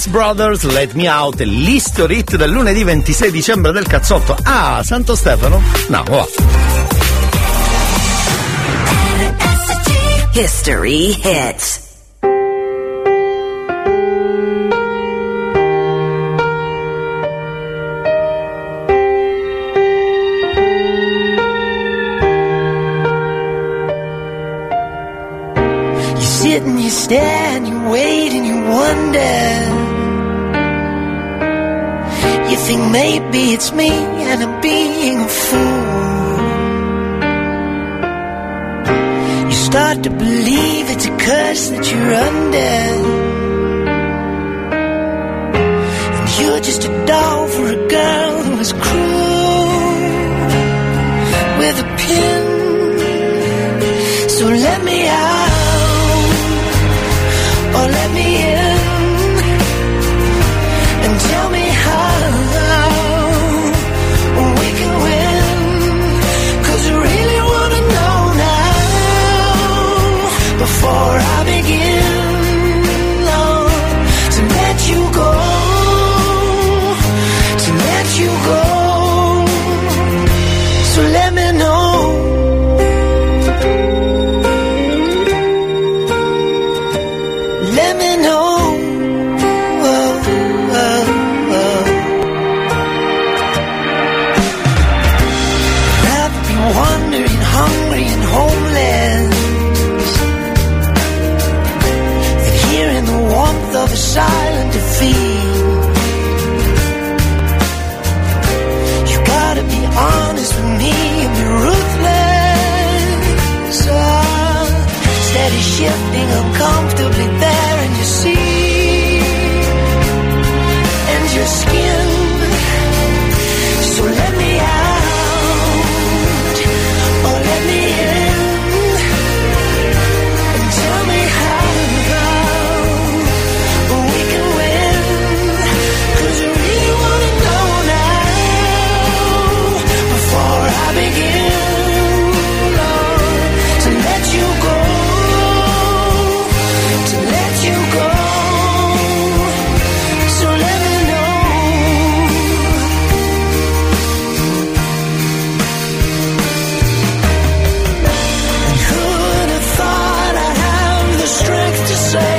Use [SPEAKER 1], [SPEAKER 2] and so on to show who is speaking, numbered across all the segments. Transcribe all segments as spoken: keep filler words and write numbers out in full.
[SPEAKER 1] Jonas Brothers, Let Me Out, l'History Hit del lunedì ventisei dicembre del cazzotto. Ah, Santo Stefano? No, va.
[SPEAKER 2] History Hits.
[SPEAKER 3] sit and you stare and you wait and you wonder. You think maybe it's me and I'm being a fool. You start to believe it's a curse that you're under, and you're just a doll for a girl who is cruel with a pin. So let me out, or let me in, and tell me how we can win. 'Cause I really wanna know now, before I begin, Lord, to let you go, to let you go. So let me know. Let me know. Oh, oh, oh. Rather be wandering, hungry and homeless than here in the warmth of a silent defeat. You gotta be honest with me and be ruthless. Oh, steady shifting uncomfortably there in your seat and your skin. So let me out, or let me in, and tell me how we can win. 'Cause I really wanna know now, before I begin, Lord, to let you go, to let you go. So let me know. And who would have thought I'd have the strength to say,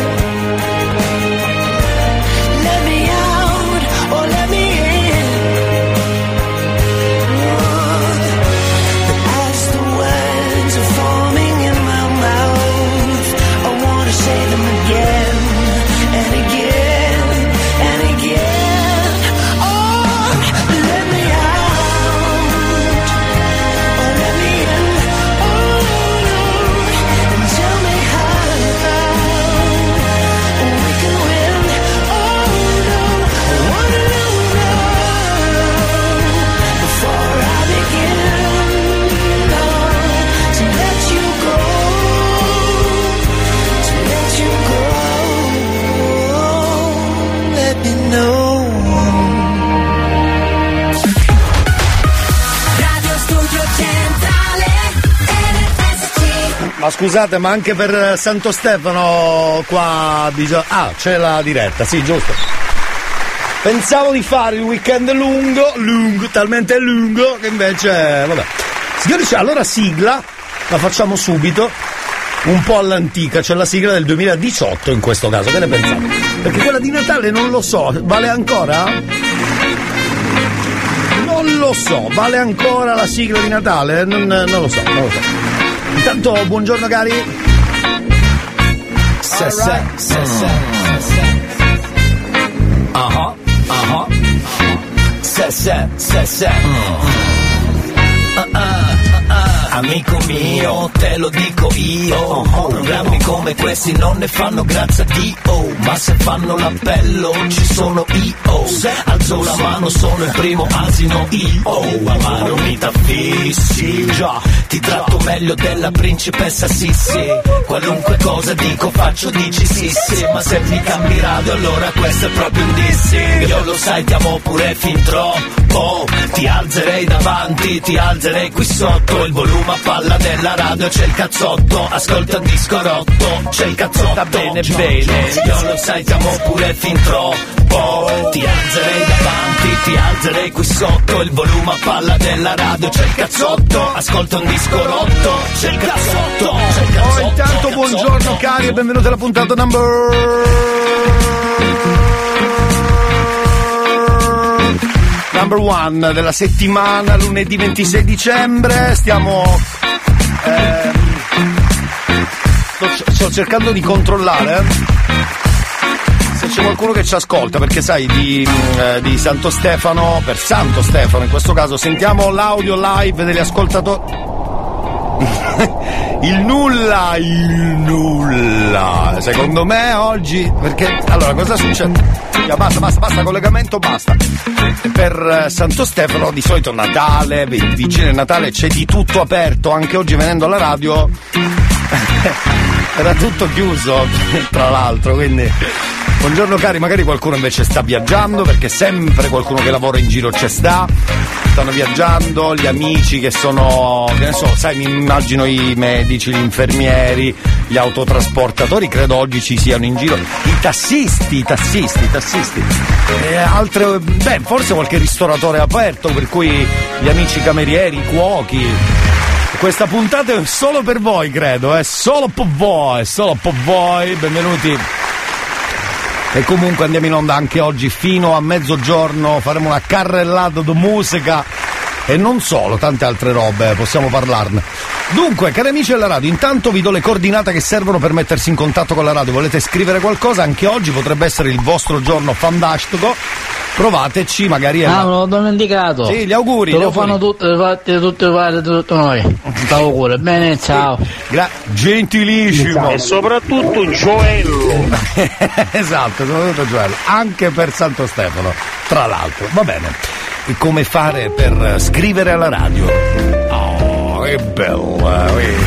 [SPEAKER 3] let me out, or let me in. But as the words are forming in my mouth, I wanna say them again and again and again. Oh, let me out, or let me in. Oh, Lord, and tell me how we can win. Oh, no, I wanna know now, before I begin, Lord, to let you go, to let you go. Let me know.
[SPEAKER 2] Radio Studio Centrale R S C.
[SPEAKER 1] Ma scusate, ma anche per Santo Stefano qua bisogna... Ah, c'è la diretta, sì, giusto. Pensavo di fare il weekend lungo, lungo, talmente lungo, che invece... Vabbè. Signori, c'è allora sigla, la facciamo subito, un po' all'antica, c'è la sigla del duemiladiciotto in questo caso, che ne pensate? Perché quella di Natale non lo so, vale ancora? Non lo so, vale ancora la sigla di Natale? Non, non lo so, non lo so. Intanto, buongiorno cari.
[SPEAKER 4] Se se, se se, aha, aha, se se, se se, amico mio, te lo dico io, programmi come questi non ne fanno grazie a Dio, ma se fanno l'appello ci sono io, alzo la mano, sono il primo asino io, amaro mi t'affissi, già, ti tratto meglio della principessa Sissi, qualunque cosa dico faccio dici sì sì, ma se mi cambi radio allora questo è proprio un dissing, io lo sai ti amo pure fin troppo, Oh, ti alzerei davanti, ti alzerei qui sotto. Il volume a palla della radio, c'è il cazzotto. Ascolta il disco rotto, c'è il cazzotto. Va bene, bene, io lo sai, siamo pure fin troppo. Ti alzerei davanti, ti alzerei qui sotto. Il volume a palla della radio, c'è il cazzotto. Ascolta un disco rotto, c'è il cazzotto, c'è il cazzotto.
[SPEAKER 1] Oh, intanto buongiorno cari e benvenuti alla puntata number number one della settimana, lunedì ventisei dicembre. Stiamo ehm, sto, sto cercando di controllare se c'è qualcuno che ci ascolta, perché sai di, eh, di Santo Stefano, per Santo Stefano in questo caso, sentiamo l'audio live degli ascoltatori. Il nulla, il nulla. Secondo me oggi, perché allora cosa succede? Ya, basta, basta, basta, collegamento, basta. Per Santo Stefano di solito Natale, Vigile Natale, c'è di tutto aperto. Anche oggi venendo alla radio era tutto chiuso, tra l'altro, quindi buongiorno cari, magari qualcuno invece sta viaggiando, perché sempre qualcuno che lavora in giro c'è sta, stanno viaggiando, gli amici che sono, che ne so, sai, mi immagino i medici, gli infermieri, gli autotrasportatori, credo oggi ci siano in giro, i tassisti, i tassisti, i tassisti, e altre, beh, forse qualche ristoratore aperto, per cui gli amici camerieri, i cuochi. Questa puntata è solo per voi, credo, è solo per voi, solo per voi, benvenuti. E comunque andiamo in onda anche oggi fino a mezzogiorno, faremo una carrellata di musica e non solo, tante altre robe, possiamo parlarne. Dunque, cari amici della radio, intanto vi do le coordinate che servono per mettersi in contatto con la radio. Volete scrivere qualcosa? Anche oggi potrebbe essere il vostro giorno fantastico. Provateci, magari è
[SPEAKER 5] Ah,
[SPEAKER 1] la...
[SPEAKER 5] me l'ho dimenticato.
[SPEAKER 1] Sì, gli auguri.
[SPEAKER 5] Te
[SPEAKER 1] gli
[SPEAKER 5] lo
[SPEAKER 1] auguri.
[SPEAKER 5] fanno tutte, fate tutte fate tutto noi. Auguri, bene, ciao.
[SPEAKER 1] Gra- gentilissimo.
[SPEAKER 6] E soprattutto Gioello.
[SPEAKER 1] Esatto, soprattutto Gioello. Anche per Santo Stefano, tra l'altro. Va bene. E come fare per scrivere alla radio? Oh, che bella.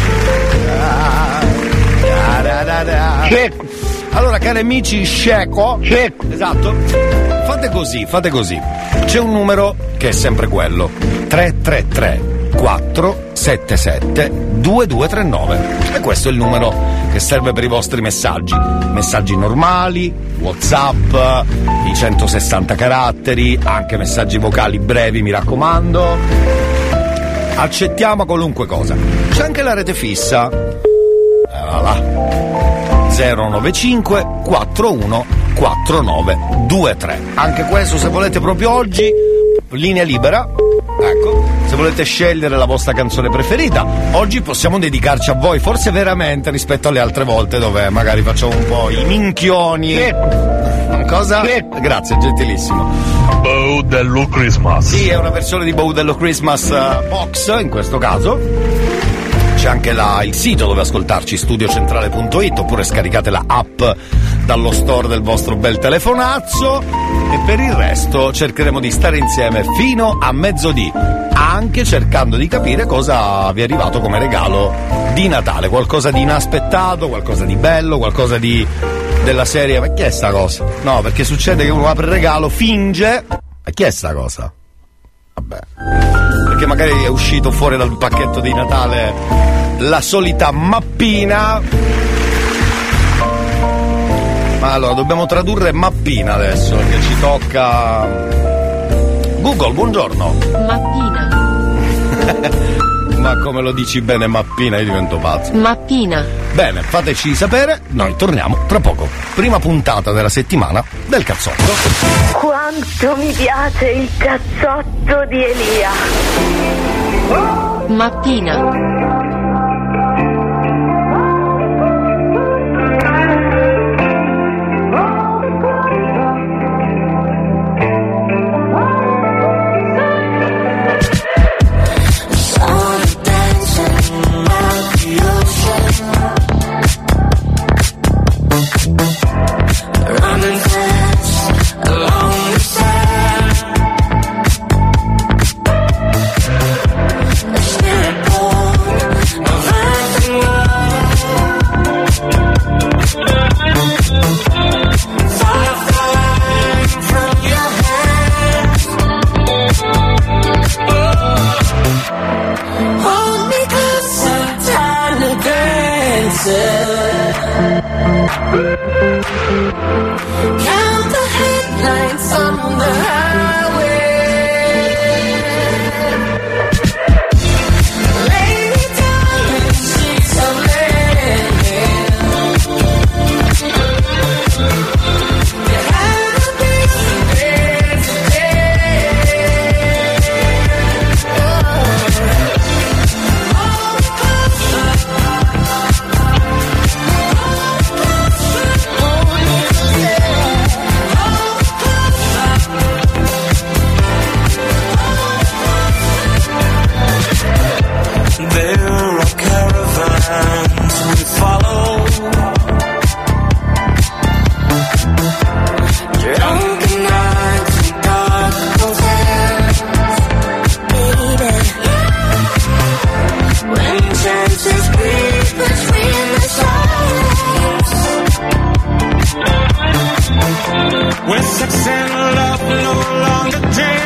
[SPEAKER 6] Cecco.
[SPEAKER 1] Allora, cari amici, Sceco.
[SPEAKER 6] Cecco.
[SPEAKER 1] Esatto. Fate così, fate così. C'è un numero che è sempre quello. tre tre tre quattro sette sette due due tre nove. E questo è il numero che serve per i vostri messaggi. Messaggi normali, WhatsApp, i centosessanta caratteri, anche messaggi vocali brevi, mi raccomando. Accettiamo qualunque cosa. C'è anche la rete fissa. Eh, là. zero nove cinque quattro uno quattro nove due tre. Anche questo, se volete proprio oggi, linea libera. Ecco, se volete scegliere la vostra canzone preferita, oggi possiamo dedicarci a voi, forse veramente rispetto alle altre volte dove magari facciamo un po' i minchioni. Cosa? Grazie, gentilissimo.
[SPEAKER 6] Baudello Christmas.
[SPEAKER 1] Sì, è una versione di Baudello Christmas uh, Box in questo caso. C'è anche la, il sito dove ascoltarci, studiocentrale punto it, oppure scaricate la app dallo store del vostro bel telefonazzo. E per il resto cercheremo di stare insieme fino a mezzodì, anche cercando di capire cosa vi è arrivato come regalo di Natale, qualcosa di inaspettato, qualcosa di bello, qualcosa di della serie. Ma chi è sta cosa? No, perché succede che uno apre il regalo, finge. Ma chi è sta cosa? Vabbè, perché magari è uscito fuori dal pacchetto di Natale la solita mappina. Ma allora dobbiamo tradurre mappina adesso, perché ci tocca. Google, buongiorno.
[SPEAKER 7] Mappina.
[SPEAKER 1] Ma come lo dici bene mappina, io divento pazzo.
[SPEAKER 7] Mappina.
[SPEAKER 1] Bene, fateci sapere, noi torniamo tra poco. Prima puntata della settimana del cazzotto.
[SPEAKER 8] Quanto mi piace il cazzotto di Elia.
[SPEAKER 7] Mappina.
[SPEAKER 3] Spirit born Count the headlights on the highway. Lay me down in sheets of linen. There had to be some days today. Hold me closer. There are caravans we follow. Drunken nights and dark hotels, baby. When chances breathe between the stars. When sex and love no longer dance.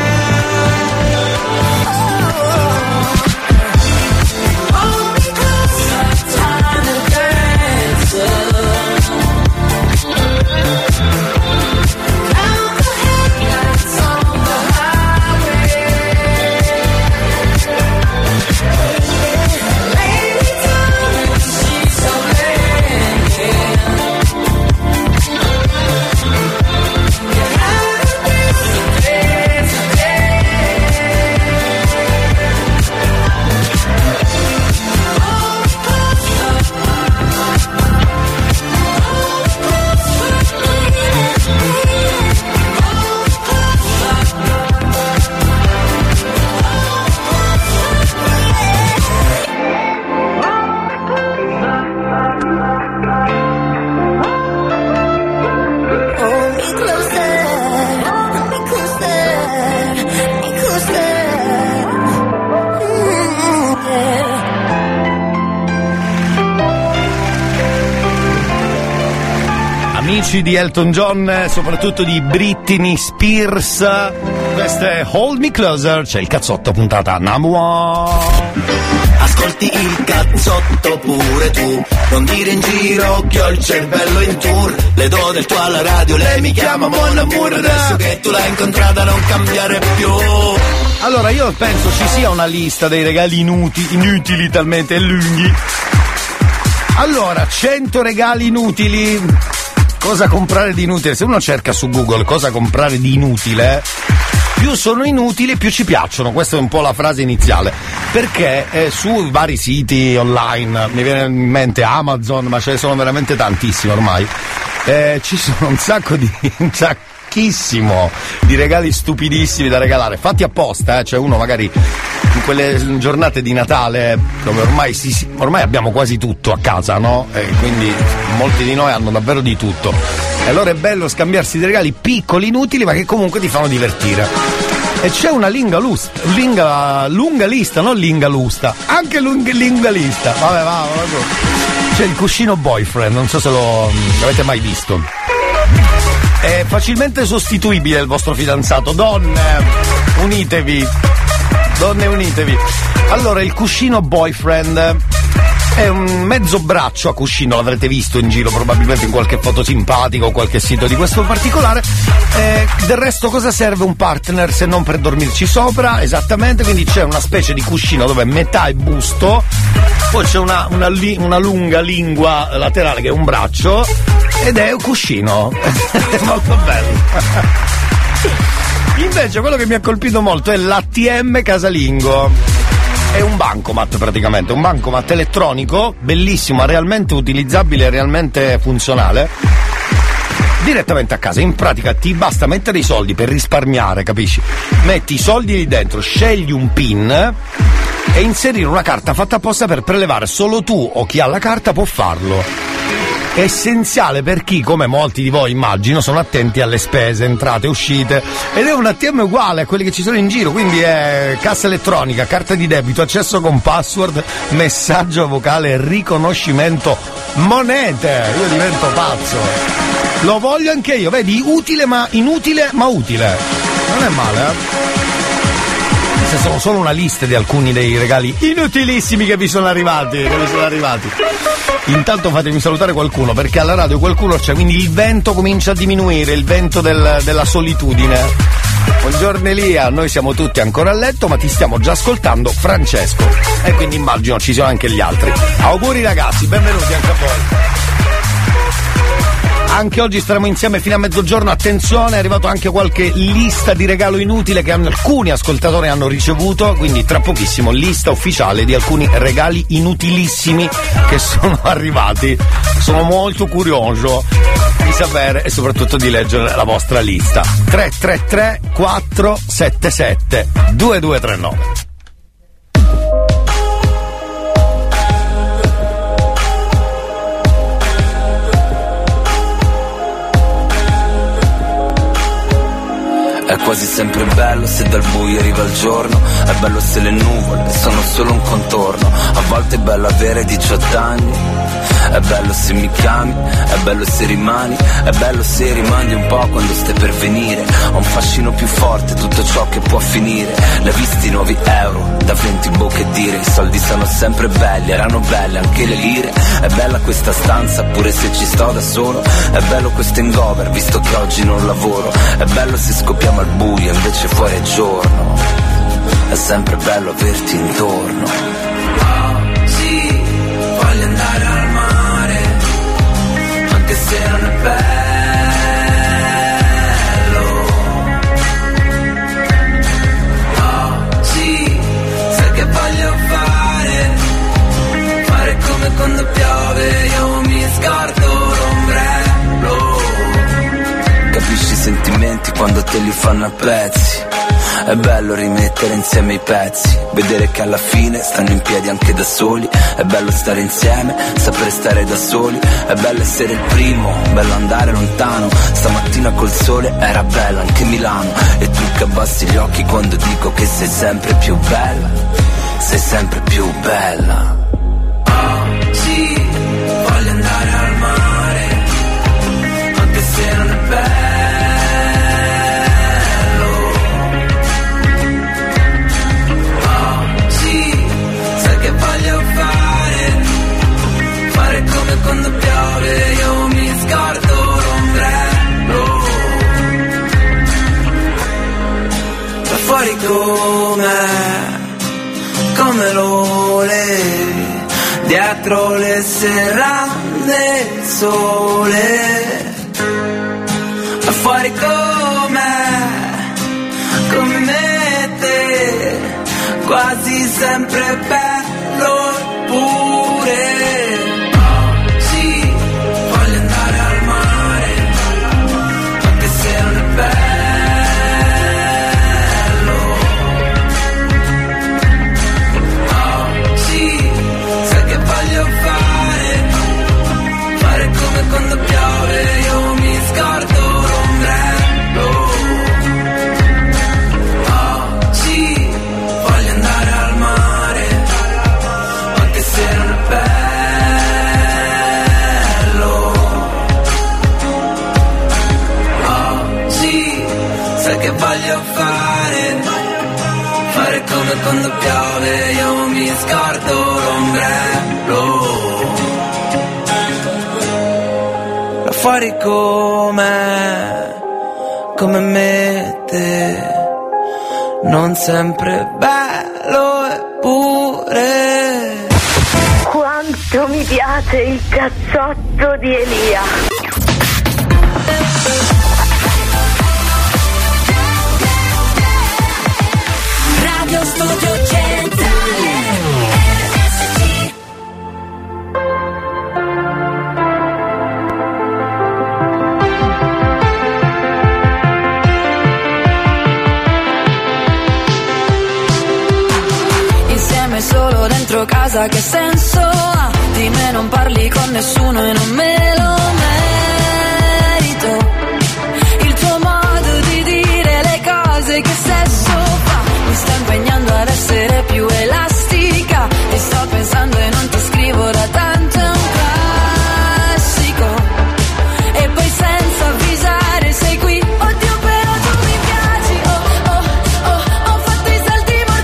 [SPEAKER 1] Amici di Elton John, soprattutto di Britney Spears, questo è Hold Me Closer, c'è il cazzotto puntata number one.
[SPEAKER 4] Ascolti il cazzotto pure tu, non dire in giro che ho il cervello in tour. Le do del tuo alla radio, lei mi chiama Mon Amour. Adesso che tu l'hai incontrata non cambiare più.
[SPEAKER 1] Allora io penso ci sia una lista dei regali inutili, inutili talmente lunghi. Allora, cento regali inutili. Cosa comprare di inutile? Se uno cerca su Google cosa comprare di inutile, più sono inutili più ci piacciono. Questa è un po' la frase iniziale, perché eh, su vari siti online, mi viene in mente Amazon, ma ce ne sono veramente tantissimi ormai, eh, ci sono un sacco di un sacchissimo di regali stupidissimi da regalare, fatti apposta, eh, cioè uno magari in quelle giornate di Natale dove ormai si, si, ormai abbiamo quasi tutto a casa, no? E quindi molti di noi hanno davvero di tutto. E allora è bello scambiarsi dei regali piccoli, inutili, ma che comunque ti fanno divertire. E c'è una linga, lust, linga lunga lista, non linga lusta, anche lunga, linga lista. Vabbè, va, va, va. C'è il cuscino boyfriend, non so se lo avete mai visto. È facilmente sostituibile il vostro fidanzato. Donne, unitevi. Donne, unitevi. Allora, il cuscino boyfriend è un mezzo braccio a cuscino, l'avrete visto in giro probabilmente in qualche foto simpatica o qualche sito di questo particolare. Eh, del resto cosa serve un partner se non per dormirci sopra? Esattamente, quindi c'è una specie di cuscino dove metà è busto, poi c'è una, una, una lunga lingua laterale che è un braccio ed è un cuscino. È molto bello. Invece quello che mi ha colpito molto è l'A T M casalingo. È un bancomat praticamente, un bancomat elettronico, bellissimo, realmente utilizzabile, realmente funzionale. Direttamente a casa, in pratica ti basta mettere i soldi per risparmiare, capisci? Metti i soldi lì dentro, scegli un PIN e inserire una carta fatta apposta per prelevare. Solo tu o chi ha la carta può farlo. È essenziale per chi, come molti di voi immagino, sono attenti alle spese, entrate, uscite, ed è un A T M uguale a quelli che ci sono in giro, quindi è cassa elettronica, carta di debito, accesso con password, messaggio vocale, riconoscimento, monete. Io divento pazzo, lo voglio anche io, vedi, utile ma inutile ma utile, non è male, eh? Queste sono solo una lista di alcuni dei regali inutilissimi che vi sono arrivati, che vi sono arrivati. Intanto fatemi salutare qualcuno, perché alla radio qualcuno c'è, quindi il vento comincia a diminuire, il vento del, della solitudine. Buongiorno Elia, noi siamo tutti ancora a letto, ma ti stiamo già ascoltando, Francesco. E quindi immagino ci siano anche gli altri. Auguri ragazzi, benvenuti anche a voi. Anche oggi staremo insieme fino a mezzogiorno. Attenzione, è arrivato anche qualche lista di regalo inutile che hanno, alcuni ascoltatori hanno ricevuto, quindi tra pochissimo lista ufficiale di alcuni regali inutilissimi che sono arrivati. Sono molto curioso di sapere e soprattutto di leggere la vostra lista. Tre tre tre quattro sette sette due due tre nove.
[SPEAKER 9] È quasi sempre bello se dal buio arriva il giorno, è bello se le nuvole sono solo un contorno, a volte è bello avere diciotto anni, è bello se mi chiami, è bello se rimani, è bello se rimandi un po' quando stai per venire, ho un fascino più forte, tutto ciò che può finire, l'hai visti i nuovi euro, da venti bocche dire, i soldi sono sempre belli, erano belle anche le lire, è bella questa stanza pure se ci sto da solo, è bello questo hangover visto che oggi non lavoro, è bello se scoppiamo al buio invece fuori è giorno, è sempre bello averti intorno. Oggi voglio andare al mare, anche se non è bello. Oggi sai che voglio fare, fare come quando piove, io mi scordo l'ombrello. Capisci i sentimenti quando te li fanno a pezzi, è bello rimettere insieme i pezzi, vedere che alla fine stanno in piedi anche da soli, è bello stare insieme, sapere stare da soli, è bello essere il primo, bello andare lontano, stamattina col sole era bella anche Milano, e tu che abbassi gli occhi quando dico che sei sempre più bella, sei sempre più bella. Oggi voglio andare al mare, anche se non è bello. Come quando piove io mi scordo l'ombrello, da fuori com'è, come lo levi, dietro le serrande il sole, da fuori com'è, come me te, quasi sempre bello pure. Quando piove io mi scordo l'ombrello. Oggi voglio andare al mare, anche se non è bello. Oggi sai che voglio fare, fare come quando piove io mi scordo l'ombrello. Fuori come, come me te, non sempre bello eppure.
[SPEAKER 8] Quanto mi piace il cazzotto di Elia.
[SPEAKER 2] Radio Studio Centrale.
[SPEAKER 10] Solo dentro casa che senso ha? Di me non parli con nessuno e non me lo merito. Il tuo modo di dire le cose che sesso fa mi sta impegnando ad essere più elastica, e sto pensando e non ti scrivo da tanto, è un classico. E poi senza avvisare sei qui, oddio però tu mi piaci, oh oh oh, ho fatto i salti ma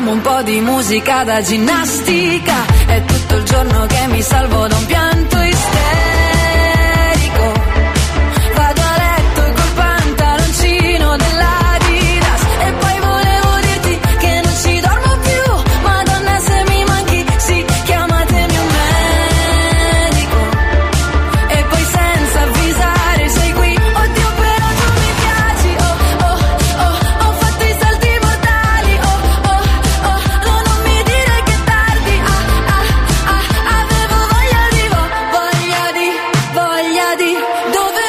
[SPEAKER 10] mettiamo un po' di musica da ginnastica. È tutto il giorno che mi salvo da un pianto isterico. Vado a letto col pantaloncino dell'Adidas e poi volevo dirti che non ci dormo più. Madonna, se mi manchi, sì, chiamatemi un medico. E poi senza avvisare sei qui. Oddio, però tu mi piaci. Oh, oh, oh, ho fatto i salti mortali. Oh, oh, oh, no, non mi dire che tardi. Ah, ah, ah, avevo voglia di, vo- voglia di, voglia di. Dove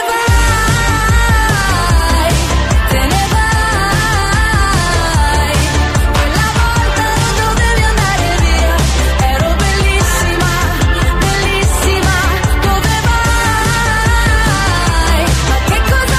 [SPEAKER 10] vai? Te ne vai. Quella volta non dovevi andare via. Ero bellissima, bellissima. Dove vai? Ma che cosa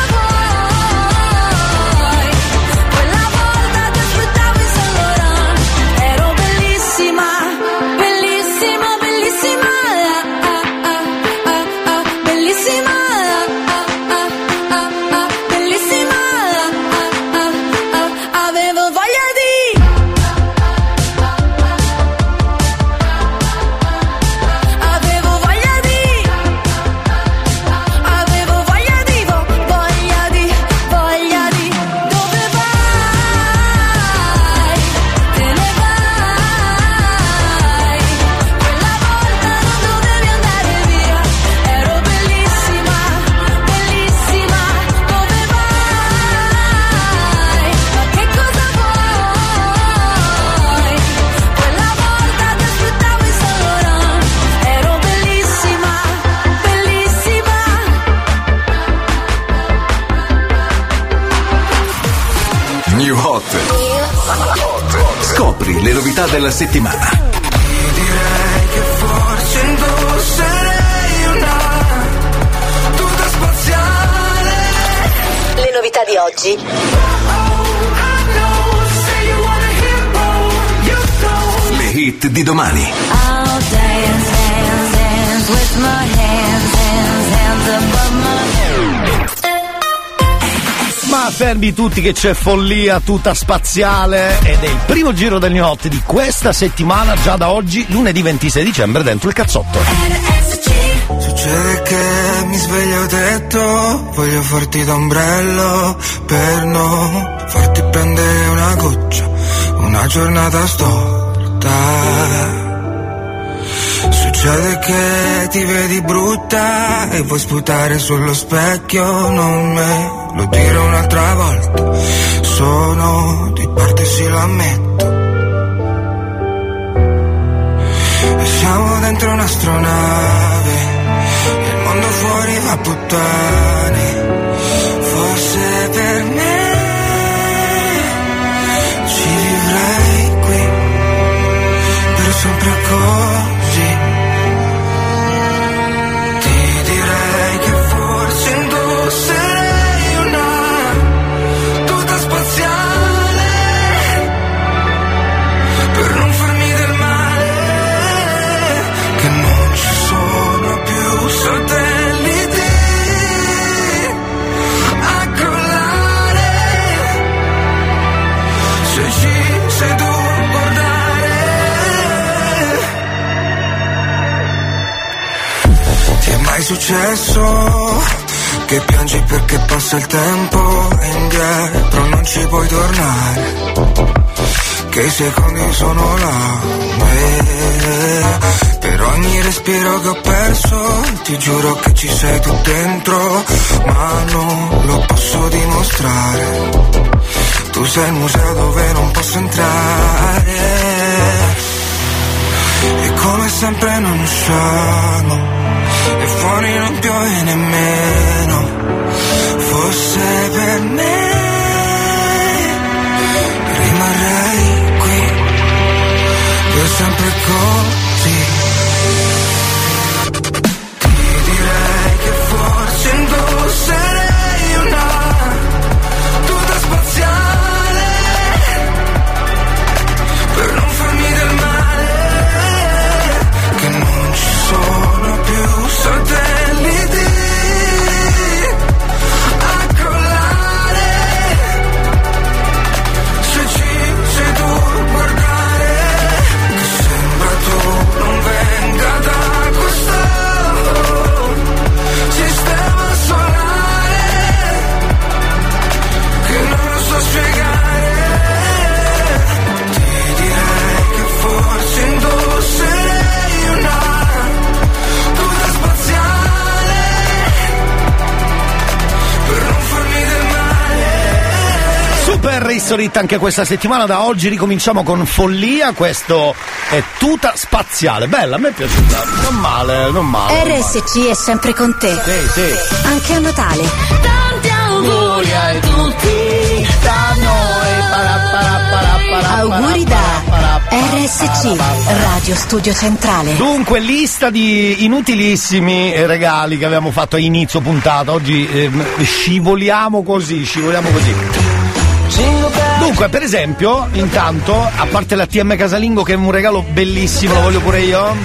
[SPEAKER 10] vuoi? Quella volta ti aspettavo in Saint Laurent. Ero bellissima, bellissima, bellissima. Ah, ah, ah, ah, bellissima. Ah, ah, ah, ah, bellissima. Ah, ah, ah, avevo voglia di. Avevo voglia di. Avevo voglia di, vo- voglia di, voglia di. Dove vai? Te ne vai. Quella volta non dovevi andare via. Ero bellissima, bellissima. Dove vai? Ma che cosa vuoi? Quella volta ti aspettavo in Saint Laurent. Ero bellissima, bellissima.
[SPEAKER 11] New Hot. Scopri le novità della settimana.
[SPEAKER 3] Direi che forse indosserei una tuta spaziale.
[SPEAKER 7] Le novità di oggi.
[SPEAKER 11] Le hit di domani.
[SPEAKER 10] I'll dance, dance, dance with my hands, hands, hands above my head.
[SPEAKER 1] Ma fermi tutti che c'è follia tutta spaziale ed è il primo giro del New Hot di questa settimana, già da oggi, lunedì ventisei dicembre, dentro il cazzotto.
[SPEAKER 3] Succede che mi sveglio detto, voglio farti d'ombrello per non farti prendere una goccia, una giornata storta. Succede che ti vedi brutta e vuoi sputare sullo specchio, non me lo dire un'altra volta, sono di parte, sì, lo ammetto. E siamo dentro un'astronave, il mondo fuori va a puttane. Forse per me ci vivrei qui per sempre così. Ti direi che forse indosserei una tuta spaziale per non farmi del male, che non ci sono più satelliti a crollare, se ci sei tu a guardare. Ti è mai successo che piangi perché passa il tempo e indietro non ci puoi tornare, che i secondi sono là, eh, per ogni respiro che ho perso ti giuro che ci sei tu dentro, ma non lo posso dimostrare. Tu sei il museo dove non posso entrare e come sempre non usciamo e fuori non piove nemmeno. Forse per me rimarrei qui per sempre così. Ti direi che forse indosserei una tuta spaziale per non farmi del male, che non ci sono più satelliti a crollare, se ci sei tu a guardare.
[SPEAKER 1] History Hit anche questa settimana. Da oggi ricominciamo con Follia. Questo è Tuta Spaziale. Bella, a me è piaciuta. Non male, non male.
[SPEAKER 7] R S C è sempre con te.
[SPEAKER 1] Sì, sì.
[SPEAKER 7] Anche a Natale.
[SPEAKER 10] Tanti auguri a tutti da noi.
[SPEAKER 7] Auguri da R S C, Radio Studio Centrale.
[SPEAKER 1] Dunque, lista di inutilissimi regali che abbiamo fatto a inizio puntata. Oggi eh, scivoliamo così, scivoliamo così. Dunque, per esempio, intanto, a parte la T M Casalingo, che è un regalo bellissimo, lo voglio pure io,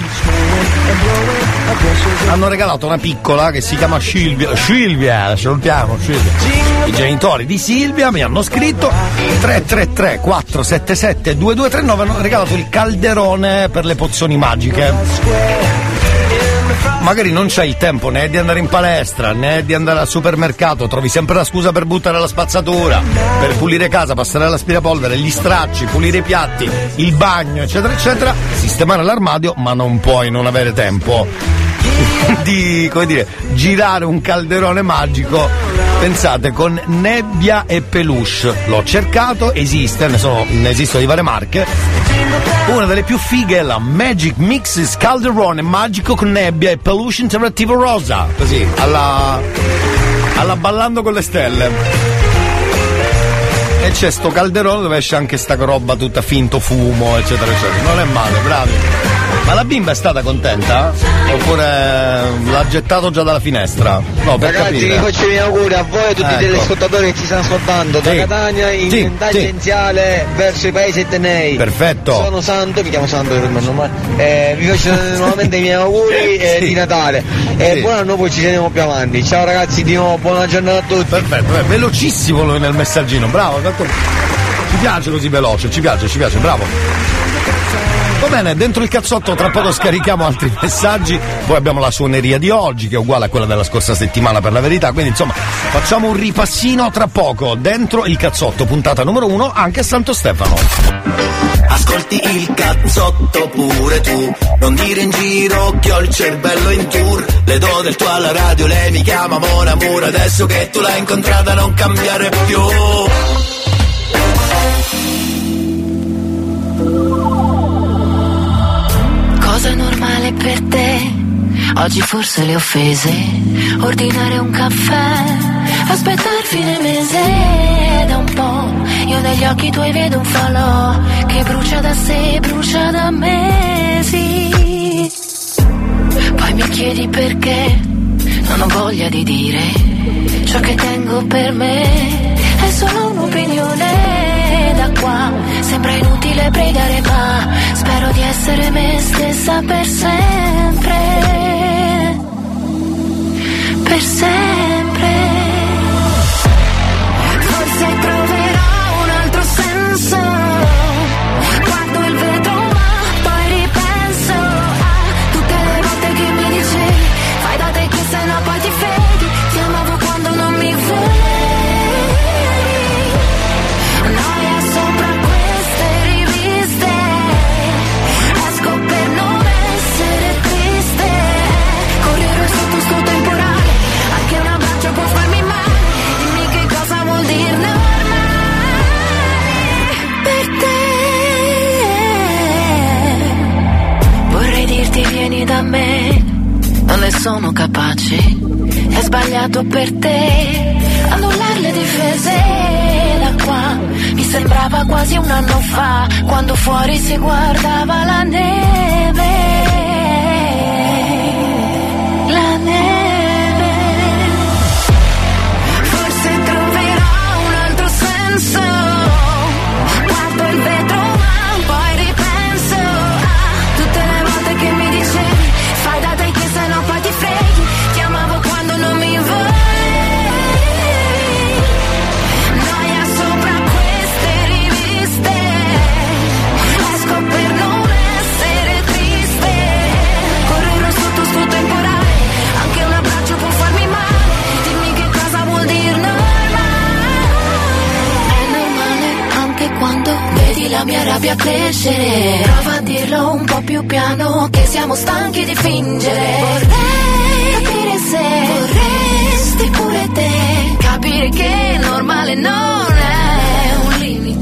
[SPEAKER 1] hanno regalato una piccola che si chiama Silvia. Silvia, salutiamo Silvia. I genitori di Silvia mi hanno scritto tre tre tre quattro sette sette due due tre nove, hanno regalato il calderone per le pozioni magiche. Magari non c'hai il tempo né di andare in palestra né di andare al supermercato, trovi sempre la scusa per buttare la spazzatura, per pulire casa, passare l'aspirapolvere, gli stracci, pulire i piatti, il bagno, eccetera eccetera, sistemare l'armadio, ma non puoi non avere tempo di, come dire, girare un calderone magico. Pensate, con nebbia e peluche. L'ho cercato, esiste, ne, sono, ne esistono di varie marche. Una delle più fighe è la Magic Mixes Calderone magico con nebbia e peluche interattivo rosa. Così, alla, alla Ballando con le Stelle. E c'è sto calderone dove esce anche sta roba tutta finto fumo, eccetera eccetera. Non è male, bravi. Ma la bimba è stata contenta? Oppure l'ha gettato già dalla finestra? No, per
[SPEAKER 12] ragazzi,
[SPEAKER 1] capire.
[SPEAKER 12] vi faccio i miei auguri a voi e a tutti
[SPEAKER 1] Ecco.
[SPEAKER 12] gli ascoltatori che ci stanno ascoltando da
[SPEAKER 1] Sì.
[SPEAKER 12] Catania in
[SPEAKER 1] Sì,
[SPEAKER 12] tangenziale
[SPEAKER 1] sì.
[SPEAKER 12] verso i paesi etnei.
[SPEAKER 1] Perfetto.
[SPEAKER 12] Sono Santo, mi chiamo Santo per il mio nome. Eh, vi faccio nuovamente i miei auguri eh,
[SPEAKER 1] Sì.
[SPEAKER 12] di Natale. E
[SPEAKER 1] Sì.
[SPEAKER 12] buon anno, poi ci vediamo più avanti. Ciao ragazzi, di nuovo buona giornata a tutti.
[SPEAKER 1] Perfetto, è velocissimo lui nel messaggino, bravo, tanto ci piace così veloce, ci piace, ci piace, bravo. Va bene, dentro il cazzotto tra poco scarichiamo altri messaggi, poi abbiamo la suoneria di oggi che è uguale a quella della scorsa settimana per la verità, quindi insomma facciamo un ripassino tra poco, dentro il cazzotto, puntata numero uno, anche a Santo Stefano.
[SPEAKER 4] Ascolti il cazzotto pure tu, non dire in giro che ho il cervello in tour. Le do del tuo alla radio, lei mi chiama Mon Amour, adesso che tu l'hai incontrata non cambiare più.
[SPEAKER 10] Cosa è normale per te? Oggi forse le offese, ordinare un caffè, aspettare fine mese. Da un po' io negli occhi tuoi vedo un falò che brucia da sé, brucia da mesi. Poi mi chiedi perché non ho voglia di dire ciò che tengo per me, è solo un'opinione. Da qua sembra inutile pregare, ma spero di essere me stessa per sempre, per sempre. Forse troverò un altro senso, guardo il vetro ma poi ripenso a tutte le volte che mi dicevi fai da te che se no poi ti freghi, ti amavo quando non mi volevi. Noia sopra queste riviste, esco per non essere triste, correre sotto sto temporale, anche un abbraccio può farmi male, dimmi che cosa vuol dire normale per te. Vorrei dirti vieni da me, non ne sono capace, è sbagliato per te annullare le difese. Da qua mi sembrava quasi un anno fa, quando fuori si guardava la neve, la neve. Forse troverò un altro senso, guardo il vetro ma poi ripenso a tutte le volte che mi dicevi fai da te che se no poi ti freghi, ti amavo quando non mi volevi. Noia sopra queste riviste, esco per non essere triste, correrò sotto sto temporale, anche un abbraccio può farmi male, dimmi che cosa vuol dire normale. È normale anche quando vedi la mia rabbia crescere, prova a dirlo un po' più piano che siamo stanchi di fingere. Vorrei capire se vorresti pure te, capire che normale non è un limite.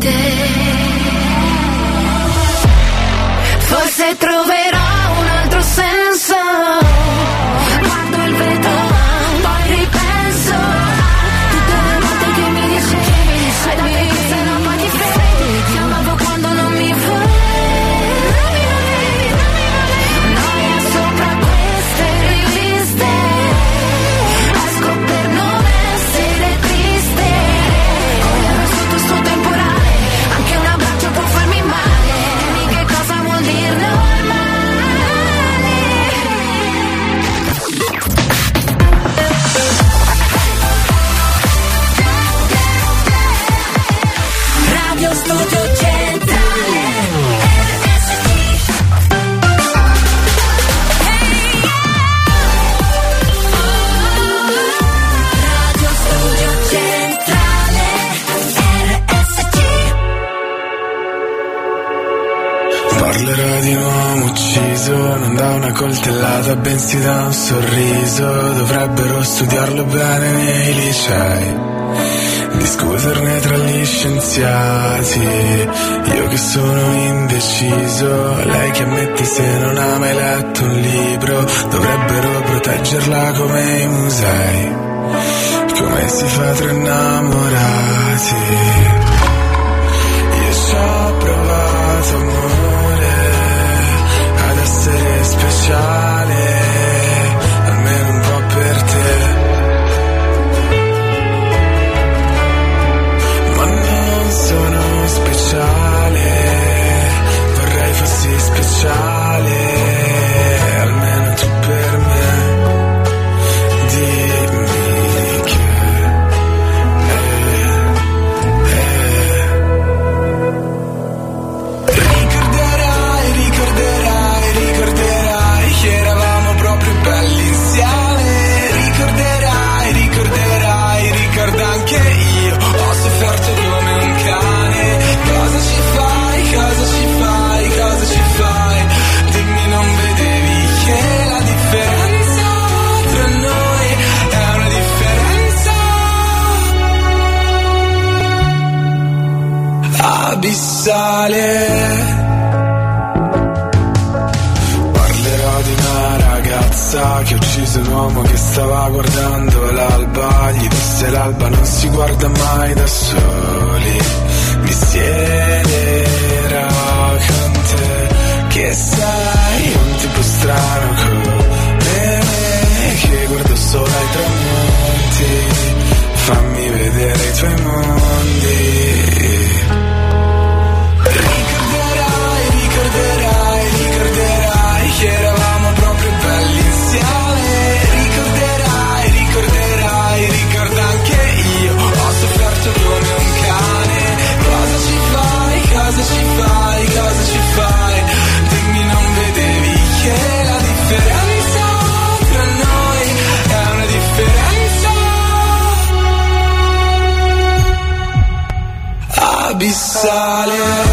[SPEAKER 13] non da una coltellata, bensì da un sorriso. Dovrebbero studiarlo bene nei licei, discuterne tra gli scienziati. Io che sono indeciso, lei che ammette se non ha mai letto un libro. Dovrebbero proteggerla come i musei, come si fa tra innamorati. Io ci ho provato, amore, ad essere speciale, almeno un po' per te. Ma non sono speciale, vorrei fossi speciale, almeno tu per me. Dimmi che eh, eh. Ricorderai, ricorderai, ricorderai che eravamo proprio belli insieme. Ricorderai, ricorderai, ricorda anche io, ho sofferto come un cane. Cosa ci fai, cosa ci fai, cosa ci fai? Dimmi, non vedevi che la differenza tra noi è una differenza abissale. Parlerò di una ragazza che ha ucciso un uomo che stava guardando l'alba. Gli disse l'alba non si guarda mai da soli. Mi siederò con te, che sei un tipo strano come me, che guardo solo ai tramonti. Fammi vedere i tuoi mondi. Ricorderai, ricorderai, ricorderai che eravamo proprio belli insieme. Ricorderai, ricorderai, ricorda anche io, ho sofferto come un cane. Cosa ci fai, cosa ci fai, cosa ci fai? Dimmi, non vedevi che la differenza tra noi è una differenza abissale.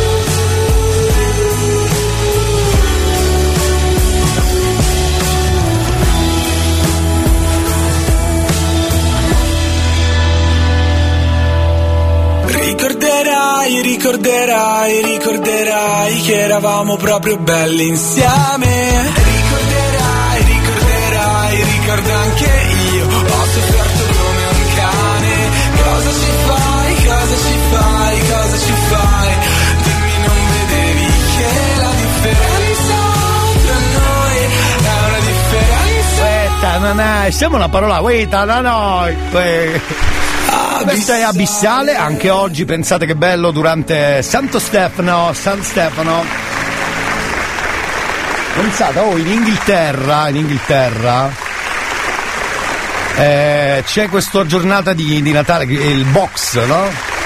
[SPEAKER 13] Ricorderai, ricorderai, ricorderai che eravamo proprio belli insieme. Ricorderai, ricorderai, ricorda anche io, ho sofferto come un cane. Cosa ci fai, cosa ci fai, cosa ci fai? Dimmi, non vedevi che la differenza tra noi è una differenza.
[SPEAKER 1] Questa non è, siamo una parola, questa non noi. Questo è abissale, anche oggi pensate che bello durante Santo Stefano, San Stefano. Pensate, oh, in Inghilterra, in Inghilterra eh, c'è questa giornata di, di Natale, il Box, no?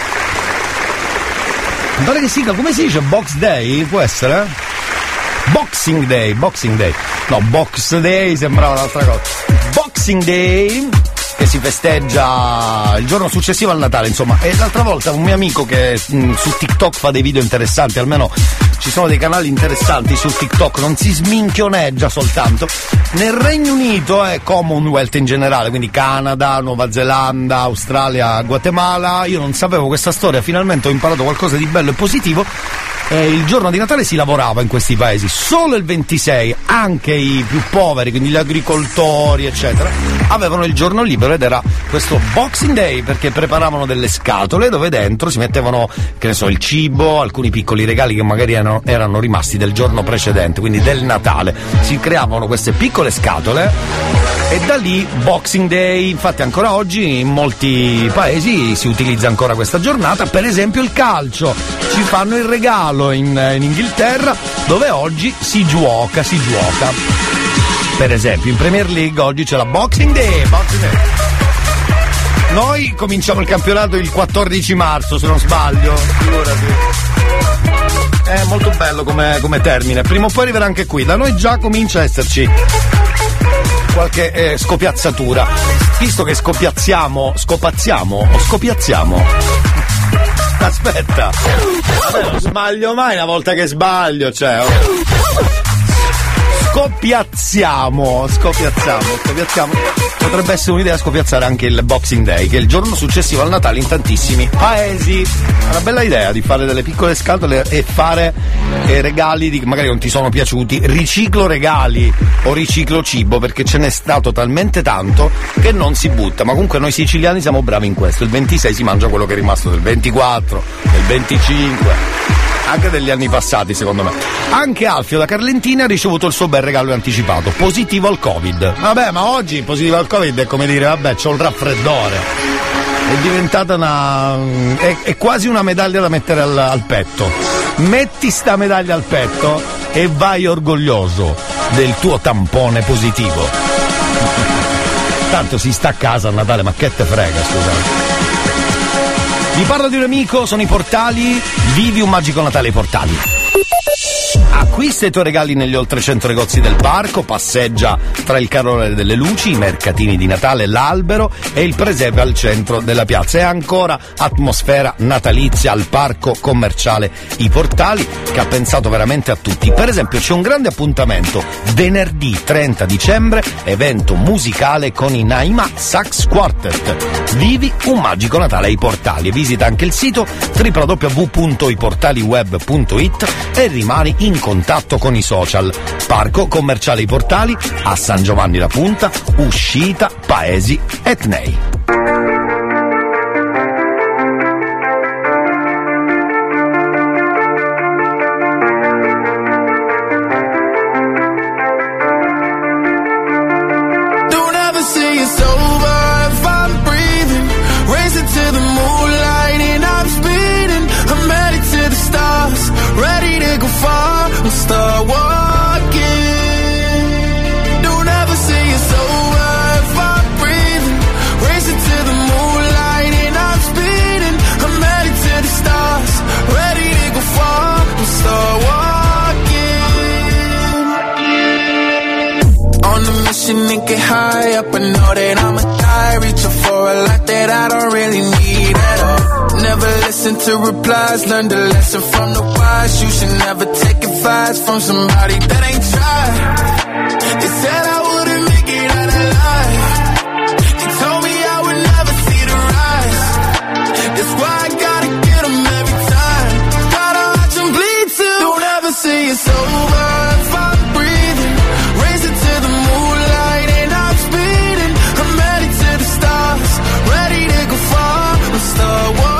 [SPEAKER 1] Mi pare che si dica, come si dice? Box Day? Può essere? Boxing Day, Boxing Day. No, Box Day sembrava un'altra cosa. Boxing Day, che si festeggia il giorno successivo al Natale, insomma. E l'altra volta un mio amico che mh, su TikTok fa dei video interessanti, almeno ci sono dei canali interessanti su TikTok, non si sminchioneggia soltanto. Nel Regno Unito e Commonwealth in generale, quindi Canada, Nuova Zelanda, Australia, Guatemala, io non sapevo questa storia, finalmente ho imparato qualcosa di bello e positivo. Eh, il giorno di Natale si lavorava in questi paesi, solo il ventisei, anche i più poveri, quindi gli agricoltori eccetera, avevano il giorno libero ed era questo Boxing Day, perché preparavano delle scatole dove dentro si mettevano, che ne so, il cibo, alcuni piccoli regali che magari erano, erano rimasti del giorno precedente, quindi del Natale. Si creavano queste piccole scatole e da lì Boxing Day. Infatti ancora oggi in molti paesi si utilizza ancora questa giornata, per esempio il calcio, ci fanno il regalo in, in Inghilterra, dove oggi si gioca, si gioca. Per esempio in Premier League oggi c'è la Boxing Day, Boxing Day. Noi cominciamo il campionato il quattordici marzo, se non sbaglio, figurati. È molto bello come, come termine, prima o poi arriverà anche qui, da noi già comincia a esserci qualche eh, scopiazzatura, visto che scopiazziamo, scopazziamo o scopiazziamo. Aspetta, vabbè, non sbaglio mai una volta che sbaglio, cioè. Oh. Scoppiazziamo, scoppiazziamo, scoppiazziamo. Potrebbe essere un'idea scoppiazzare anche il Boxing Day, che è il giorno successivo al Natale in tantissimi paesi. È una bella idea di fare delle piccole scatole e fare eh, regali di, magari non ti sono piaciuti, riciclo regali o riciclo cibo, perché ce n'è stato talmente tanto che non si butta. Ma comunque noi siciliani siamo bravi in questo. Il ventisei si mangia quello che è rimasto del ventiquattro, del venticinque, anche degli anni passati, secondo me. Anche Alfio da Carlentina ha ricevuto il suo bel regalo anticipato, positivo al Covid. Vabbè, ma oggi positivo al Covid è come dire, vabbè, c'ho il raffreddore. È diventata una... è, è quasi una medaglia da mettere al, al petto. Metti sta medaglia al petto e vai orgoglioso del tuo tampone positivo. Tanto si sta a casa a Natale, ma che te frega, scusate. Vi parlo di un amico, sono i Portali. Vivi un magico Natale ai Portali. Acquista i tuoi regali negli oltre cento negozi del parco, passeggia tra il carrello delle luci, i mercatini di Natale, l'albero e il presepe al centro della piazza. E ancora atmosfera natalizia al parco commerciale I Portali, che ha pensato veramente a tutti. Per esempio c'è un grande appuntamento venerdì trenta dicembre, evento musicale con i Naima Sax Quartet. Vivi un magico Natale ai Portali. Visita anche il sito w w w punto i portali web punto i t e rimani in contatto con i social. Parco commerciale I Portali, a San Giovanni la Punta, uscita Paesi Etnei.
[SPEAKER 14] Start walking. Don't ever say it's over if I'm breathing. Racing to the moonlight and I'm speeding. I'm headed to the stars, ready to go far. I'm start walking. On a mission and get high up. I know that I'ma die, reaching for a lot that I don't really need at all. Never listen to replies, learn the lesson from the wise. You should never take advice from somebody that ain't tried. They said I wouldn't make it out alive. They told me I would never see the rise. That's why I gotta get them every time. Gotta watch them bleed too. Don't ever say it's over if I'm breathing. Racing to the moonlight and I'm speeding. I'm headed to the stars, ready to go far. I'm start walking.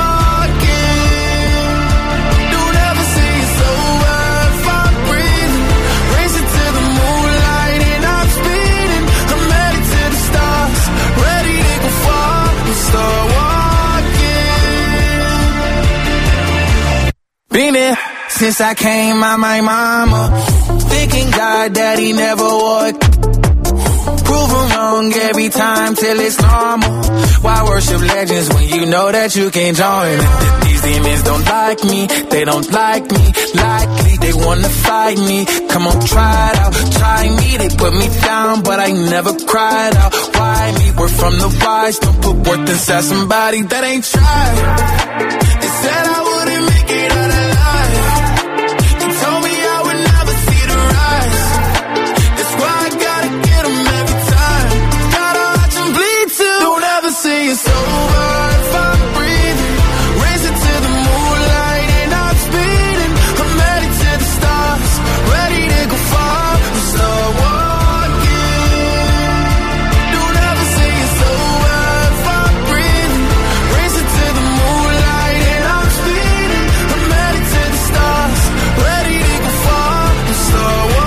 [SPEAKER 14] Been there since I came out my mama. Thinking God that he never would. Prove him wrong every time till it's normal. Why worship legends when you know that you can't join? These demons don't like me, they don't like me. Likely they wanna fight me. Come on, try it out, try me. They put me down, but I never cried out. Why me? We're from the wise. Don't put worth inside somebody that ain't tried. They said I wouldn't make it out alive. They told me I would never see the rise. That's why I gotta get them every time. Gotta watch them bleed too. Don't ever say it's over if I'm breathing. Racing to the moonlight and I'm speeding. I'm headed to the stars, ready to go far. I'm start walking. Don't ever say it's over if I'm breathing. Racing to the moonlight and I'm speeding. I'm headed to the stars, ready to go far. I'm start walking.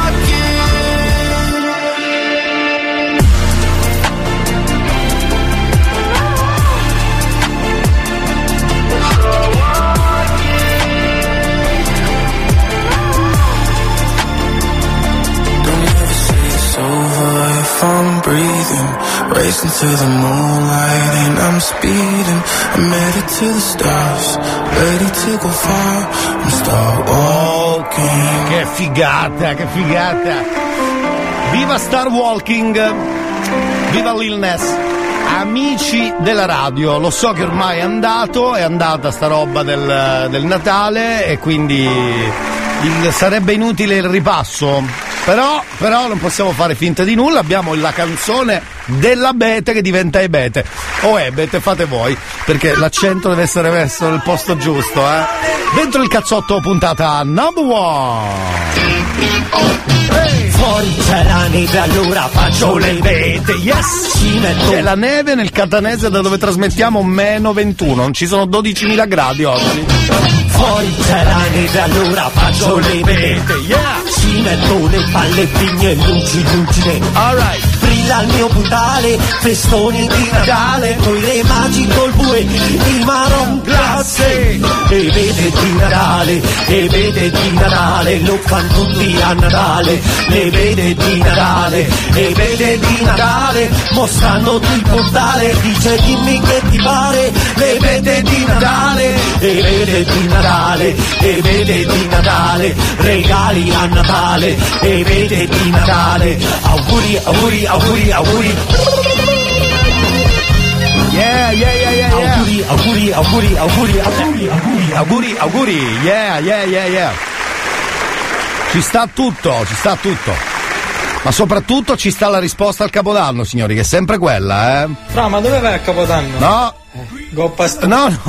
[SPEAKER 14] If I'm breathing, racing to the moonlight and I'm speeding. I'm headed to the stars, ready to go far. I'm start walking.
[SPEAKER 1] Che figata, che figata. Viva Star Walking, viva Lil Nas. Amici della radio, lo so che ormai è andato, è andata sta roba del, del Natale e quindi il, sarebbe inutile il ripasso. Però, però non possiamo fare finta di nulla, abbiamo la canzone dell'abete che diventa ebete. O ebete, fate voi, perché l'accento deve essere messo nel posto giusto, eh. Dentro il cazzotto puntata number one. Hey.
[SPEAKER 4] Fuori c'è la neve, allora faccio le vete, yes! Ci metto.
[SPEAKER 1] C'è la neve nel catanese da dove trasmettiamo meno ventuno, non ci sono dodicimila gradi oggi.
[SPEAKER 4] Fuori c'è la neve, allora faccio le vete, yeah! Ci metto le pallettine e luci lucide.
[SPEAKER 1] Alright.
[SPEAKER 4] Brilla il mio puntale, festoni di Natale, noi le magi col bue, il marron glacé. E vede di Natale, e vede di Natale, lo fanno tutti a Natale. Le vede di Natale, e vede di Natale, mostrando il portale, dice dimmi che ti pare. Le vede di Natale, e vede di Natale, e vede di Natale, regali a Natale, e vede di Natale, auguri, auguri, auguri, auguri.
[SPEAKER 1] Yeah, yeah, yeah, yeah, yeah.
[SPEAKER 4] Auguri, auguri, auguri, auguri, auguri, auguri,
[SPEAKER 1] auguri, auguri, yeah, yeah, yeah, yeah. Ci sta tutto, ci sta tutto. Ma soprattutto ci sta la risposta al Capodanno, signori, che è sempre quella, eh.
[SPEAKER 15] Fra, ma dove vai a Capodanno?
[SPEAKER 1] No.
[SPEAKER 15] Eh, Goppa sta...
[SPEAKER 1] No, no.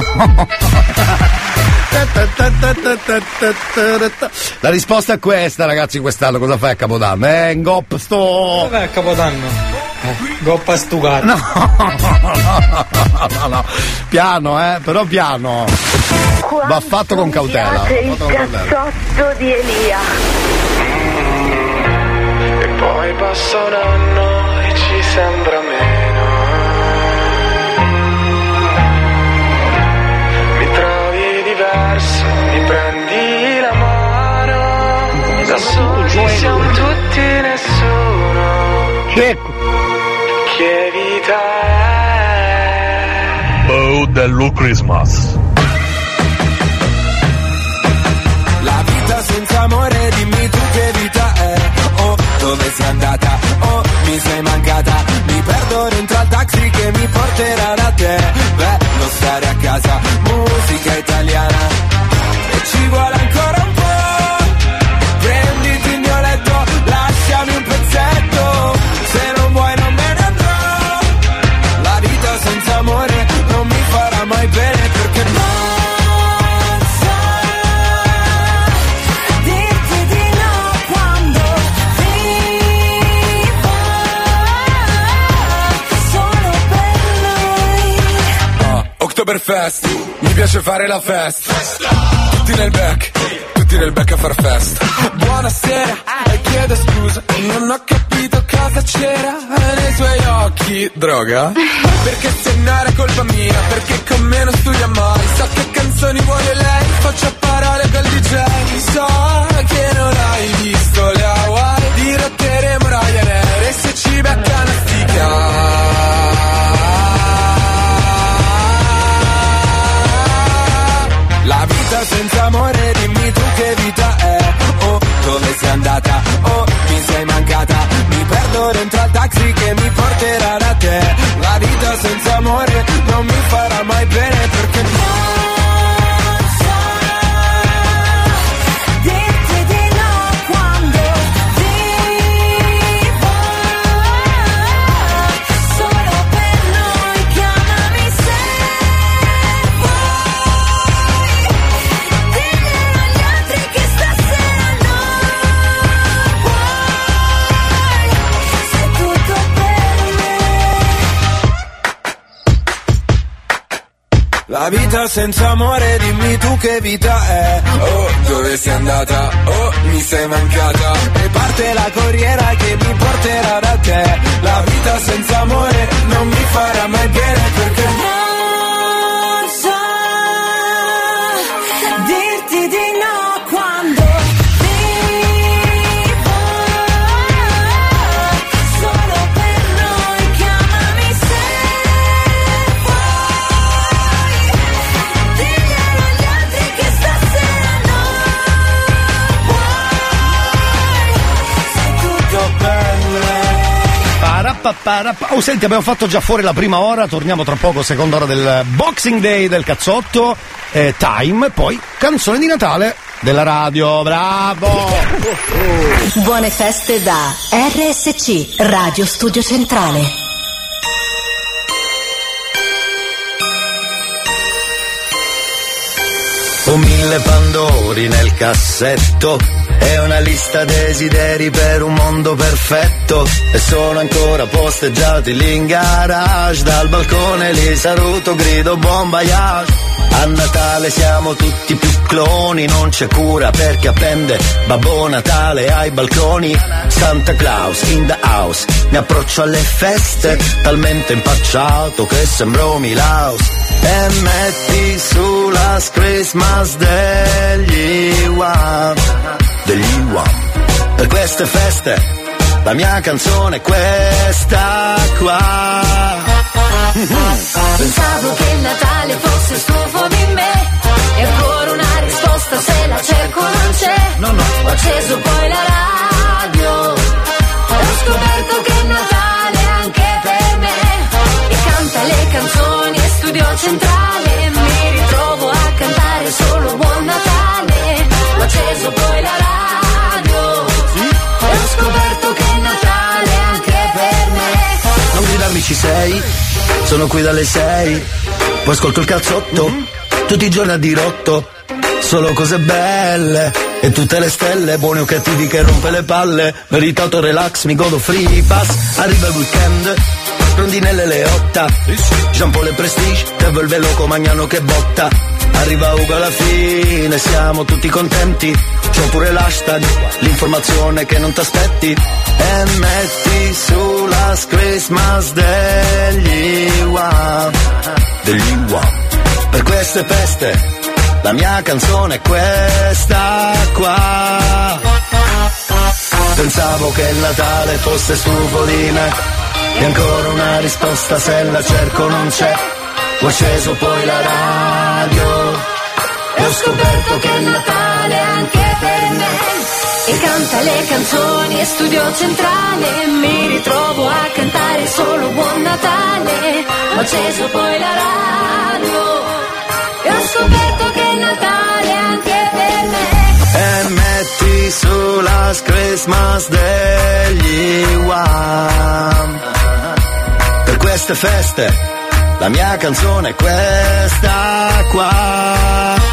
[SPEAKER 1] La risposta è questa, ragazzi, quest'anno cosa fai a Capodanno? Eh, in Gop sto...
[SPEAKER 15] Dove vai a Capodanno? Eh, Goppa stucata.
[SPEAKER 1] No, no, no, no, piano, eh, però piano.
[SPEAKER 8] Quanto
[SPEAKER 1] va fatto con cautela.
[SPEAKER 8] Il cazzotto di Elia.
[SPEAKER 13] E poi passa un anno e ci sembra meno. Mi trovi diverso, mi prendi la mano. Da soli siamo tutti nessuno.
[SPEAKER 1] Ecco.
[SPEAKER 13] Che vita è?
[SPEAKER 6] Oh, dello Christmas.
[SPEAKER 14] La vita senza amore, dimmi tu che vita è. Oh, dove sei andata? Oh, mi sei mancata. Mi perdo dentro al taxi che mi porterà da te. Bello stare a casa, musica italiana. E ci vuole ancora un po'. Prenditi il mio letto, lasciami un pezzetto. Se non vuoi non me ne andrò. La vita senza amore non mi farà mai bene perché non so dirti di no quando vivo solo per noi. Oh, Oktoberfest, mi piace fare la festa. Tutti nel back, tutti nel back a far festa. Buonasera, e chiedo scusa, non ho capito cosa c'era nei suoi occhi. Droga? Perché se no era colpa mia, perché con me non studia mai. So che canzoni vuole lei, faccio a parole col D J. So che non hai visto le Hawaii, dirotteremo Ryanair e se ci becca una stica. La vita senza amore, dimmi tu che vita è. Oh, dove sei andata? Oh, mi sei mancata. Mi perdo dentro al taxi che mi porterà da te. La vita senza amore non mi farà mai bene perché non so dirti di no quando vivo solo per noi. Chiamami se vuoi, diglielo agli altri che stasera non puoi. Sei tutto per me. La vita senza amore, dimmi tu che vita è. Oh, dove sei andata? Oh, mi sei mancata. E parte la corriera che mi porterà da te. La vita senza amore non mi farà mai bene perché non so dirti di no quando vivo solo per noi. Chiamami se vuoi, diglielo agli altri che stasera non puoi. Sei tutto per me.
[SPEAKER 1] Para Oh, senti, abbiamo fatto già fuori la prima ora, torniamo tra poco, seconda ora del Boxing Day del cazzotto, eh, Time, poi canzone di Natale della radio, bravo!
[SPEAKER 7] Buone feste da R S C, Radio Studio Centrale.
[SPEAKER 16] Ho mille pandori nel cassetto e una lista desideri per un mondo perfetto, e sono ancora posteggiati lì in garage. Dal balcone li saluto, grido buon voyage. A Natale siamo tutti più cloni, non c'è cura perché appende Babbo Natale ai balconi. Santa Claus in the house, mi approccio alle feste talmente impacciato che sembro Milaus. E metti su la Christmas degli Wham, degli Wham. Per queste feste la mia canzone è questa qua.
[SPEAKER 10] Pensavo che il Natale fosse stufo di me, e ancora una risposta se la cerco non c'è.
[SPEAKER 1] No, no.
[SPEAKER 10] Ho acceso poi la radio e ho scoperto che è Natale anche per me. E canta le canzoni e Studio Centrale, mi ritrovo a cantare solo Buon Natale. Ho acceso poi la radio e ho scoperto che è Natale anche per me.
[SPEAKER 16] Non gridarmi ci sei, sono qui dalle sei, poi ascolto il cazzotto, mm-hmm. tutti i giorni a dirotto, solo cose belle e tutte le stelle, buoni o cattivi che rompe le palle, meritato relax, mi godo free pass, arriva il weekend, rondinelle le otta, Jean Paul e Prestige, Tevo il veloco Magnano che botta, arriva Ugo alla fine, siamo tutti contenti, c'ho pure l'hashtag, l'informazione che non t'aspetti, e metti su la Christmas degli Wham, degli Wham. Per queste feste la mia canzone è questa qua. Pensavo che il Natale fosse stufo di me, e ancora una risposta se la cerco non c'è. Ho acceso poi la radio e ho scoperto che è Natale anche per me.
[SPEAKER 10] E canta le canzoni e Studio Centrale, mi ritrovo a cantare solo Buon Natale. Ho acceso poi la radio e ho scoperto che è Natale anche per me.
[SPEAKER 16] E metti su la Christmas degli Wham. Per queste feste la mia canzone è questa qua.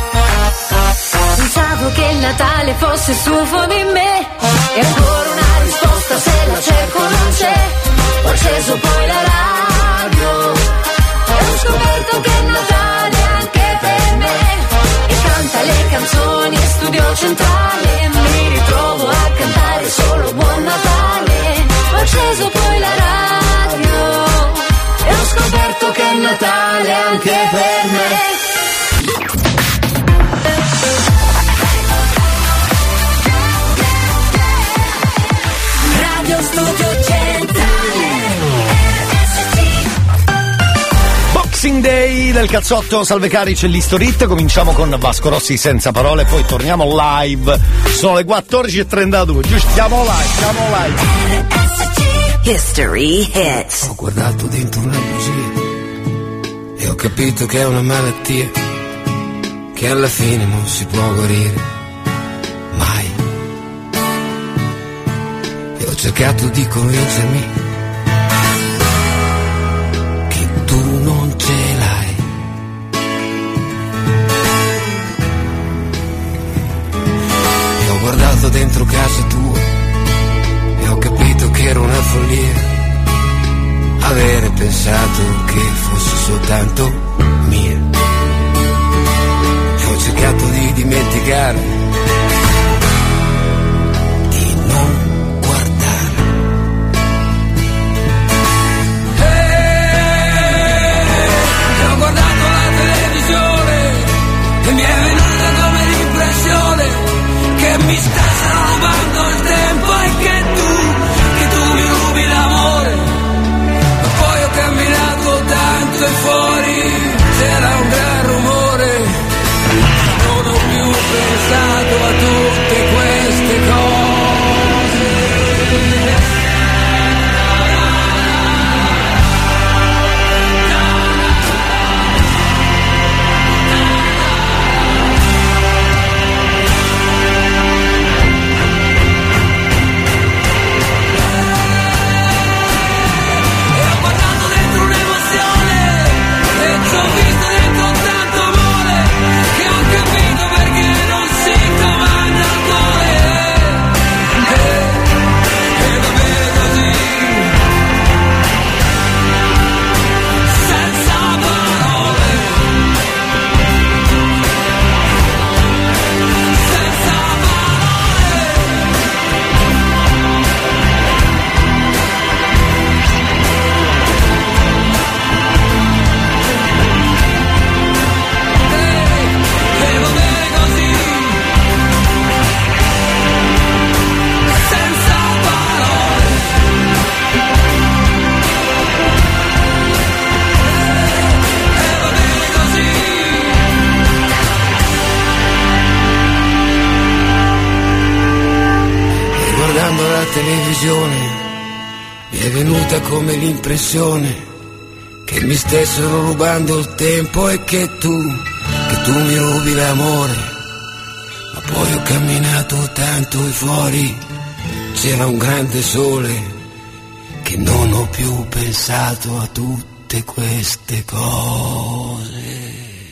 [SPEAKER 10] Pensavo che il Natale fosse stufo di me, e ancora una risposta se la cerco non c'è. Ho acceso poi la radio e ho scoperto che è Natale anche per me. E canta le canzoni e Studio Centrale, mi ritrovo a cantare solo Buon Natale. Ho acceso poi la radio e ho scoperto che è Natale anche per me. Studio Centrale R S C.
[SPEAKER 1] Boxing Day del cazzotto, salve cari, c'è l'Historit, cominciamo con Vasco Rossi senza parole, poi torniamo live, sono le quattordici e trentadue, giusto, stiamo live, stiamo live.
[SPEAKER 7] History Hits.
[SPEAKER 17] Ho guardato dentro una bugia e ho capito che è una malattia che alla fine non si può guarire mai. Ho cercato di convincermi che tu non ce l'hai. E ho guardato dentro casa tua e ho capito che era una follia avere pensato che fosse soltanto mia. E ho cercato di dimenticare, e mi è venuta come l'impressione che mi stassero rubando il tempo e che tu, che tu mi rubi l'amore. Ma poi ho camminato tanto e fuori c'era un gran rumore, non ho più pensato mi è venuta come l'impressione che mi stessero rubando il tempo e che tu, che tu mi rubi l'amore. Ma poi ho camminato tanto e fuori c'era un grande sole, che non ho più pensato a tutte queste cose.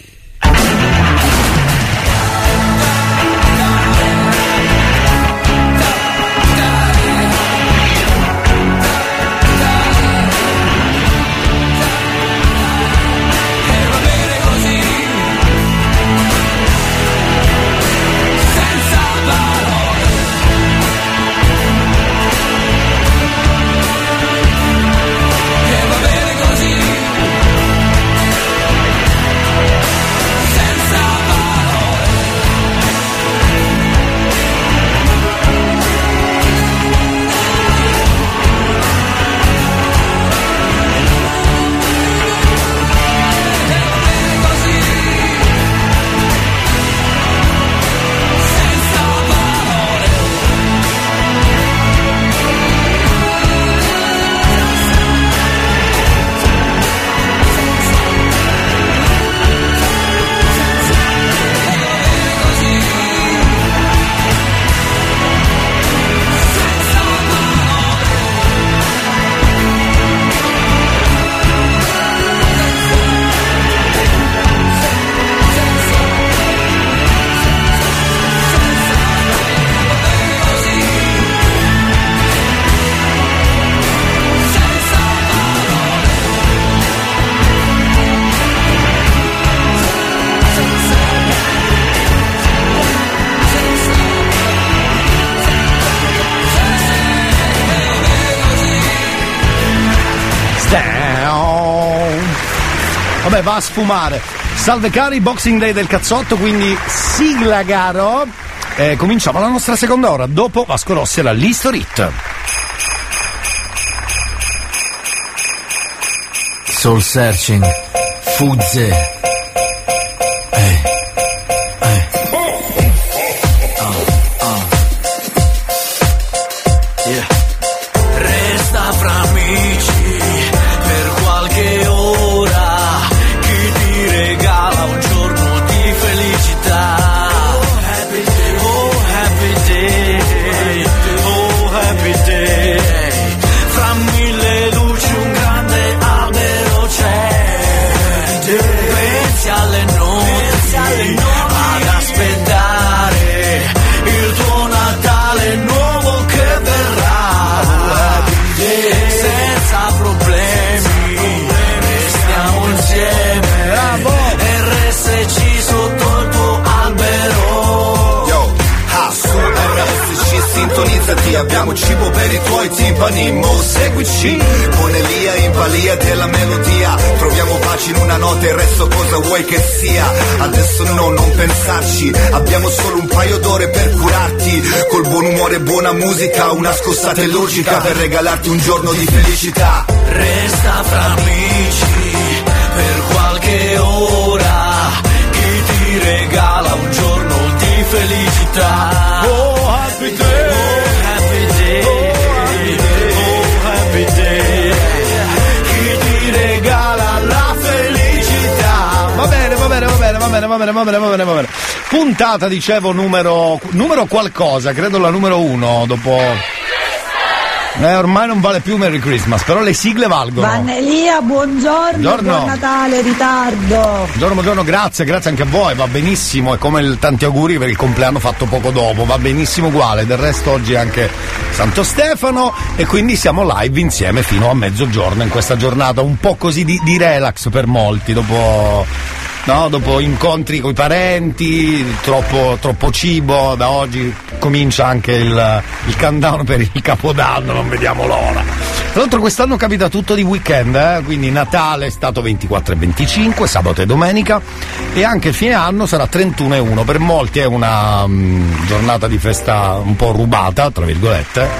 [SPEAKER 1] Vabbè, va a sfumare. Salve cari, Boxing Day del cazzotto, quindi sigla caro. Eh, cominciamo la nostra seconda ora, dopo Vasco Rossi e la l'History Hit.
[SPEAKER 4] Soul Searching, Fuzze. Eh, eh. Oh, oh. Yeah. Resta fra amici per qualche ora. Chi ti regala un giorno di felicità? Oh, happy day, oh, happy day, oh, happy day. Fra mille luci un grande albero c'è. Pensi alle notti, ad aspettare il tuo Natale nuovo che verrà. Senza problemi, restiamo insieme. R S C sotto il tuo albero.
[SPEAKER 11] Yo, ha, su R S C sintonizzati, abbiamo cibo per i tuoi timpani, mo seguici. Con Elia in balia della melodia, troviamo pace in una notte, il resto cosa vuoi che sia? Adesso no, non pensarci, abbiamo solo un paio d'ore per curarti. Col buon umore e buona musica, una scossata illogica per regalarti un giorno di felicità.
[SPEAKER 4] Resta fra amici per qualche ora. Chi ti regala un giorno di felicità?
[SPEAKER 1] Oh, happy day,
[SPEAKER 4] oh, happy day, oh, happy day. Chi ti regala la felicità?
[SPEAKER 1] Va bene, va bene, va bene, va bene, va bene, va bene, va bene, va bene. Puntata, dicevo, numero numero qualcosa, credo la numero uno, dopo. Eh, ormai non vale più Merry Christmas, però le sigle valgono.
[SPEAKER 18] Vannelia, buongiorno,
[SPEAKER 1] buongiorno.
[SPEAKER 18] Buon Natale, ritardo.
[SPEAKER 1] Buongiorno, buongiorno, grazie, grazie anche a voi, va benissimo, è come il tanti auguri per il compleanno fatto poco dopo, va benissimo uguale, del resto oggi è anche Santo Stefano e quindi siamo live insieme fino a mezzogiorno in questa giornata un po' così di, di relax per molti, dopo... No, dopo incontri coi parenti, troppo, troppo cibo, da oggi comincia anche il, il countdown per il Capodanno, non vediamo l'ora. Tra l'altro quest'anno capita tutto di weekend, eh? Quindi Natale è stato ventiquattro e venticinque, sabato e domenica, e anche il fine anno sarà trentuno e uno. Per molti è una um, giornata di festa un po' rubata, tra virgolette,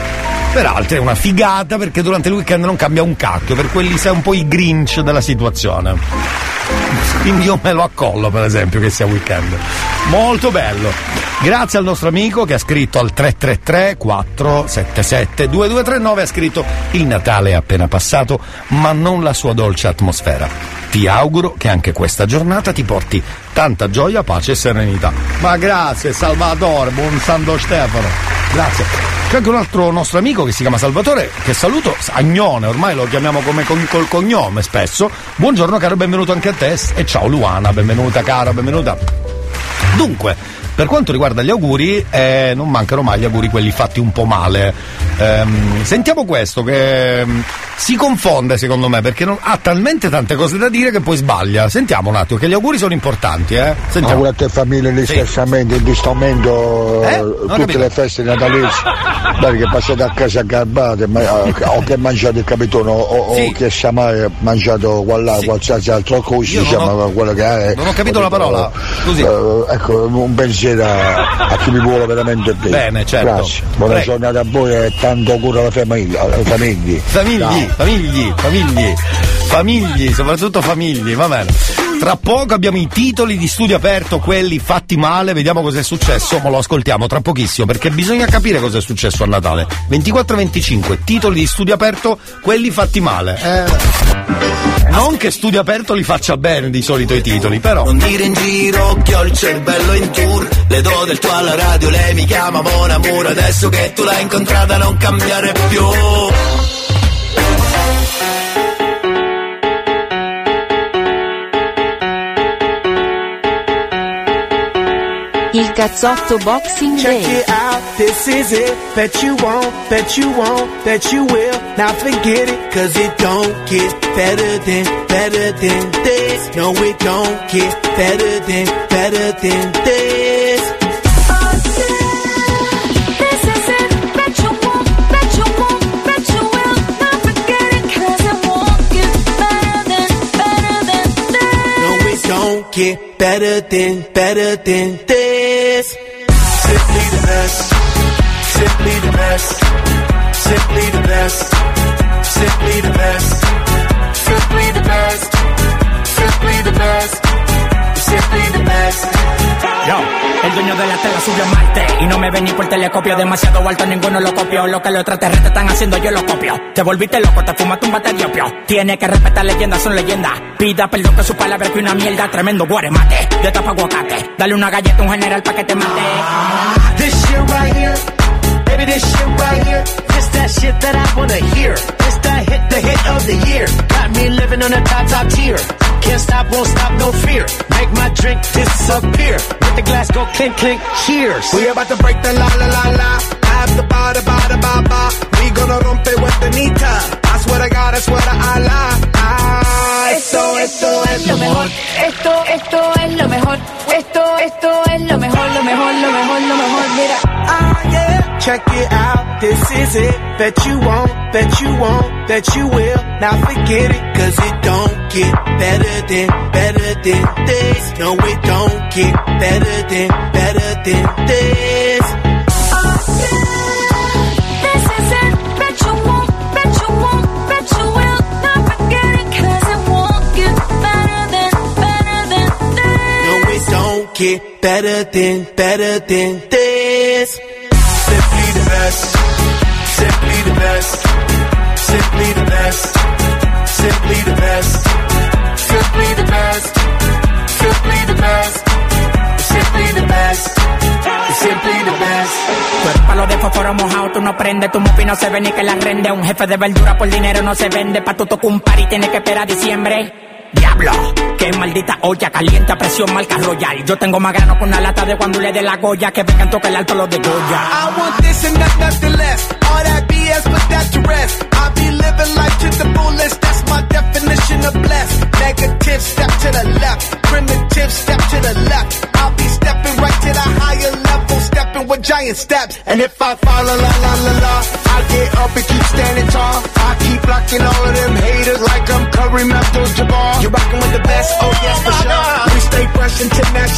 [SPEAKER 1] Per altri è una figata perché durante il weekend non cambia un cacchio, per quelli sei un po' i Grinch della situazione. Quindi io me lo accollo, per esempio, che sia weekend. Molto bello. Grazie al nostro amico che ha scritto al tre tre tre quattro sette sette due due tre nove, ha scritto: il Natale è appena passato, ma non la sua dolce atmosfera. Ti auguro che anche questa giornata ti porti tanta gioia, pace e serenità. Ma grazie Salvatore, buon Santo Stefano. Grazie. C'è anche un altro nostro amico che si chiama Salvatore, che saluto, Agnone, ormai lo chiamiamo come con, col cognome spesso. Buongiorno caro, benvenuto anche a te, e ciao Luana, benvenuta cara, benvenuta. Dunque, per quanto riguarda gli auguri, eh, non mancano mai gli auguri quelli fatti un po' male. Ehm, sentiamo questo che ehm, si confonde secondo me, perché non, ha talmente tante cose da dire che poi sbaglia. Sentiamo un attimo, che gli auguri sono importanti, eh. Sentiamo.
[SPEAKER 19] Auguri a te famiglia, riscassamento, sì. In questo momento
[SPEAKER 1] eh?
[SPEAKER 19] tutte
[SPEAKER 1] capito.
[SPEAKER 19] le feste natalizie, dai, che passate a casa a garbate, ma, o che mangiate il capitone, o, o
[SPEAKER 1] sì.
[SPEAKER 19] che sia mai mangiato qual- sì. qualsiasi altro cosa, diciamo,
[SPEAKER 1] non ho,
[SPEAKER 19] quello che è.
[SPEAKER 1] Non ho capito la parola. Così.
[SPEAKER 19] Uh, ecco, un pensiero a, a chi mi vuole veramente bene.
[SPEAKER 1] Bene, certo.
[SPEAKER 19] Grazie. Buona
[SPEAKER 1] Prego.
[SPEAKER 19] giornata a voi e tanto auguro alla famiglia, alle famiglie.
[SPEAKER 1] Famigli,
[SPEAKER 19] Ciao.
[SPEAKER 1] famigli, famigli, famigli, soprattutto famigli, va bene. Tra poco abbiamo i titoli di Studio Aperto, quelli fatti male, vediamo cosa è successo, ma lo ascoltiamo tra pochissimo, perché bisogna capire cosa è successo a Natale. ventiquattro e venticinque, titoli di Studio Aperto, quelli fatti male. Eh, non che Studio Aperto li faccia bene di solito i titoli, però.
[SPEAKER 4] Non dire in giro che ho il cervello in tour, le do del tuo alla radio, lei mi chiama Mon Amour, adesso che tu l'hai incontrata non cambiare più.
[SPEAKER 10] Il cazzotto Boxing
[SPEAKER 20] Check
[SPEAKER 10] Day.
[SPEAKER 20] it out, this is it. Bet you won't, bet you won't, bet you will. Now forget it, cause it don't get better than, better than this. No, it don't get better than, better than this.
[SPEAKER 10] This is it. Bet you won't, bet you won't, bet you will. Now forget it, cause it won't get better than, better than this.
[SPEAKER 20] No, it don't get better than, better than this. Simply the best, simply the best, simply the best, simply the best, simply the best, simply the best, simply the best.
[SPEAKER 21] Yo, el dueño de la tela subió a Marte y no me ven ni por telescopio, demasiado alto, ninguno lo copió. Lo que los extraterrestres están haciendo yo lo copio. Te volviste loco, te fumaste un bate de opio. Tiene que respetar leyendas, son leyendas. Pida perdón que su palabra que una mierda, tremendo guaremate, de tapa aguacate. Dale una galleta a un general pa' que te mate.
[SPEAKER 20] This shit right here, baby, this shit right here, it's that shit that I wanna hear. It's that hit, the hit of the year. Got me living on a top, top tier. Can't stop, won't stop, no fear. Make my drink disappear. Let the glass go clink, clink, cheers. We about to break the la, la, la, la. Have the ba, da, ba, da, ba, ba. We gonna rompe with the nita. I swear to God, I swear to Allah. Ah,
[SPEAKER 10] Esto, esto es lo mejor. Esto, esto es lo mejor. Esto, esto es lo mejor, lo mejor, lo mejor, lo mejor. Mira.
[SPEAKER 20] Ah, yeah. Check it out, this is it. Bet you won't, bet you won't, bet you will. Now forget it, cause it don't get better than, better than this. No, it don't get better than, better than this.
[SPEAKER 10] This is it. Bet you won't, bet you won't, bet you will. Now forget it, cause it won't get better than, better than this.
[SPEAKER 20] No, it don't get better than, better than this. Simply the best, simply the best, simply the best, simply the best, simply the best, simply the best, simply the best, simply the best.
[SPEAKER 21] Tú eres palo de fósforo mojado, tú no prendes, tu mufi no se ve ni que la rende. Un jefe de verdura por dinero no se vende, pa' tu tocar un par y tienes que esperar diciembre. Diablo, qué maldita olla caliente a presión marca Royal. Yo tengo más grano con una lata de cuando le dé la Goya, que vengan toque el alto los de Goya.
[SPEAKER 20] I want this and not nothing less. All that B S, put that to rest. I be living life to the fullest. That's my definition of blessed. Negative, step to the left. Primitive, step to the left. I'll be stepping right to the higher level, stepping with giant steps. And if I fall, la la la la la, I get up and keep standing tall. I keep blocking all of them haters like I'm Kareem Abdul-Jabbar. You're rocking with the best, oh yes for sure. We stay fresh international.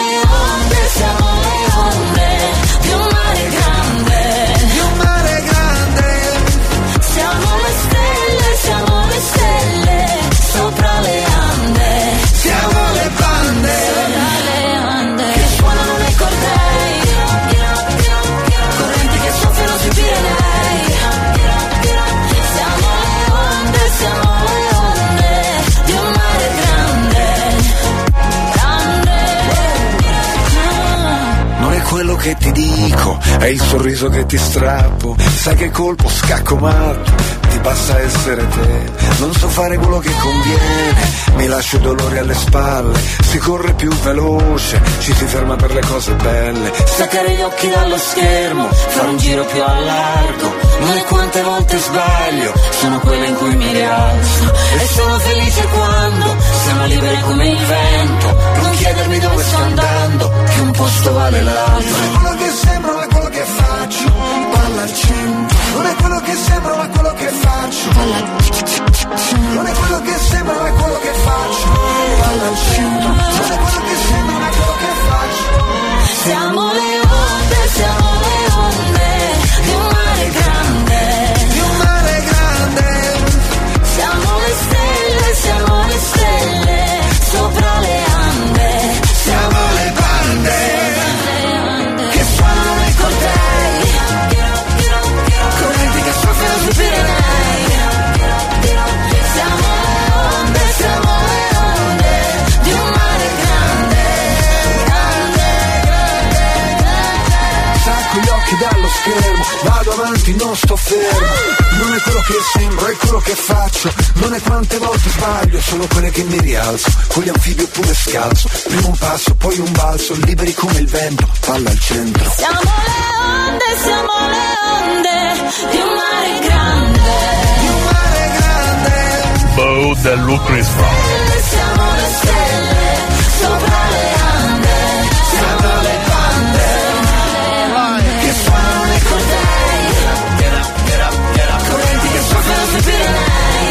[SPEAKER 13] che ti dico, è il sorriso che ti strappo. Sai che colpo, scacco matto, ti basta essere te. Non so fare quello che conviene, mi lascio dolori alle spalle. Si corre più veloce, ci si ferma per le cose belle. Staccare gli occhi dallo schermo, fare un giro più a largo. Non è quante volte sbaglio, sono quelle in cui mi rialzo. E sono felice quando siamo liberi come il vento. Non chiedermi dove sto andando, che un posto vale l'altro. Non è quello che sembra ma quello che faccio, palla al centro. Non è quello che sembra ma quello che faccio, palla al centro. Non è quello che sembra ma quello che faccio, palla al centro. Non è quello che sembra ma quello che faccio.
[SPEAKER 10] Siamo le onde, siamo le onde di un mare grande,
[SPEAKER 13] di un mare grande.
[SPEAKER 10] siamo le stelle, siamo le stelle sopra le Ande,
[SPEAKER 13] Siamo le bande che suonano nei cortei, correnti che soffiano sui Pirenei.
[SPEAKER 10] siamo le onde, siamo le onde di un mare grande, grande, grande, grande.
[SPEAKER 13] Stacco gli occhi dallo schermo, vado avanti, non sto fermo. Non è quello che sembro, è quello che faccio. Non è quante volte sbaglio, sono quelle che mi rialzo. Con gli anfibi oppure scalzo, prima un passo, poi un balzo. Liberi come il vento, palla al centro.
[SPEAKER 10] Siamo le onde, siamo le onde di un mare grande,
[SPEAKER 13] di un mare grande.
[SPEAKER 6] Bo del Lucris Brown.
[SPEAKER 10] siamo le stelle sopra le Ande, siamo le bande
[SPEAKER 13] Che suonano nei cortei, correnti che soffiano sui Pirenei.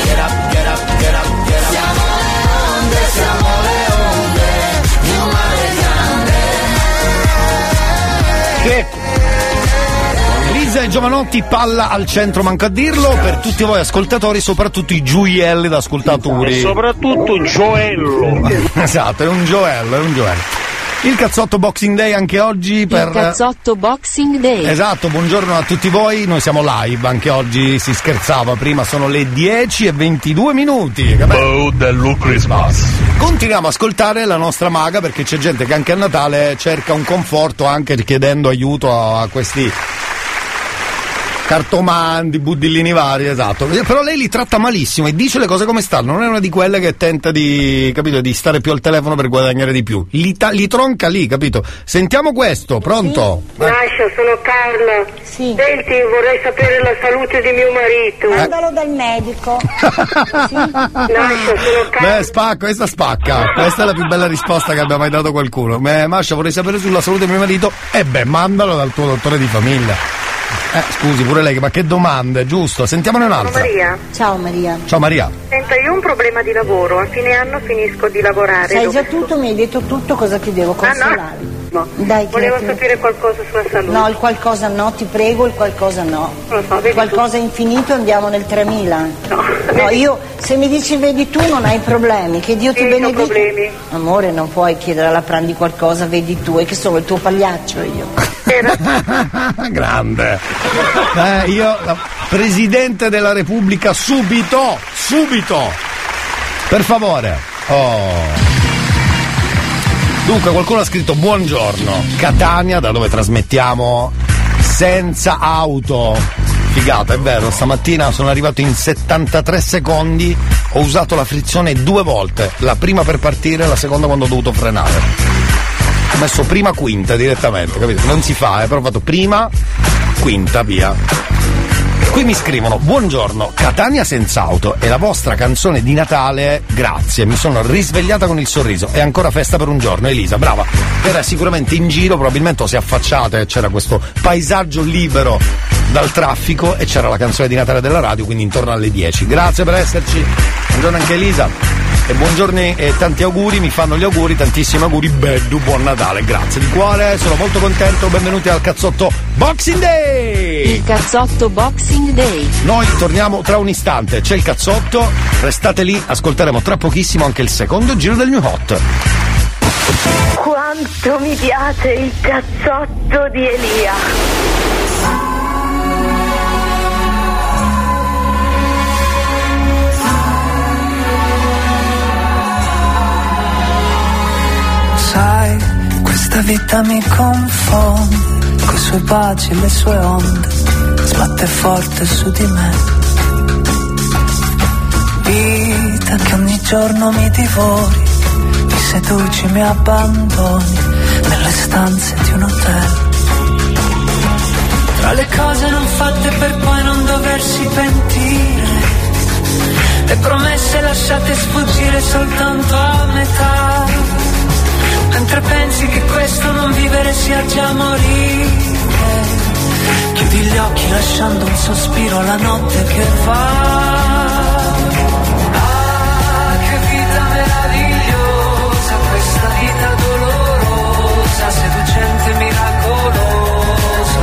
[SPEAKER 10] siamo le onde, siamo le onde di un mare grande.
[SPEAKER 1] Che Elisa e Giovanotti, palla al centro, manca a dirlo, per tutti voi ascoltatori, soprattutto i gioielli da ascoltatori.
[SPEAKER 6] E soprattutto un gioello.
[SPEAKER 1] Esatto, è un gioello, è un gioello. Il cazzotto Boxing Day anche oggi per...
[SPEAKER 9] Il cazzotto Boxing Day.
[SPEAKER 1] Esatto, buongiorno a tutti voi, noi siamo live, anche oggi si scherzava, prima sono le dieci e ventidue minuti.
[SPEAKER 6] Bo del Lucrismas.
[SPEAKER 1] Continuiamo a ascoltare la nostra maga perché c'è gente che anche a Natale cerca un conforto anche chiedendo aiuto a, a questi cartomanti, buddillini vari, esatto. Però lei li tratta malissimo e dice le cose come stanno, non è una di quelle che tenta di, capito, di stare più al telefono per guadagnare di più. Li, ta- li tronca lì, capito? Sentiamo questo, pronto?
[SPEAKER 8] Sì. Nascia, sono Carla.
[SPEAKER 18] Sì.
[SPEAKER 8] Senti, vorrei sapere la salute di mio marito.
[SPEAKER 18] Mandalo dal medico. Sì.
[SPEAKER 8] Nascia, sono Carla.
[SPEAKER 1] Beh, spacca, questa spacca. Questa è la più bella risposta che abbia mai dato qualcuno. Beh, Mascia, vorrei sapere sulla salute di mio marito. E beh, mandalo dal tuo dottore di famiglia. Eh, scusi, pure lei, ma che domande, giusto? Sentiamone un'altra.
[SPEAKER 8] Sono Maria.
[SPEAKER 18] Ciao Maria.
[SPEAKER 1] Ciao Maria.
[SPEAKER 8] Senta, io ho un problema di lavoro, a fine anno finisco di lavorare.
[SPEAKER 18] Sai
[SPEAKER 8] Dove
[SPEAKER 18] già tutto, mi hai detto tutto, cosa ti devo consolare?
[SPEAKER 8] Ah, no. No.
[SPEAKER 18] Dai,
[SPEAKER 8] Volevo
[SPEAKER 18] chiediti.
[SPEAKER 8] sapere qualcosa sulla salute.
[SPEAKER 18] No, il qualcosa no, ti prego, il qualcosa no.
[SPEAKER 8] Non lo so, vedi
[SPEAKER 18] Il qualcosa infinito andiamo nel tremila.
[SPEAKER 8] No.
[SPEAKER 18] No, io, se mi dici vedi tu non hai problemi, che Dio ti
[SPEAKER 8] Sì, ho
[SPEAKER 18] benedica.
[SPEAKER 8] problemi.
[SPEAKER 18] Amore, non puoi chiedere alla Prandi qualcosa, vedi tu, è che sono il tuo pagliaccio io.
[SPEAKER 1] Grande. Eh, io, la Presidente della Repubblica, subito, subito. Per favore. Oh. Dunque, qualcuno ha scritto buongiorno, Catania, da dove trasmettiamo senza auto. Figata, è vero, stamattina sono arrivato in settantatré secondi, ho usato la frizione due volte, la prima per partire e la seconda quando ho dovuto frenare. Ho messo prima quinta direttamente, capito? Non si fa, eh, però ho fatto prima, quinta, via. Qui mi scrivono, buongiorno, Catania senza auto e la vostra canzone di Natale, grazie, mi sono risvegliata con il sorriso, è ancora festa per un giorno, Elisa, brava. Era sicuramente in giro, probabilmente si è affacciata e c'era questo paesaggio libero dal traffico e c'era la canzone di Natale della radio, quindi intorno alle dieci. Grazie per esserci, buongiorno anche Elisa. E buongiorno e tanti auguri, mi fanno gli auguri, tantissimi auguri, Beddu, buon Natale, grazie di cuore, sono molto contento, benvenuti al cazzotto Boxing Day!
[SPEAKER 9] Il cazzotto Boxing Day.
[SPEAKER 1] Noi torniamo tra un istante, c'è il cazzotto, restate lì, ascolteremo tra pochissimo anche il secondo giro del New Hot.
[SPEAKER 8] Quanto mi piace il cazzotto di Elia.
[SPEAKER 3] Sai, questa vita mi confonde, sue baci, le sue onde, sbatte forte su di me. Vita che ogni giorno mi divori, mi seduci, mi abbandoni nelle stanze di un hotel. Tra le cose non fatte per poi non doversi pentire, le promesse lasciate sfuggire soltanto a metà, mentre pensi che questo non vivere sia già morire. Chiudi gli occhi lasciando un sospiro alla notte che va. Ah, che vita meravigliosa, questa vita dolorosa, seducente, miracolosa.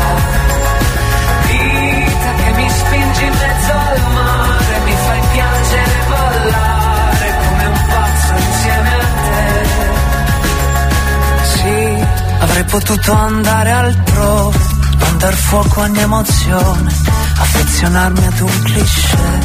[SPEAKER 3] Vita che mi spingi in mezzo al mare, mi fai piangere e ballare come un pazzo insieme a te. Sì, avrei potuto andare altrove, non dar fuoco a ogni emozione, affezionarmi ad un cliché.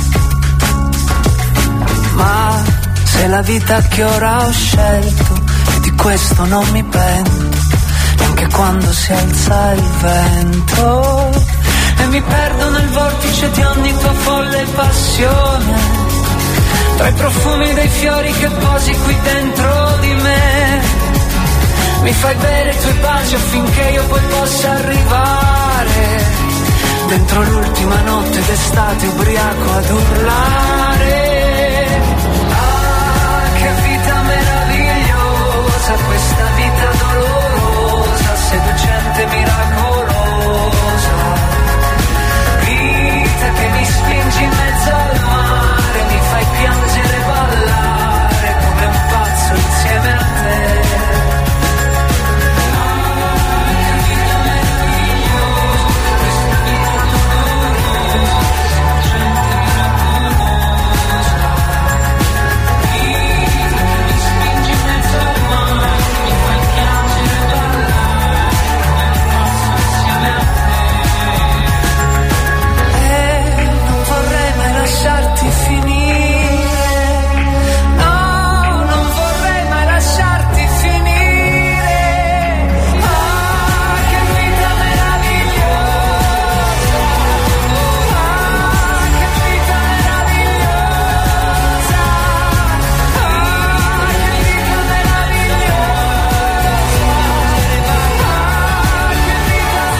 [SPEAKER 3] Ma se la vita che ora ho scelto, e di questo non mi pento, neanche quando si alza il vento, e mi perdo nel vortice di ogni tua folle passione, tra i profumi dei fiori che posi qui dentro di me. Mi fai bere i tuoi baci affinché io poi possa arrivare dentro l'ultima notte d'estate ubriaco ad urlare. Ah, che vita meravigliosa, questa vita dolorosa, seducente, miracolosa. Vita che mi spingi in mezzo al mare, mi fai piangere e ballare come un pazzo insieme a te. Lasciarti finire, no, non vorrei mai lasciarti finire. Ah, che vita meravigliosa, ah, che vita meravigliosa, ah, che vita meravigliosa, ah, che vita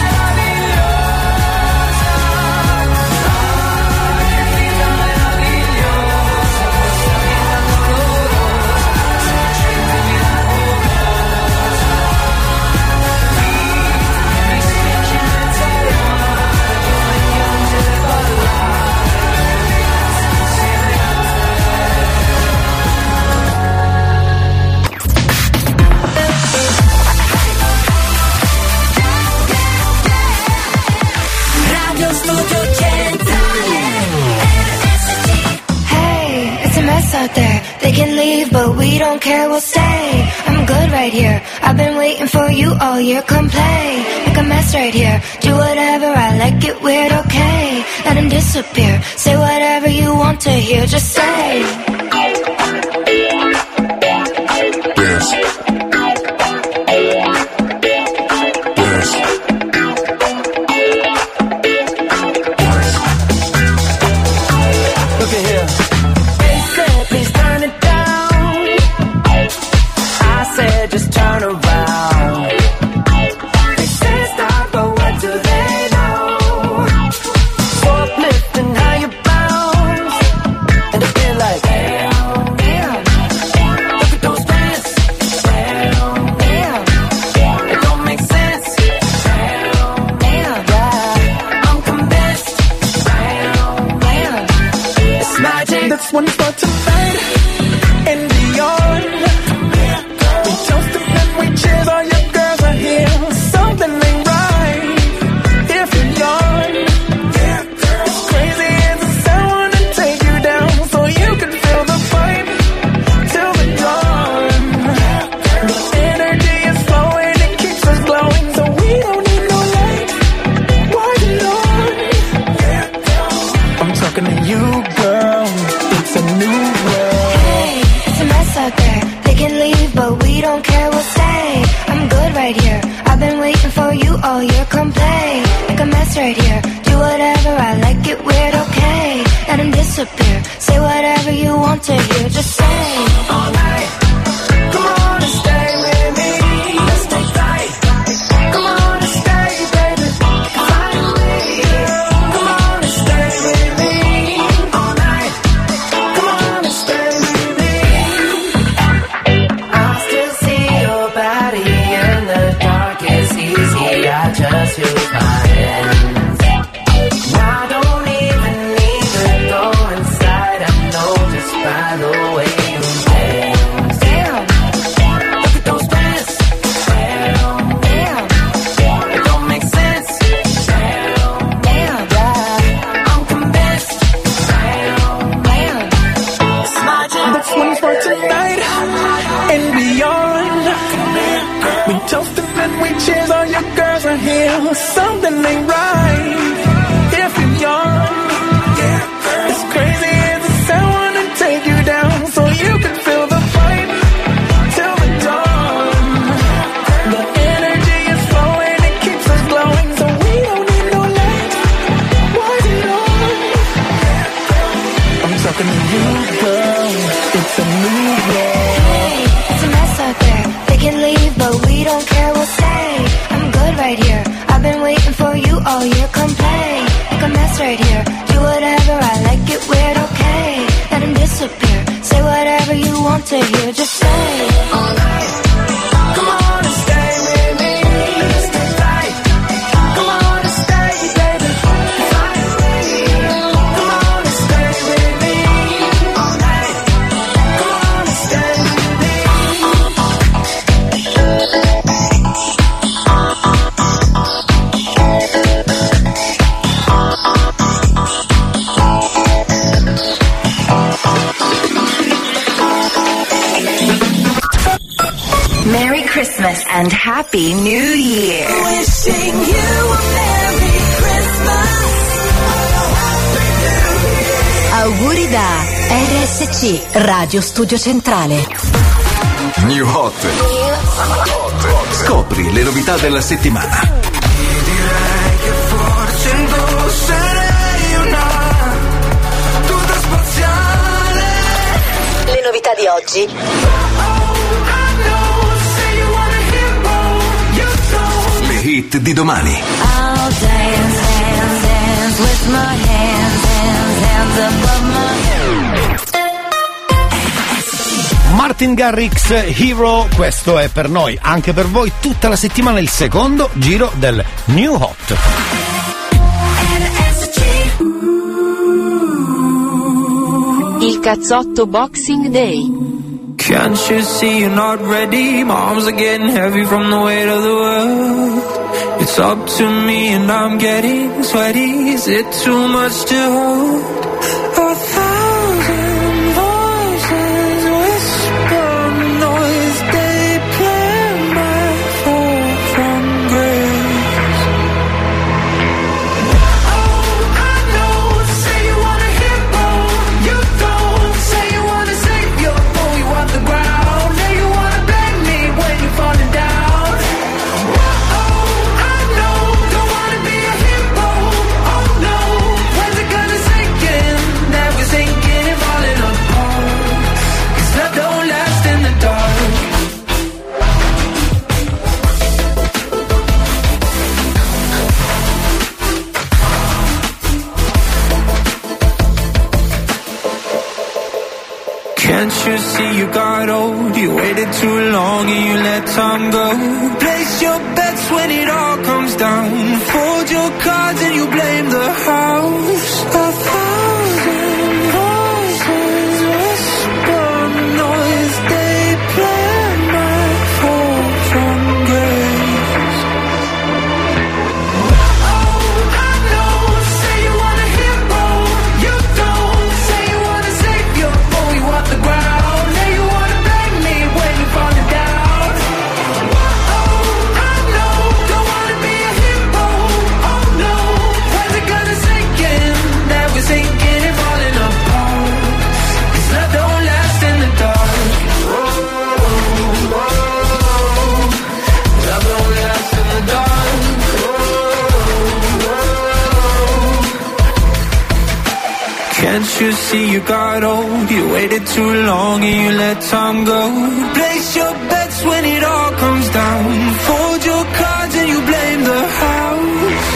[SPEAKER 10] Radio Studio Centrale.
[SPEAKER 2] Hey, it's a mess out there. They can leave, but we don't care, we'll stay. I'm good right here. I've been waiting for you all year. Come play, make a mess right here. Do whatever, I like it weird, okay. Let him disappear. Say whatever you want to hear, just say.
[SPEAKER 13] Dance.
[SPEAKER 3] Just turn around. They say stop, but what do they know? So uplifting how you bounce, and I feel like damn, damn. Look at those dance, damn, damn. It don't make sense, damn, damn. Yeah, I'm convinced, damn, damn. It's magic.
[SPEAKER 17] This one's about to fade and beyond. Cheers, all your girls are here. Something ain't right if you're young. It's crazy as the sound wanna take you down, so you can feel the fight till the dawn. The energy is flowing, it keeps us glowing, so we don't need no light. Why you on? I'm talking to you, girl. It's a new world.
[SPEAKER 2] Hey, it's a mess out there. want to hear, just say all night. Come on and stay with me. Let's take flight. Come on and stay, baby. Find me. Come on and stay with me all night. Come on and stay with me. I still see your body in the dark. It's easy. I just use my hands. I don't even need to go inside. I know just by the way you dance. Damn, look at those pants. Damn, damn, it don't make sense. Damn, damn, yeah, I'm convinced. Damn, damn, it's my generation.
[SPEAKER 14] This one's for tonight and beyond. We toast and then we cheers. All your girls are here. Something ain't right. If you're young, it's crazy as it sounds. Wanna take you down so you can feel the fight till the dawn. The energy is flowing, it keeps us glowing, so we don't need no light. Why's it on? I'm talking to you, girl. It's a new world.
[SPEAKER 2] It's a mess out there. They can leave, but we don't care. We'll stay. I'm good right here. I've been waiting for you all year. Come play. Make a mess right here. Do whatever. I like it weird. Okay. Let him disappear. Say whatever you want to hear. Just say all night. Come on and stay with me. Let's take flight. Come on and stay, baby. Find me. Come on and stay with me all night. Come on and stay with me.
[SPEAKER 7] Merry Christmas and Happy New Year.
[SPEAKER 3] Wishing you a Merry Christmas.
[SPEAKER 7] Auguri da R S C, Radio Studio Centrale.
[SPEAKER 12] New Hot. Scopri le novità della settimana.
[SPEAKER 3] Direi che forse indosserei una tuta spaziale.
[SPEAKER 7] Le novità di oggi.
[SPEAKER 12] Le hit di domani.
[SPEAKER 10] I'll dance, dance, dance with my hands, hands, hands above my
[SPEAKER 1] Martin Garrix, Hero, questo è per noi, anche per voi, tutta la settimana il secondo giro del New Hot.
[SPEAKER 9] Il cazzotto Boxing Day.
[SPEAKER 17] Can't you see you're not ready? My arms are getting heavy from the weight of the world. It's up to me and I'm getting sweaty. Is it too much to hold? A thousand voices whisper noise. They play my fall from grace. Oh, I know. Say you want a hero. You don't. Say you want a savior. Oh, you want the ground. Now you wanna blame me when you're falling down. Oh, I know. Don't wanna be a hero. Oh no. When's it gonna sink in? Never sinking and falling apart. 'Cause love don't last in the dark. Can't you see you got old? You waited too long and you let time go. Place your bets when it all comes down. Fold your cards and you blame the house. A thousand voices whisper noise. They play my fall from grace. Oh, I know. Say you want a hero. You don't. Say you want a savior. Oh, you want the ground. Now you wanna blame me when you're falling down. Oh, I know. Don't wanna be a hero. Oh no. When's it gonna sink in? Never sinking and falling
[SPEAKER 3] you see you got old. You waited too long and you let time go. Place your bets when it all comes down. Fold your cards and you blame the house.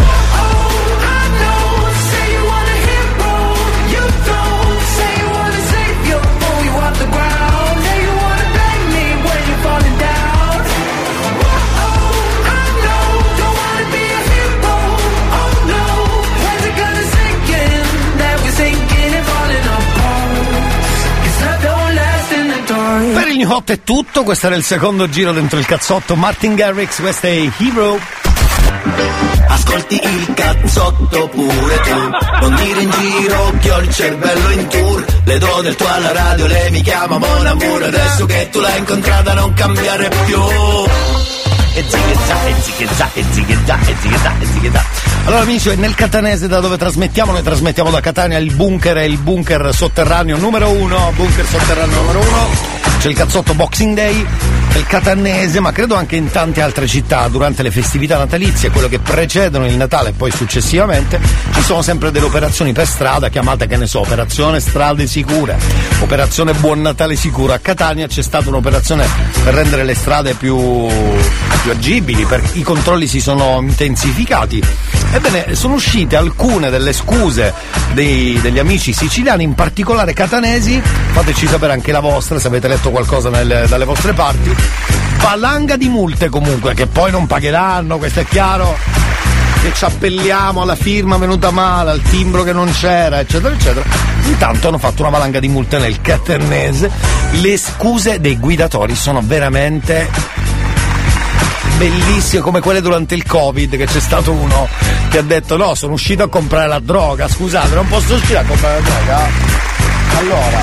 [SPEAKER 1] Per il New Hot è tutto, questo era il secondo giro dentro il cazzotto. Martin Garrix, questa è Hero.
[SPEAKER 4] Ascolti il cazzotto pure tu, non dire in giro che ho il cervello in tour. Le do del tuo alla radio, lei mi chiama Mon Amour. Adesso che tu l'hai incontrata non cambiare più.
[SPEAKER 1] E zigazza, e zigazza, e zigazza, e zigazza, e zigazza. Allora amici, nel catanese da dove trasmettiamo, noi trasmettiamo da Catania, il bunker è il bunker sotterraneo numero uno, bunker sotterraneo numero uno. C'è il cazzotto Boxing Day, il catanese, ma credo anche in tante altre città durante le festività natalizie, quello che precedono il Natale e poi successivamente, ci sono sempre delle operazioni per strada chiamate, che ne so, operazione strade sicure, operazione Buon Natale sicuro. A Catania c'è stata un'operazione per rendere le strade più, più agibili, perché i controlli si sono intensificati. Ebbene, sono uscite alcune delle scuse dei, degli amici siciliani, in particolare catanesi. Fateci sapere anche la vostra, se avete letto qualcosa nelle, dalle vostre parti. Valanga di multe comunque, che poi non pagheranno, questo è chiaro, che ci appelliamo alla firma venuta male, al timbro che non c'era, eccetera eccetera. Intanto hanno fatto una valanga di multe nel catanese. Le scuse dei guidatori sono veramente bellissime, come quelle durante il Covid, che c'è stato uno che ha detto no, sono uscito a comprare la droga, scusate, non posso uscire a comprare la droga. Allora,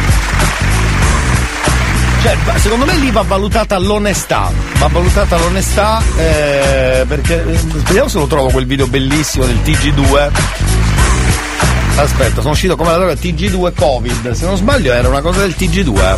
[SPEAKER 1] cioè, secondo me lì va valutata l'onestà, va valutata l'onestà eh, perché, vediamo se lo trovo quel video bellissimo del T G due. Aspetta, sono uscito come la droga T G due Covid, se non sbaglio era una cosa del T G due.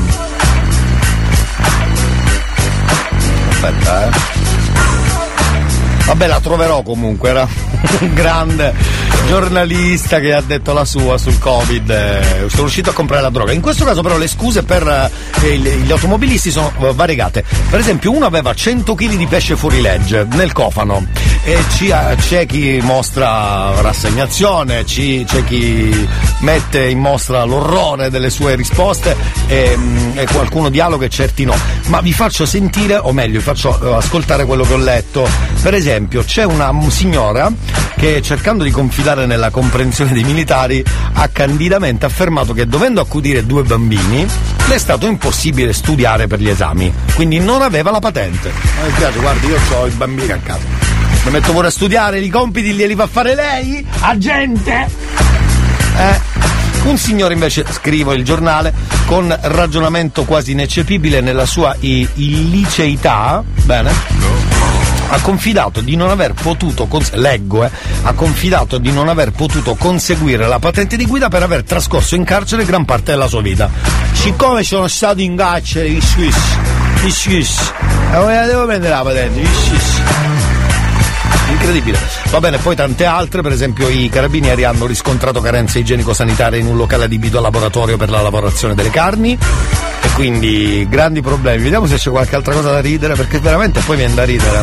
[SPEAKER 1] Aspetta, eh. Vabbè, la troverò comunque, era un grande giornalista che ha detto la sua sul Covid, eh, sono riuscito a comprare la droga. In questo caso però le scuse per eh, gli automobilisti sono eh, variegate. Per esempio uno aveva cento chili di pesce fuorilegge nel cofano e ci, c'è chi mostra rassegnazione, ci, c'è chi mette in mostra l'orrore delle sue risposte e, e qualcuno dialoga e certi no. Ma vi faccio sentire, o meglio vi faccio ascoltare quello che ho letto. Per esempio c'è una signora che, cercando di confidare nella comprensione dei militari, ha candidamente affermato che, dovendo accudire due bambini, le è stato impossibile studiare per gli esami, quindi non aveva la patente. Mi piace, guardi, io ho i bambini a casa, mi metto pure a studiare, i compiti glieli fa fare lei, agente? Eh? Un signore invece, scrivo il giornale, con ragionamento quasi ineccepibile nella sua illiceità, bene, ha confidato di non aver potuto, cons- leggo, eh, ha confidato di non aver potuto conseguire la patente di guida per aver trascorso in carcere gran parte della sua vita. Siccome sono stato in carcere, i Swiss, i Swiss, e me la devo prendere la patente, i Swiss. Incredibile. Va bene, poi tante altre, per esempio i carabinieri hanno riscontrato carenze igienico-sanitarie in un locale adibito a laboratorio per la lavorazione delle carni e quindi grandi problemi. Vediamo se c'è qualche altra cosa da ridere, perché veramente poi viene da ridere.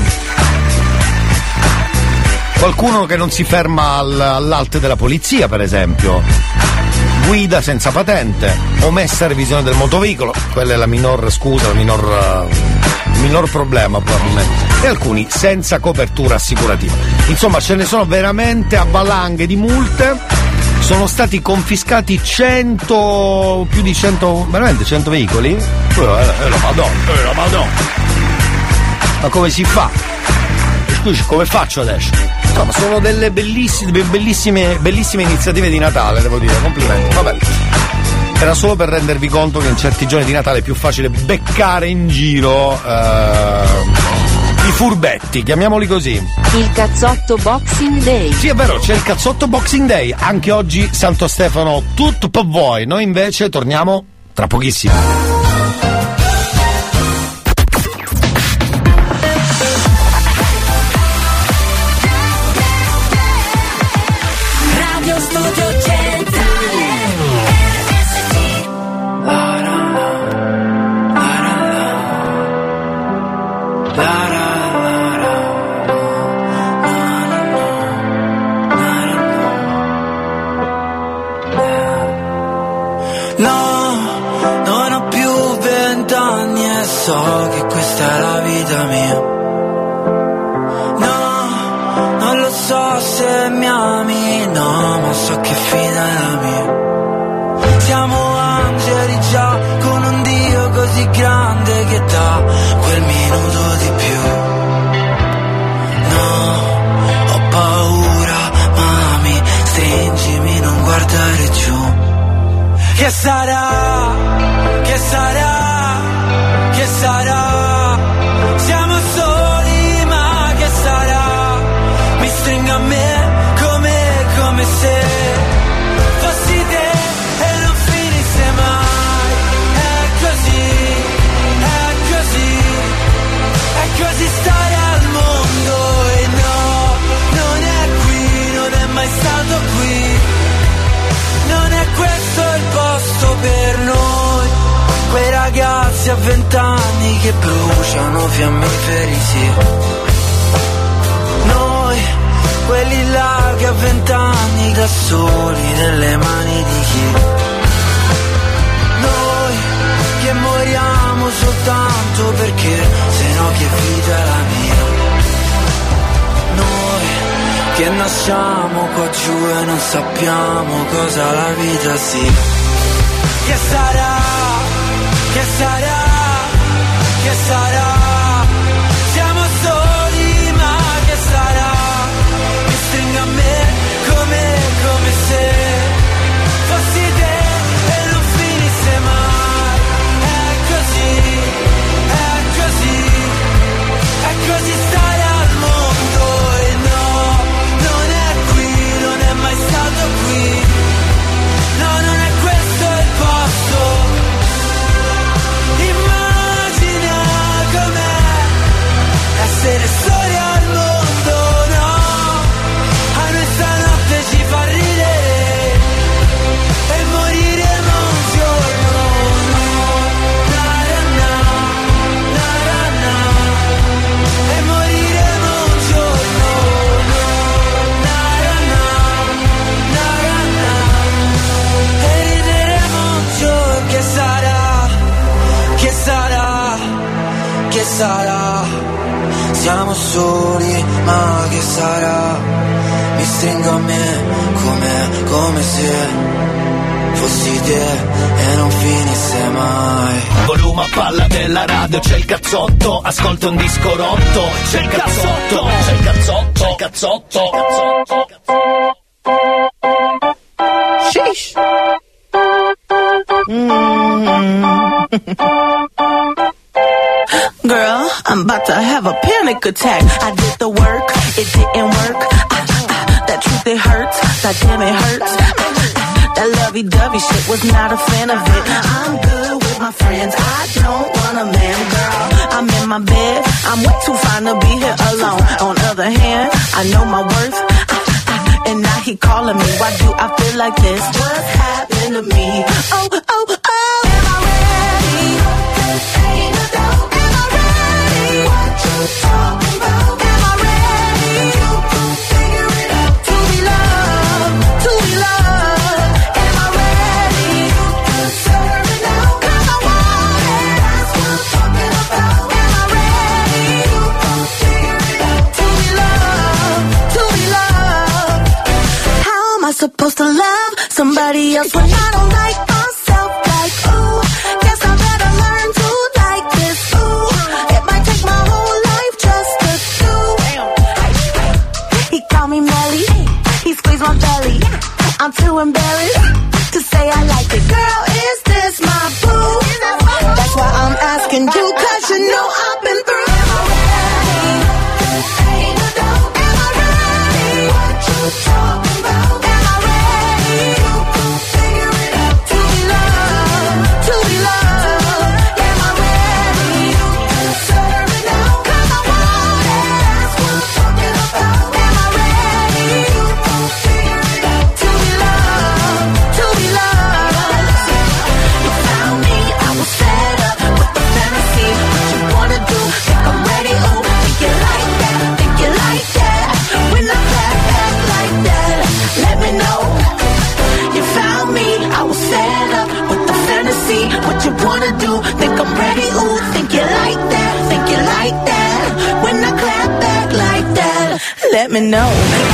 [SPEAKER 1] Qualcuno che non si ferma al, all'alte della polizia, per esempio. Guida senza patente, omessa revisione del motoveicolo, quella è la minor scusa, la minor, uh, minor problema probabilmente. E alcuni senza copertura assicurativa. Insomma, ce ne sono veramente a valanghe di multe. Sono stati confiscati cento, più di cento, veramente cento veicoli? Eh, eh, la madonna, eh, la madonna. Ma come si fa? Scusi, come faccio adesso? Insomma, sono delle bellissime, bellissime, bellissime iniziative di Natale, devo dire, complimenti. Vabbè. Era solo per rendervi conto che in certi giorni di Natale è più facile beccare in giro eh, i furbetti, chiamiamoli così.
[SPEAKER 9] Il cazzotto Boxing Day.
[SPEAKER 1] Sì, è vero, c'è il cazzotto Boxing Day. Anche oggi Santo Stefano, tutto per voi. Noi invece torniamo tra pochissimo.
[SPEAKER 10] Radio Studio Centrale
[SPEAKER 3] so che questa è la vita mia. No, non lo so se mi ami, no, ma so che fine è la mia. Siamo angeli già, con un Dio così grande che dà quel minuto di più. No, ho paura, mami, stringimi, non guardare giù. Che sarà, che sarà, che sarà? Siamo soli, ma che sarà? Mi stringo a me come, come se fossi te e non finisse mai. È così, è così, è così stare al mondo. E no, non è qui, non è mai stato qui. Non è questo il posto per noi. Quei ragazzi a vent'anni che bruciano fiammiferi, sì. Noi, quelli là che a vent'anni da soli nelle mani di chi. Noi, che moriamo soltanto perché se no che vita è la mia. Noi, che nasciamo qua giù e non sappiamo cosa la vita sia. Che sarà, che sarà, che sarà? Siamo soli, ma che sarà? Mi stringo a me come, come se fossi te e non finisse mai. È così, è così, è così stare al mondo. E no, non è qui, non è mai stato qui. No, non è questo il posto. Immagina com'è essere soli al mondo, no? A noi stanotte ci fa ridere e moriremo un giorno, no? Na na na, na na na. E moriremo un giorno, no? Na na na, na na na. E rideremo un giorno. Che sarà, che sarà, che sarà? Siamo soli, ma che sarà? Mi stringo a me come, come se fossi te e non finisse mai.
[SPEAKER 4] Volume a palla della radio, c'è il cazzotto, ascolta un disco rotto, c'è il cazzotto, c'è il cazzotto, c'è il cazzotto,
[SPEAKER 15] Sheesh. Mm. Girl, I'm about to have a panic attack. I did the work, it didn't work. Ah, ah, that truth, it hurts. That damn, it hurts. Ah, that lovey-dovey shit, was not a fan of it. I'm good with my friends, I don't want a man, girl. I'm in my bed, I'm way too fine to be here alone. On the other hand, I know my worth. Ah, ah, and now he calling me. Why do I feel like this? What happened to me? Oh, oh, oh. Am I ready? Ain't no doubt. What you talking about? Am I ready? You can figure it out. To be loved, to be loved. Am I ready? You deserve it now. 'Cause I want it. That's what I'm talking about. Am I ready? You can figure it out. To be loved, to be loved. How am I supposed to love somebody else when I don't like myself? Like, ooh, guess I better learn to like this. Ooh, it might take my whole life just to do. He called me Melly, he squeezed my belly. I'm too embarrassed to say I like it. Girl, is this my boo? That's why I'm asking you, 'cause you know I've been through. Am I ready? Ain't no doubt. Am I ready? What you talking about? Am I ready? You can figure it out. To me know.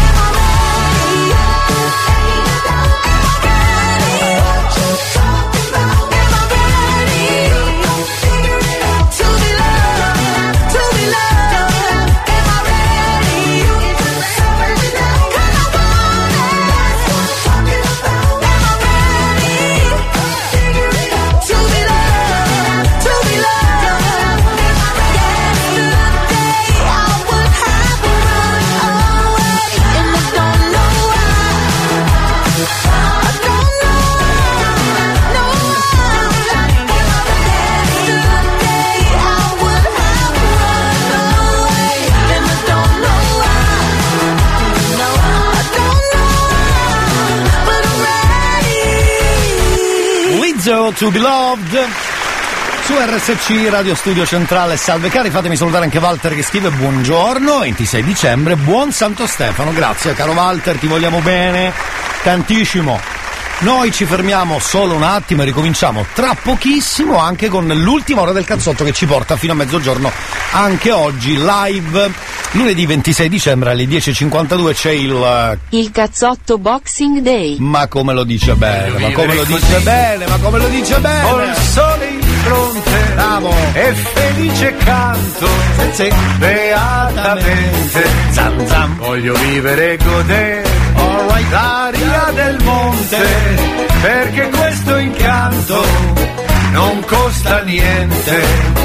[SPEAKER 1] To be loved su R S C Radio Studio Centrale. Salve cari, fatemi salutare anche Walter che scrive buongiorno, ventisei dicembre, buon Santo Stefano. Grazie caro Walter, ti vogliamo bene tantissimo. Noi ci fermiamo solo un attimo e ricominciamo tra pochissimo anche con l'ultima ora del cazzotto che ci porta fino a mezzogiorno anche oggi live. Lunedì ventisei dicembre alle dieci e cinquantadue c'è il...
[SPEAKER 9] Il cazzotto Boxing Day.
[SPEAKER 1] Ma come lo dice bene, ma come lo dice bene, ma come lo dice bene.
[SPEAKER 16] Col sole in fronte,
[SPEAKER 1] bravo,
[SPEAKER 16] e felice canto,
[SPEAKER 1] sì, sì.
[SPEAKER 16] beatamente,
[SPEAKER 1] zam zam.
[SPEAKER 16] Voglio vivere e godere,
[SPEAKER 1] alright,
[SPEAKER 16] l'aria del monte, perché questo incanto non costa niente.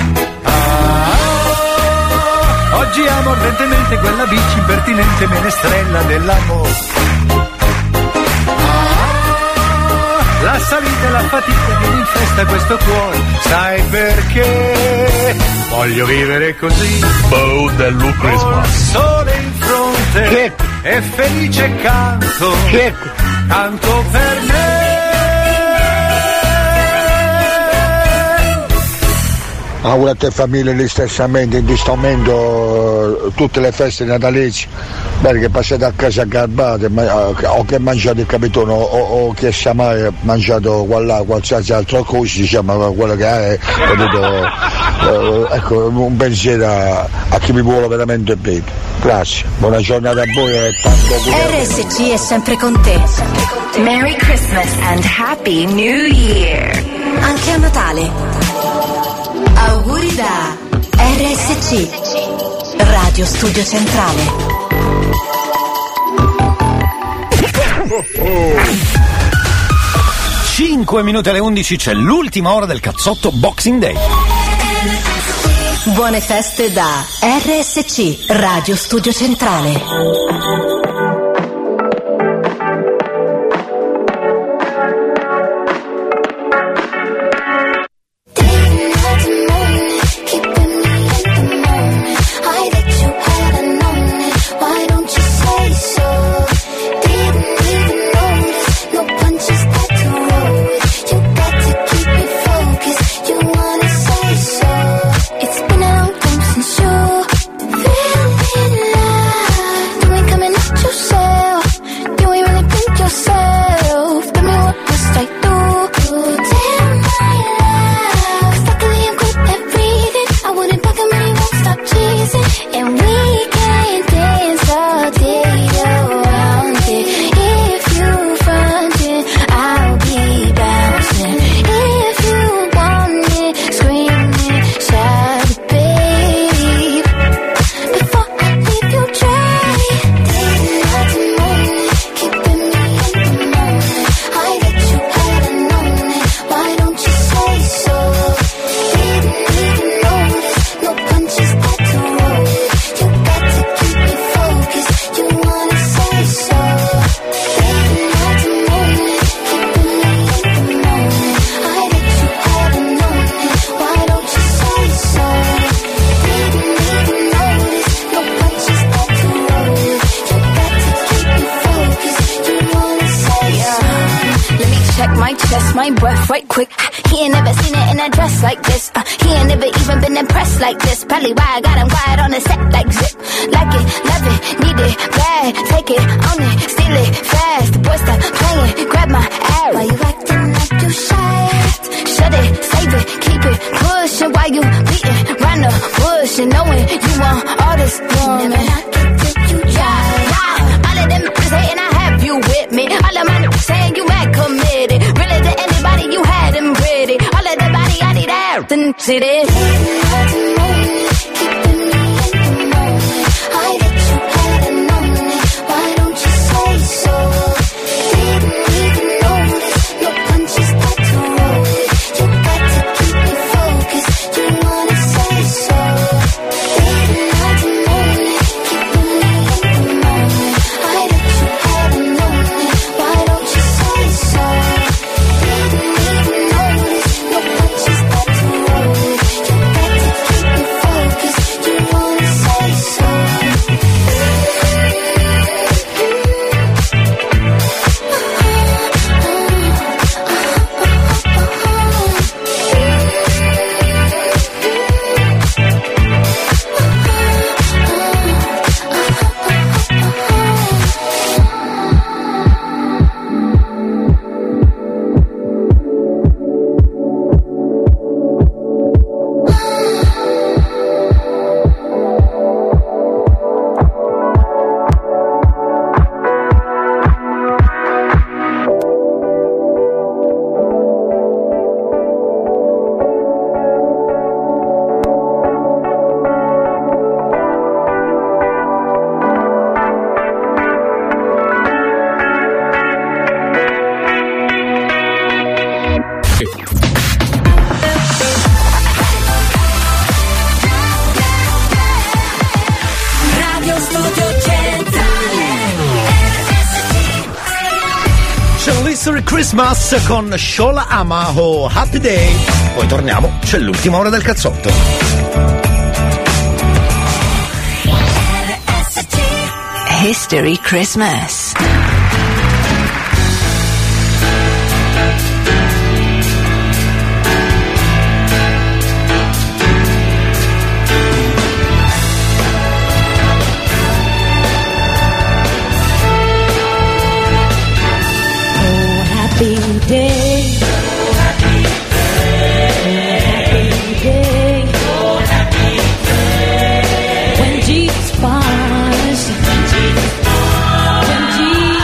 [SPEAKER 16] Oggi amo ardentemente quella bici impertinente menestrella dell'amore. Ah, la salita e la fatica viene in festa questo cuore. Sai perché? Voglio vivere così.
[SPEAKER 6] Bow dello Christmas.
[SPEAKER 16] Sole in fronte
[SPEAKER 19] che?
[SPEAKER 16] E felice canto.
[SPEAKER 19] Che?
[SPEAKER 16] Canto per me.
[SPEAKER 19] Auguro a te famiglia lì stessamente, in questo momento tutte le feste natalizie, bene che passate a casa garbate, ma, o che mangiate il capitone o, o che sia mai mangiato quella, qualsiasi altra cosa, diciamo quello che è, capito, eh, ecco un pensiero a, a chi mi vuole veramente bene. Grazie, buona giornata a voi e tanto
[SPEAKER 7] R S C è sempre con te.
[SPEAKER 2] Merry Christmas and Happy New Year.
[SPEAKER 7] Anche a Natale. Auguri da R S C Radio Studio Centrale.
[SPEAKER 1] cinque minuti alle undici c'è l'ultima ora del cazzotto Boxing Day.
[SPEAKER 7] Buone feste da R S C Radio Studio Centrale.
[SPEAKER 22] my breath right quick. He ain't never seen it in a dress like this. Uh, he ain't never even been impressed like this. Probably why I got him quiet on the set like zip. Like it, love it, need it, bad. Take it, own it, steal it, fast. The boy stop playing, grab my ass. Why you acting like you shy? Shut it, save it, keep it pushing. While you beating round the bush and knowing you want all this woman. Never knock it till you try. something to this.
[SPEAKER 1] Christmas con Shola Ama o Happy Day. Poi torniamo, c'è l'ultima ora del cazzotto.
[SPEAKER 7] History Christmas.
[SPEAKER 11] Happy day. Oh, happy day. Happy day. Oh, happy day. When Jesus was. When Jesus was. When Jesus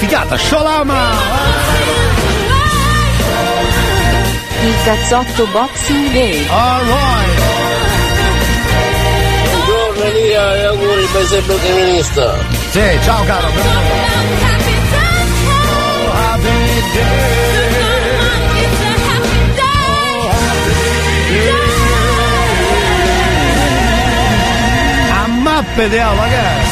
[SPEAKER 1] figata, Sholama!
[SPEAKER 9] Il cazzotto Boxing Day.
[SPEAKER 1] Alright!
[SPEAKER 20] Buongiorno Elia e auguri, mi sembra femminista.
[SPEAKER 1] Sì, ciao caro, a mappe di magari.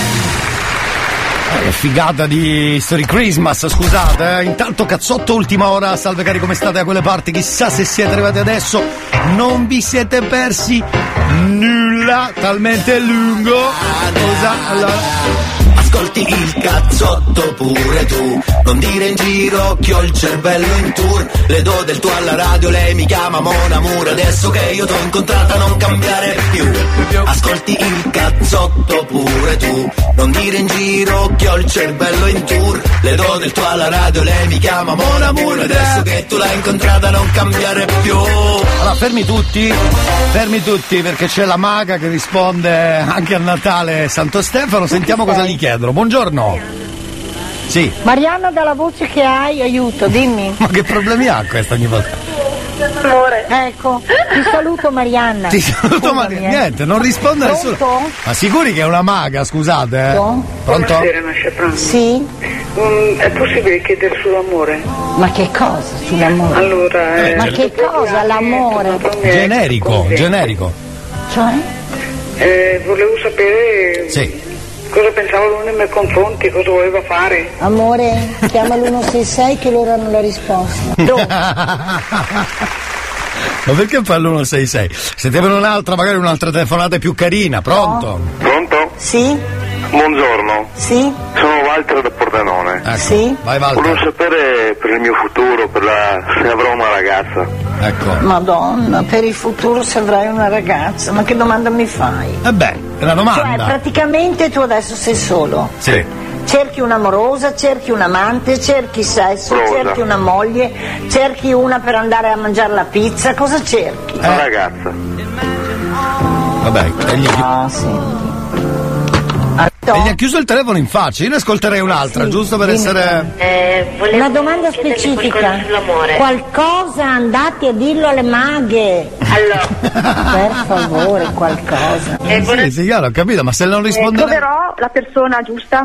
[SPEAKER 1] Che figata di Story Christmas, scusate, eh. Intanto cazzotto ultima ora, salve cari, come state a quelle parti? Chissà se siete arrivati adesso, non vi siete persi nulla, talmente lungo. Scusa, allora.
[SPEAKER 4] Ascolti il cazzotto pure tu, non dire in giro che ho il cervello in tour. Le do del tuo alla radio, lei mi chiama Mon Amour. Adesso che io t'ho incontrata non cambiare più. Ascolti il cazzotto pure tu, non dire in giro che ho il cervello in tour. Le do del tuo alla radio, lei mi chiama Mon Amour. Adesso che tu l'hai incontrata non cambiare più.
[SPEAKER 1] Allora fermi tutti, fermi tutti, perché c'è la maga che risponde anche a Natale Santo Stefano. Sentiamo cosa gli chiedono. Buongiorno. Sì.
[SPEAKER 18] Marianna, dalla voce che hai, aiuto, dimmi.
[SPEAKER 1] Ma che problemi ha questa ogni volta?
[SPEAKER 18] Amore. Ecco, ti saluto Marianna.
[SPEAKER 1] Ti saluto Marianna. Niente, non risponde
[SPEAKER 18] Pronto?
[SPEAKER 1] nessuno. Ma sicuri che è una maga, scusate? Eh?
[SPEAKER 18] Pronto?
[SPEAKER 1] Pronto?
[SPEAKER 21] Buonasera, Nasce.
[SPEAKER 18] Sì.
[SPEAKER 21] Um, è possibile chiedere sull'amore?
[SPEAKER 18] Ma che cosa sull'amore?
[SPEAKER 21] Allora,
[SPEAKER 1] eh,
[SPEAKER 18] ma che cosa l'amore?
[SPEAKER 1] Generico, generico.
[SPEAKER 18] Cioè?
[SPEAKER 21] Eh, volevo sapere.
[SPEAKER 1] Sì.
[SPEAKER 21] Cosa pensava lui nei miei confronti, cosa voleva fare?
[SPEAKER 18] Amore, chiama l'uno sei sei che loro hanno la risposta. Dove?
[SPEAKER 1] Ma perché fa l'uno sei sei? Se te avevano un'altra, magari un'altra telefonata più carina, pronto?
[SPEAKER 21] No. Pronto?
[SPEAKER 18] Sì.
[SPEAKER 21] Buongiorno.
[SPEAKER 18] Sì.
[SPEAKER 21] Sono Walter da Pordenone.
[SPEAKER 1] Ecco.
[SPEAKER 18] Sì.
[SPEAKER 1] Vai Walter.
[SPEAKER 21] Volevo sapere per il mio futuro, per la... se avrò una ragazza.
[SPEAKER 1] Ecco.
[SPEAKER 18] Madonna, per il futuro se avrai una ragazza, ma che domanda mi fai?
[SPEAKER 1] Eh beh, è una domanda.
[SPEAKER 18] Cioè, praticamente tu adesso sei solo.
[SPEAKER 1] Sì.
[SPEAKER 18] Cerchi un'amorosa, cerchi un amante, cerchi sesso,
[SPEAKER 21] Rosa.
[SPEAKER 18] cerchi una moglie, cerchi una per andare a mangiare la pizza, cosa cerchi?
[SPEAKER 21] Una ragazza.
[SPEAKER 1] Vabbè, e gli,
[SPEAKER 18] Ah, sì.
[SPEAKER 1] e gli ha chiuso il telefono in faccia, io ne ascolterei un'altra,
[SPEAKER 18] Sì,
[SPEAKER 1] giusto per
[SPEAKER 18] dimmi.
[SPEAKER 1] essere...
[SPEAKER 8] Eh, volevo
[SPEAKER 18] Una domanda
[SPEAKER 8] chiederle
[SPEAKER 18] specifica.
[SPEAKER 8] qualcosa sull'amore.
[SPEAKER 18] Qualcosa andate a dirlo alle maghe.
[SPEAKER 8] Allora.
[SPEAKER 18] Per favore, qualcosa.
[SPEAKER 8] Eh, vole-
[SPEAKER 1] Sì, sì, chiaro, ho capito, ma se non risponde...
[SPEAKER 8] troverò la persona giusta?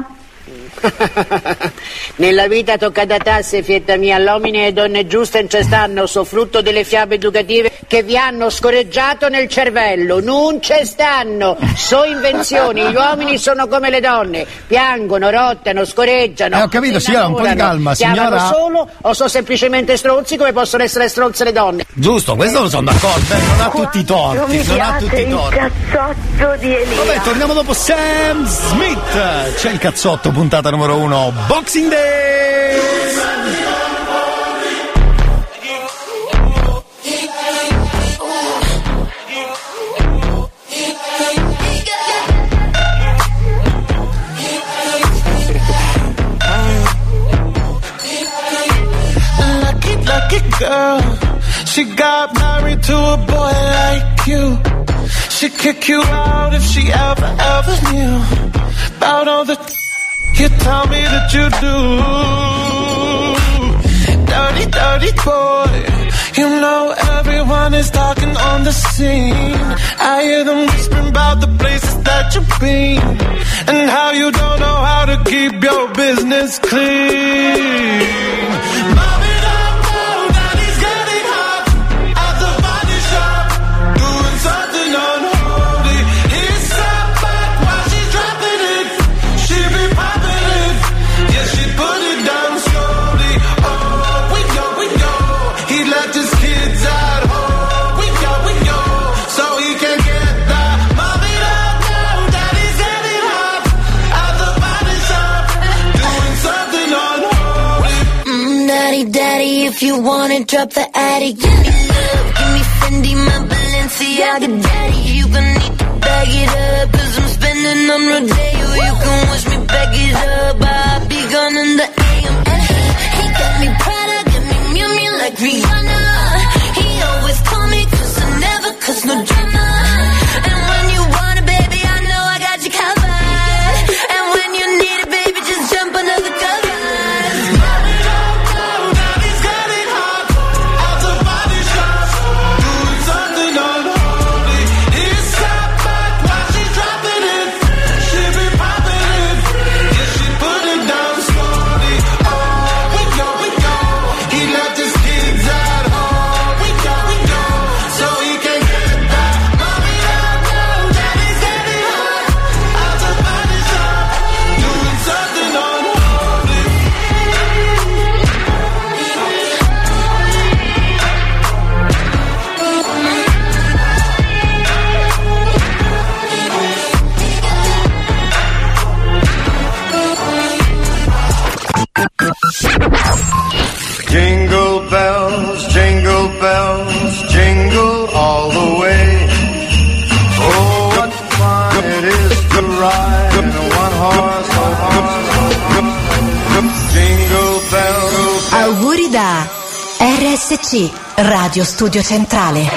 [SPEAKER 23] Nella vita tocca da tasse, fietta mia, l'uomini e donne giuste non ci stanno, so frutto delle fiabe educative che vi hanno scorreggiato nel cervello, non ci stanno, so invenzioni, gli uomini sono come le donne, piangono, rottano, scorreggiano.
[SPEAKER 1] Eh, ho capito,
[SPEAKER 23] si
[SPEAKER 1] signora, un po' di
[SPEAKER 23] innamorano,
[SPEAKER 1] calma,
[SPEAKER 23] chiamano
[SPEAKER 1] signora.
[SPEAKER 23] solo o sono semplicemente stronzi come possono essere stronze le donne.
[SPEAKER 1] Giusto, questo lo sono d'accordo, eh, non ha tutti i torti, non ha tutti i torti.
[SPEAKER 8] Il cazzotto di Elia.
[SPEAKER 1] Vabbè, torniamo dopo Sam Smith. C'è il cazzotto, puntata numero uno, Boxing Day.
[SPEAKER 14] Lucky, lucky girl. She got married to a boy like you. She'd kick you out if she ever, ever knew about all the you tell me that you do. Dirty, dirty boy. You know everyone is talking on the scene. I hear them whispering about the places that you've been and how you don't know how to keep your business clean. Mommy, don't know that he's getting hot at the body shop, doing something unholy. He's sat back while she's dropping it. She be popping it, yeah, she put it down slowly. Oh, we go, we go. He left his kids at home. We go, we go, so he can get that. Mommy don't know that he's getting hot at the body shop, doing something unholy.
[SPEAKER 22] Mm, daddy, daddy, if you wanna drop the attic, give me love, give me Fendi, my Balenciaga, daddy. You gon' need to bag it up, cause I'm spending on Rodeo. You can wish me back it up, I'll be gone in the A M. And he, he got me Prada, got me Miu Miu like Rihanna. He always call me cause I never cause no drama. And when you want it, baby, I know I got you covered. And when you need it, baby, just jump under the covers.
[SPEAKER 3] ride in a one horse jingle bell.
[SPEAKER 7] Auguri da R S C, Radio Studio Centrale.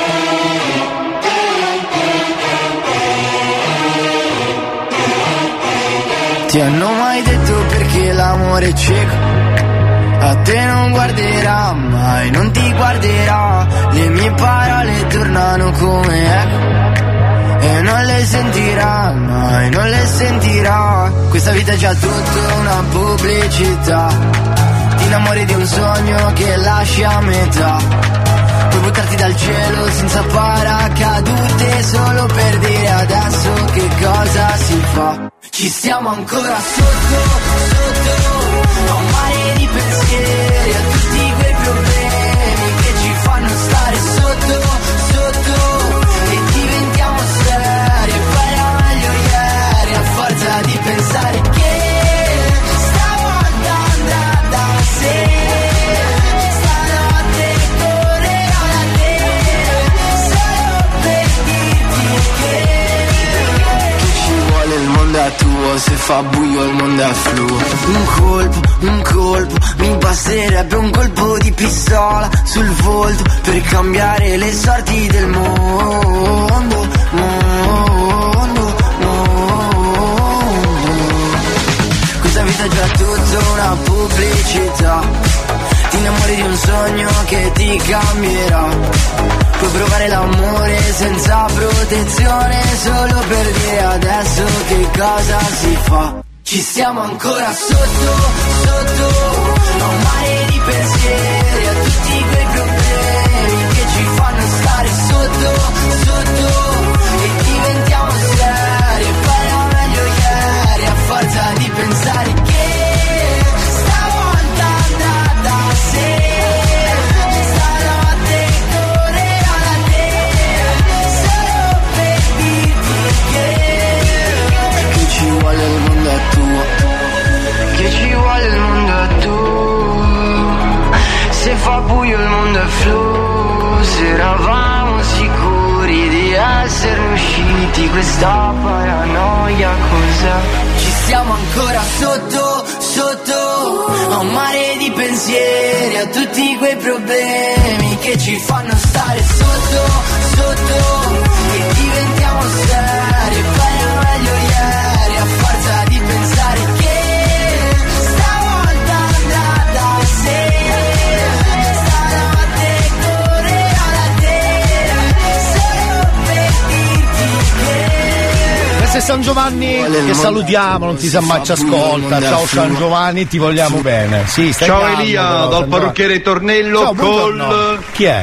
[SPEAKER 14] Ti hanno mai detto perché l'amore è cieco? A te non guarderà mai, non ti guarderà. Le mie parole tornano come eco e non le sentirà mai, non le sentirà. Questa vita è già tutta una pubblicità. Ti innamori di un sogno che lasci a metà. Puoi buttarti dal cielo senza paracadute solo per dire adesso che cosa si fa. Ci stiamo ancora sotto, sotto a un mare di pensieri, a tutti quei problemi che ci fanno stare sotto, sotto e diventiamo seri e poi era meglio ieri a forza di pensare che stavo andando da sé. Stanotte correrò da te solo per dirti che che ci vuole il mondo è tuo, se fa buio il mondo è fluo. Un colpo, un colpo, mi basterebbe un colpo di pistola sul volto per cambiare le sorti del mondo, mondo, mondo. Questa vita è già tutta una pubblicità. Ti innamori di un sogno che ti cambierà. Puoi provare l'amore senza protezione solo per dire adesso che cosa si fa. Ci stiamo ancora sotto, sotto a un mare di pensieri, a tutti quei problemi che ci fanno stare sotto, sotto e diventiamo seri e poi era meglio ieri a forza di pensare che stavo andando da sé. Stanotte correrò da te solo per dirti che che ci vuole il mondo è tuo, che ci vuole il mondo è tuo. Se fa buio il mondo è flu, se eravamo sicuri di essere usciti, questa paranoia cos'è? Ci stiamo ancora sotto, sotto a un mare di pensieri, a tutti quei problemi che ci fanno stare sotto, sotto e diventiamo seri e poi era meglio ieri a forza di pensare che stavo andando da sé. Stanotte correrò da te solo per dirti che
[SPEAKER 1] Questo è San Giovanni che salutiamo, non ti sa mai ci ascolta. Ciao San Giovanni, ti vogliamo bene. Sì, stai
[SPEAKER 5] Ciao
[SPEAKER 1] calmo,
[SPEAKER 5] Elia,
[SPEAKER 1] però,
[SPEAKER 5] dal
[SPEAKER 1] San
[SPEAKER 5] parrucchiere Tornello.
[SPEAKER 1] Ciao,
[SPEAKER 5] col...
[SPEAKER 1] buongiorno. Chi è?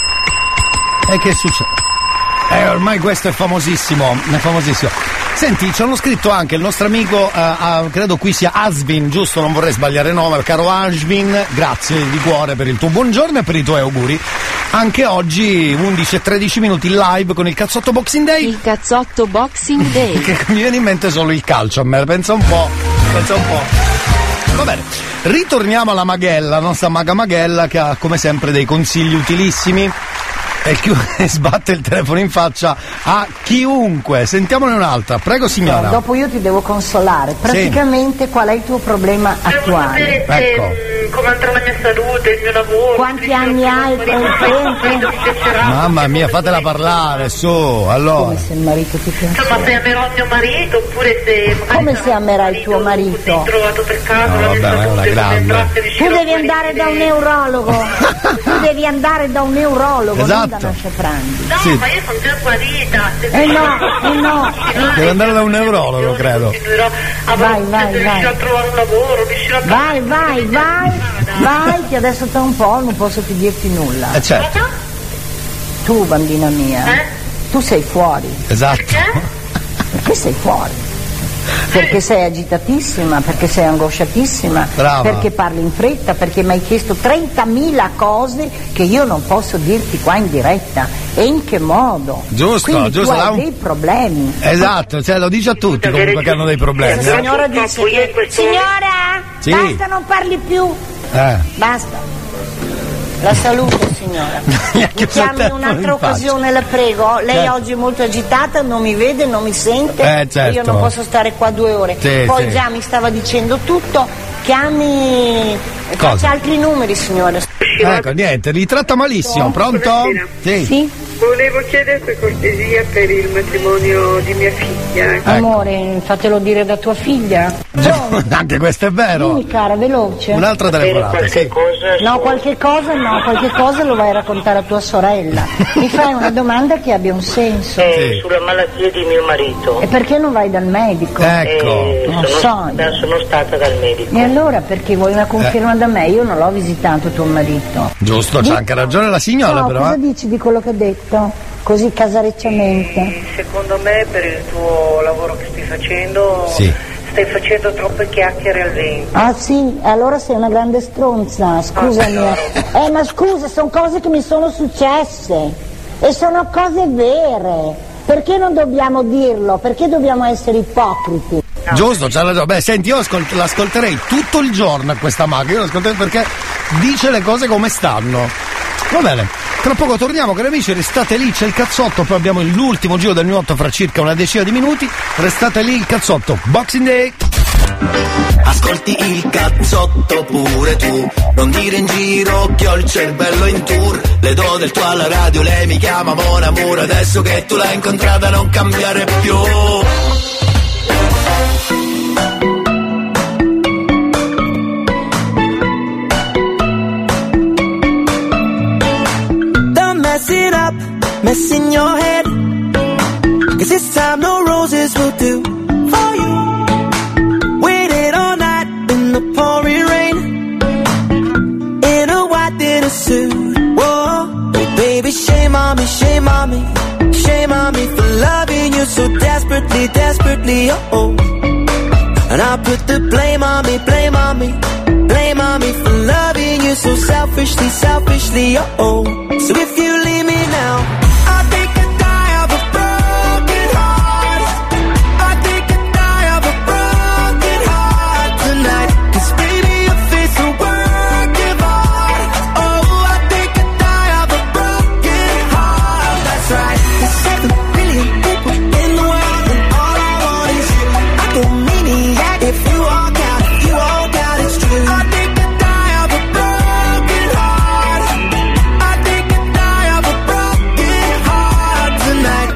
[SPEAKER 1] E che succede? Eh, ormai questo è famosissimo, è famosissimo. Senti, ci hanno scritto anche il nostro amico, uh, uh, credo qui sia Asvin, giusto? Non vorrei sbagliare nome, caro Asvin, grazie di cuore per il tuo buongiorno e per i tuoi auguri. Anche oggi undici e tredici minuti live con il cazzotto Boxing Day.
[SPEAKER 9] Il cazzotto Boxing Day.
[SPEAKER 1] Che mi viene in mente solo il calcio a me, pensa un po', pensa un po'. Va bene, ritorniamo alla Maghella, la nostra maga Maghella che ha come sempre dei consigli utilissimi e chi sbatte il telefono in faccia a chiunque. Sentiamone un'altra, prego signora.
[SPEAKER 18] No, dopo io ti devo consolare. Praticamente sì. Qual è il tuo problema attuale?
[SPEAKER 1] Ecco.
[SPEAKER 8] Come andrà la mia salute, il mio lavoro.
[SPEAKER 18] Quanti anni hai?
[SPEAKER 1] Mamma mia, fatela parlare, su, allora.
[SPEAKER 18] Come se il marito ti piace?
[SPEAKER 8] Insomma, se amerò mio marito oppure se...
[SPEAKER 18] Come se amerai il tuo marito?
[SPEAKER 8] Sei trovato per caso
[SPEAKER 1] no,
[SPEAKER 8] la mia
[SPEAKER 1] vabbè,
[SPEAKER 8] salute,
[SPEAKER 1] è una grande.
[SPEAKER 18] Tu devi andare da un neurologo. Tu devi andare da un neurologo,
[SPEAKER 1] esatto.
[SPEAKER 18] Non da una Sciafrandi.
[SPEAKER 8] No,
[SPEAKER 1] sì.
[SPEAKER 8] ma io sono già guarita.
[SPEAKER 18] Eh no, eh no.
[SPEAKER 1] Devi andare da un neurologo, credo.
[SPEAKER 18] Vai, vai, vai.
[SPEAKER 8] Riuscirò a trovare un lavoro, riuscirò a...
[SPEAKER 18] Vai, vai, vai. Vai, che adesso tra un po' non posso più dirti nulla.
[SPEAKER 1] Eh certo.
[SPEAKER 18] Tu, bambina mia,
[SPEAKER 8] eh?
[SPEAKER 18] tu sei fuori.
[SPEAKER 1] Esatto.
[SPEAKER 8] Perché?
[SPEAKER 18] Perché sei fuori? Perché sei agitatissima, perché sei angosciatissima,
[SPEAKER 1] brava.
[SPEAKER 18] Perché parli in fretta, perché mi hai chiesto trentamila cose che io non posso dirti qua in diretta. E in che modo?
[SPEAKER 1] Giusto,
[SPEAKER 18] Quindi
[SPEAKER 1] giusto.
[SPEAKER 18] Tu hai
[SPEAKER 1] un...
[SPEAKER 18] dei problemi.
[SPEAKER 1] Esatto, cioè lo dice a tutti comunque che hanno dei problemi.
[SPEAKER 18] La signora dice che... Signora,
[SPEAKER 1] sì.
[SPEAKER 18] basta, non parli più.
[SPEAKER 1] Eh.
[SPEAKER 18] Basta. La saluto, signora. Mi chiami un'altra occasione, la prego. Lei
[SPEAKER 1] certo.
[SPEAKER 18] oggi è molto agitata, non mi vede, non mi sente.
[SPEAKER 1] Eh, certo.
[SPEAKER 18] Io non posso stare qua due ore.
[SPEAKER 1] Sì,
[SPEAKER 18] Poi
[SPEAKER 1] sì.
[SPEAKER 18] già mi stava dicendo tutto. Chiami.
[SPEAKER 1] Cosa?
[SPEAKER 18] Faccia altri numeri, signore.
[SPEAKER 1] Ecco, niente, li tratta malissimo. Pronto?
[SPEAKER 18] Sì. sì.
[SPEAKER 8] Volevo chiedere per cortesia per il matrimonio di mia figlia.
[SPEAKER 1] Ecco.
[SPEAKER 18] Amore, fatelo dire da tua figlia.
[SPEAKER 1] Anche questo è vero.
[SPEAKER 18] Dimmi, cara, veloce.
[SPEAKER 1] Un'altra telefonata, sì.
[SPEAKER 18] No, qualche cosa no, qualche cosa lo vai a raccontare a tua sorella. Mi fai una domanda che abbia un senso.
[SPEAKER 8] Eh, sì. Sulla malattia di mio marito.
[SPEAKER 18] E perché non vai dal medico?
[SPEAKER 1] Ecco.
[SPEAKER 8] Eh,
[SPEAKER 18] non
[SPEAKER 8] sono,
[SPEAKER 18] so.
[SPEAKER 8] sono stata dal medico.
[SPEAKER 18] E allora perché vuoi una conferma eh. da me? Io non l'ho visitato tuo marito.
[SPEAKER 1] Giusto, c'ha anche ragione la signora,
[SPEAKER 18] no,
[SPEAKER 1] però.
[SPEAKER 18] Cosa
[SPEAKER 1] eh?
[SPEAKER 18] dici di quello che ho detto? Così casarecciamente.
[SPEAKER 8] Secondo me per il tuo lavoro che stai facendo
[SPEAKER 1] sì.
[SPEAKER 8] stai facendo troppe chiacchiere al vento.
[SPEAKER 18] Ah sì, allora sei una grande stronza, scusami. Eh ma scusa, sono cose che mi sono successe e sono cose vere. Perché non dobbiamo dirlo? Perché dobbiamo essere ipocriti?
[SPEAKER 1] No. Giusto, c'ha ragione. Beh, senti, io ascolt- l'ascolterei tutto il giorno a questa maga. Io l'ascolterei perché dice le cose come stanno. Va bene, tra poco torniamo, cari amici, restate lì, c'è il cazzotto, poi abbiamo l'ultimo giro del minuto fra circa una decina di minuti. Restate lì, il cazzotto, Boxing Day.
[SPEAKER 4] Ascolti il cazzotto pure tu, non dire in giro che ho il cervello in tour. Le do del tuo alla radio, lei mi chiama Mon Amour, adesso che tu l'hai incontrata non cambiare più.
[SPEAKER 3] Messing up, messing your head. Cause this time no roses will do for you. Waited all night in the pouring rain, in a white dinner suit. Whoa, baby, shame on me, shame on me, shame on me for loving you so desperately, desperately, oh, oh. And I put the blame on me, blame on me, blame on me for loving you so selfishly, selfishly, oh, oh. So if you leave me now, I think I'd die of a broken heart. I think I'd die of a broken heart tonight. Cause baby your face a work of art. Oh, I think I'd die of a broken heart. That's right. There's seven billion people in the world and all I want is you. I go maniac if you walk out, if you walk out, it's true. I think I'd die of a broken heart. I think I'd die of a broken heart tonight.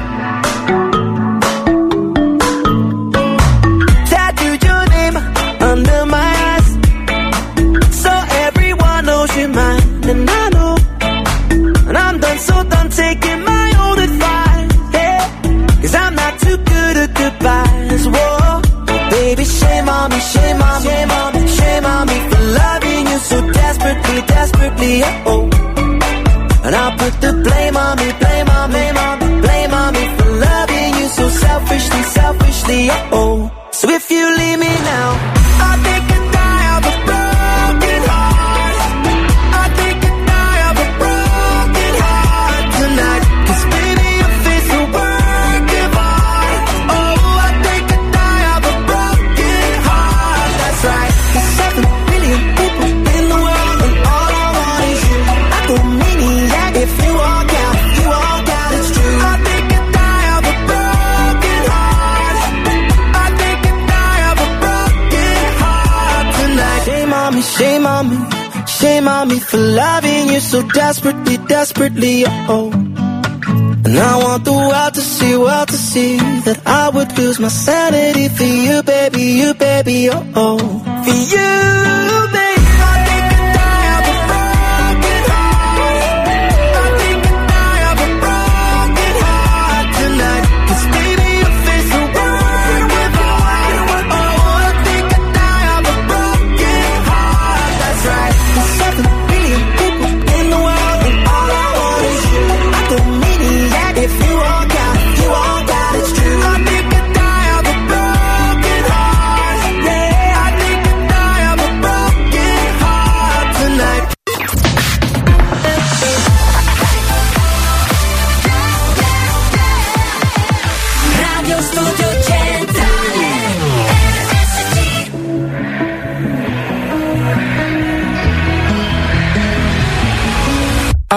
[SPEAKER 3] Tattooed your name under my eyes, so everyone knows you're mine, and I know. And I'm done, so done taking my own advice, yeah. Cause I'm not too good at goodbyes, whoa. Baby, shame on me, shame on me, shame on me, shame on me for loving you so desperately, desperately, oh, oh. And I'll put the blame on me, blame on me, blame on me, blame on me for loving you so selfishly, selfishly, oh, oh. So if you leave me now, I think I'd die of a broken heart. I think I'd die of a broken heart tonight. Cause baby your face a work of art. Oh, I think I'd die of a broken heart. That's right. There's seven billion people in the world and all I want is you. I go maniac if you walk out, if you walk out, it's true. I think I'd die of a broken heart. I think I'd die of a broken heart tonight. Shame on me, shame on me, shame on me for loving you so desperately, desperately, oh. And I want the world to see, world to see that I would lose my sanity for you, baby, you, baby, oh, oh. For you, baby. I think I'd die of a broken heart. I think I'd die of a broken heart tonight. Cause baby your face a word with a word. Oh, I think I'd die of a broken heart. That's right. There's seven billion people in the world and all I want is you. I go maniac if you walk out, if you walk out, it's true. I think I'd die of a broken heart. Yeah, I think I'd die of a broken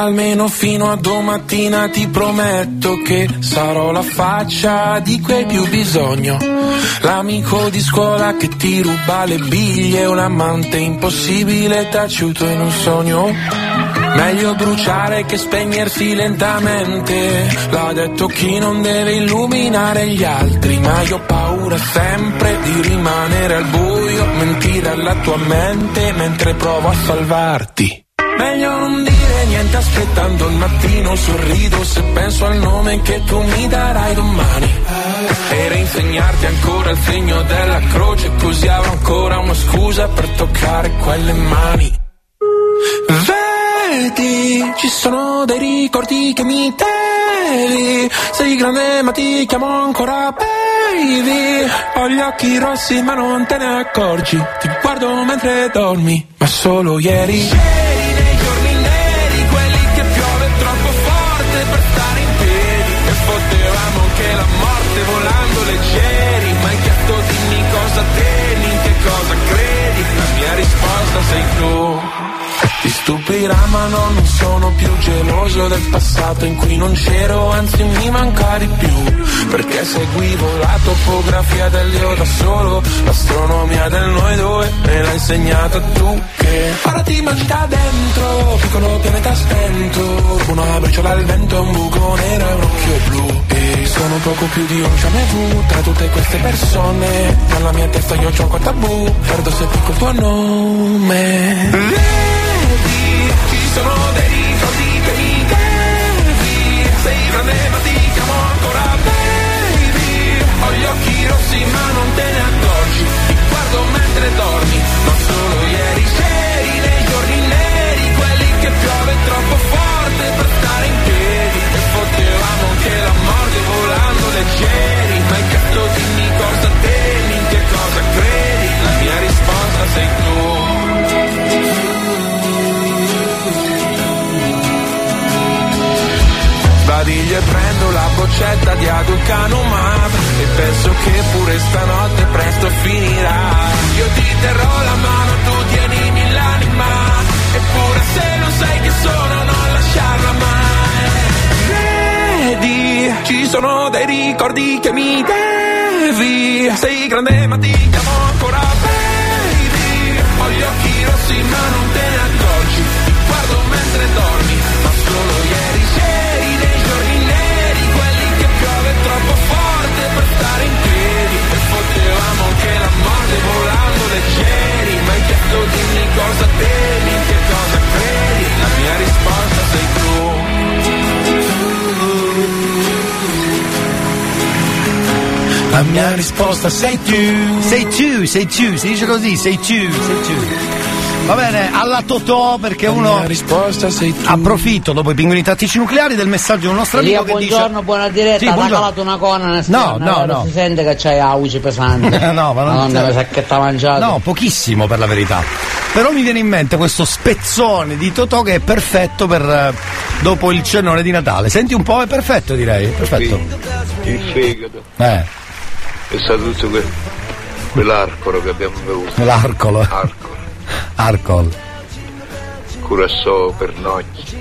[SPEAKER 14] almeno fino a domattina ti prometto che sarò la faccia di cui hai più bisogno. L'amico di scuola che ti ruba le biglie, un amante impossibile taciuto in un sogno. Meglio bruciare che spegnersi lentamente, l'ha detto chi non deve illuminare gli altri. Ma io ho paura sempre di rimanere al buio, mentire alla tua mente mentre provo a salvarti. Meglio non dire niente aspettando il mattino, sorrido se penso al nome che tu mi darai domani. E reinsegnarti ancora il segno della croce, così avrò ancora una scusa per toccare quelle mani. Vedi, ci sono dei ricordi che mi devi. Sei grande ma ti chiamo ancora baby. Ho gli occhi rossi ma non te ne accorgi. Ti guardo mentre dormi, ma solo ieri. C'eri nei giorni neri, quelli che piove troppo forte per stare in piedi. E fottevamo anche la morte volando leggeri. Ma hai chiesto dimmi cosa temi, in che cosa credi. La mia risposta sei tu. Ti stupirà ma no, non sono più geloso del passato in cui non c'ero, anzi mi manca di più. Perché seguivo la topografia dell'io da solo, l'astronomia del noi due me l'hai insegnata tu. Che ora ti manca dentro, piccolo pianeta spento, una briciola al vento, un buco nero e un occhio blu. E sono poco più di un jamais vu tra tutte queste persone. Nella mia testa io c'ho quel tabù, perdo se dico il tuo nome. Ci sono dei ricordi che mi devi. Sei grande ma ti chiamo ancora baby. Ho gli occhi rossi ma non te ne accorgi. Ti guardo mentre dormi, ma solo ieri. C'eri nei giorni neri, quelli che piove troppo forte per stare in piedi. E fottevamo anche la morte volando leggeri. Ma hai chiesto dimmi cosa temi, in che cosa credi. La mia risposta sei tu. Sbadiglio e prendo la boccetta di Aducanumab e penso che pure stanotte presto finirà. Io ti terrò la mano, tu tienimi l'anima, eppure se non sai che sono non lasciarla mai. Vedi, ci sono dei ricordi che mi devi. Sei grande ma ti chiamo ancora baby. Ho gli occhi rossi ma non te ne accorgi. Ti guardo mentre dormi, ma solo ieri. C'eri nei giorni neri, quelli che piove troppo forte per stare in piedi. E fottevamo anche la morte volando leggeri. Ma hai chiesto dimmi cosa temi, in che cosa credi. La mia risposta sei tu.
[SPEAKER 1] La mia risposta sei tu. Sei tu, sei tu, si dice così, sei tu, sei tu. Va bene, alla Totò, perché uno
[SPEAKER 14] risposta sei tu.
[SPEAKER 1] Approfitto dopo i pinguini tattici nucleari del messaggio di un nostro amico
[SPEAKER 5] Elia,
[SPEAKER 1] che
[SPEAKER 5] buongiorno,
[SPEAKER 1] dice...
[SPEAKER 5] buona diretta,
[SPEAKER 1] sì,
[SPEAKER 5] ti ha
[SPEAKER 1] buongiorno.
[SPEAKER 5] calato una conna nel
[SPEAKER 1] No, no, no.
[SPEAKER 5] Si sente che c'hai la voce pesante.
[SPEAKER 1] No, ma non
[SPEAKER 5] Madonna, mi sa che t'ha mangiato.
[SPEAKER 1] No, pochissimo per la verità. Però mi viene in mente questo spezzone di Totò che è perfetto per eh, dopo il cenone di Natale. Senti un po', è perfetto direi, perfetto.
[SPEAKER 21] Il fegato.
[SPEAKER 1] Eh.
[SPEAKER 21] È stato tutto que- quell'arcolo che abbiamo bevuto.
[SPEAKER 1] L'arcolo.
[SPEAKER 21] Arcolo.
[SPEAKER 1] Arcol.
[SPEAKER 21] Curaçao, pernocchi.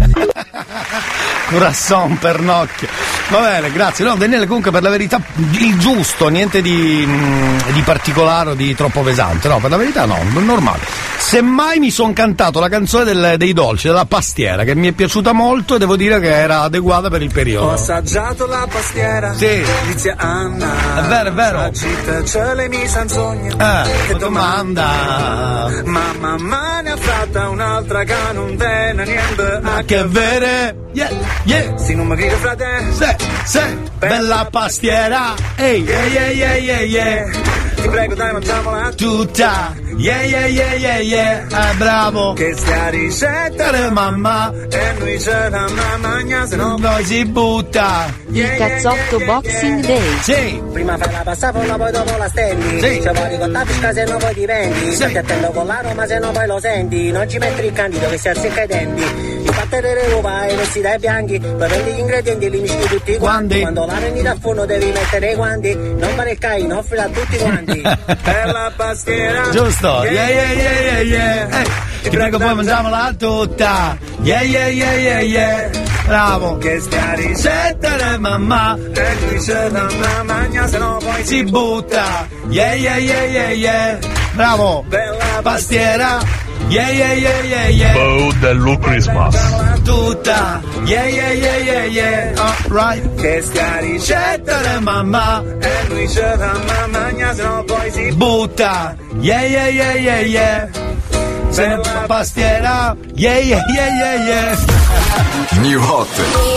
[SPEAKER 1] Curasson, pernocchio. Va bene, grazie. No, Daniele, comunque per la verità il giusto, niente di, mh, di particolare o di troppo pesante. No, per la verità no, normale. Semmai mi son cantato la canzone del, dei dolci, della pastiera, che mi è piaciuta molto e devo dire che era adeguata per il periodo.
[SPEAKER 12] Ho assaggiato la pastiera,
[SPEAKER 1] sì.
[SPEAKER 12] Lizia Anna.
[SPEAKER 1] È vero, è vero.
[SPEAKER 12] Ce le mi sanzogna.
[SPEAKER 1] Eh,
[SPEAKER 12] che
[SPEAKER 1] domanda.
[SPEAKER 12] domanda. Mamma ma ne ha fatta un'altra che non tiene niente
[SPEAKER 1] a che avere. Yeah, yeah.
[SPEAKER 12] Si non mi grida frate.
[SPEAKER 1] Se, se, bella pastiera. Ehi, ehi, ehi, ehi, ehi, ehi.
[SPEAKER 12] Ti prego dai mangiamola
[SPEAKER 1] tutta. Yeah, yeah, yeah, yeah, yeah. Ah, bravo.
[SPEAKER 12] Che sta ricetta
[SPEAKER 1] le mamma.
[SPEAKER 12] E noi ce la mangia se no
[SPEAKER 1] noi si butta.
[SPEAKER 9] Il cazzotto Boxing Day.
[SPEAKER 1] Sì.
[SPEAKER 12] Prima fai la pasta folla poi dopo la stendi.
[SPEAKER 1] Sì.
[SPEAKER 12] Se vuoi ricotta pesca se no poi ti vendi.
[SPEAKER 1] Sì.
[SPEAKER 12] Ti attendo con la Roma se no poi lo senti. Non ci metti il candido che si arsecca i denti. Ti battere le uova e vestiti ai bianchi. Poi prendi gli ingredienti e li mischi tutti quanti. Quando la prendi dal forno devi mettere i guanti. Non fare il caino, offrila a tutti quanti. Per la pastiera.
[SPEAKER 1] Giusto. Yeah, yeah, yeah, yeah, yeah. Eh. Ti prego poi mangiamola tutta. Yeah yeah yeah yeah yeah. Bravo.
[SPEAKER 3] Che stia a risettere mamma. E lui se da una magna se no poi
[SPEAKER 1] si butta. Yeah yeah yeah yeah yeah. Bravo.
[SPEAKER 3] Bella
[SPEAKER 1] pastiera. Yeah yeah yeah yeah yeah.
[SPEAKER 6] Bow dello Christmas.
[SPEAKER 1] Tutta. Yeah yeah yeah yeah yeah. Alright.
[SPEAKER 3] Che stia a risettere mamma. E lui se da una magna se no poi si
[SPEAKER 1] butta. Yeah yeah yeah yeah yeah. Bella pastiera. Yeah yeah yeah yeah yeah.
[SPEAKER 10] New Hot.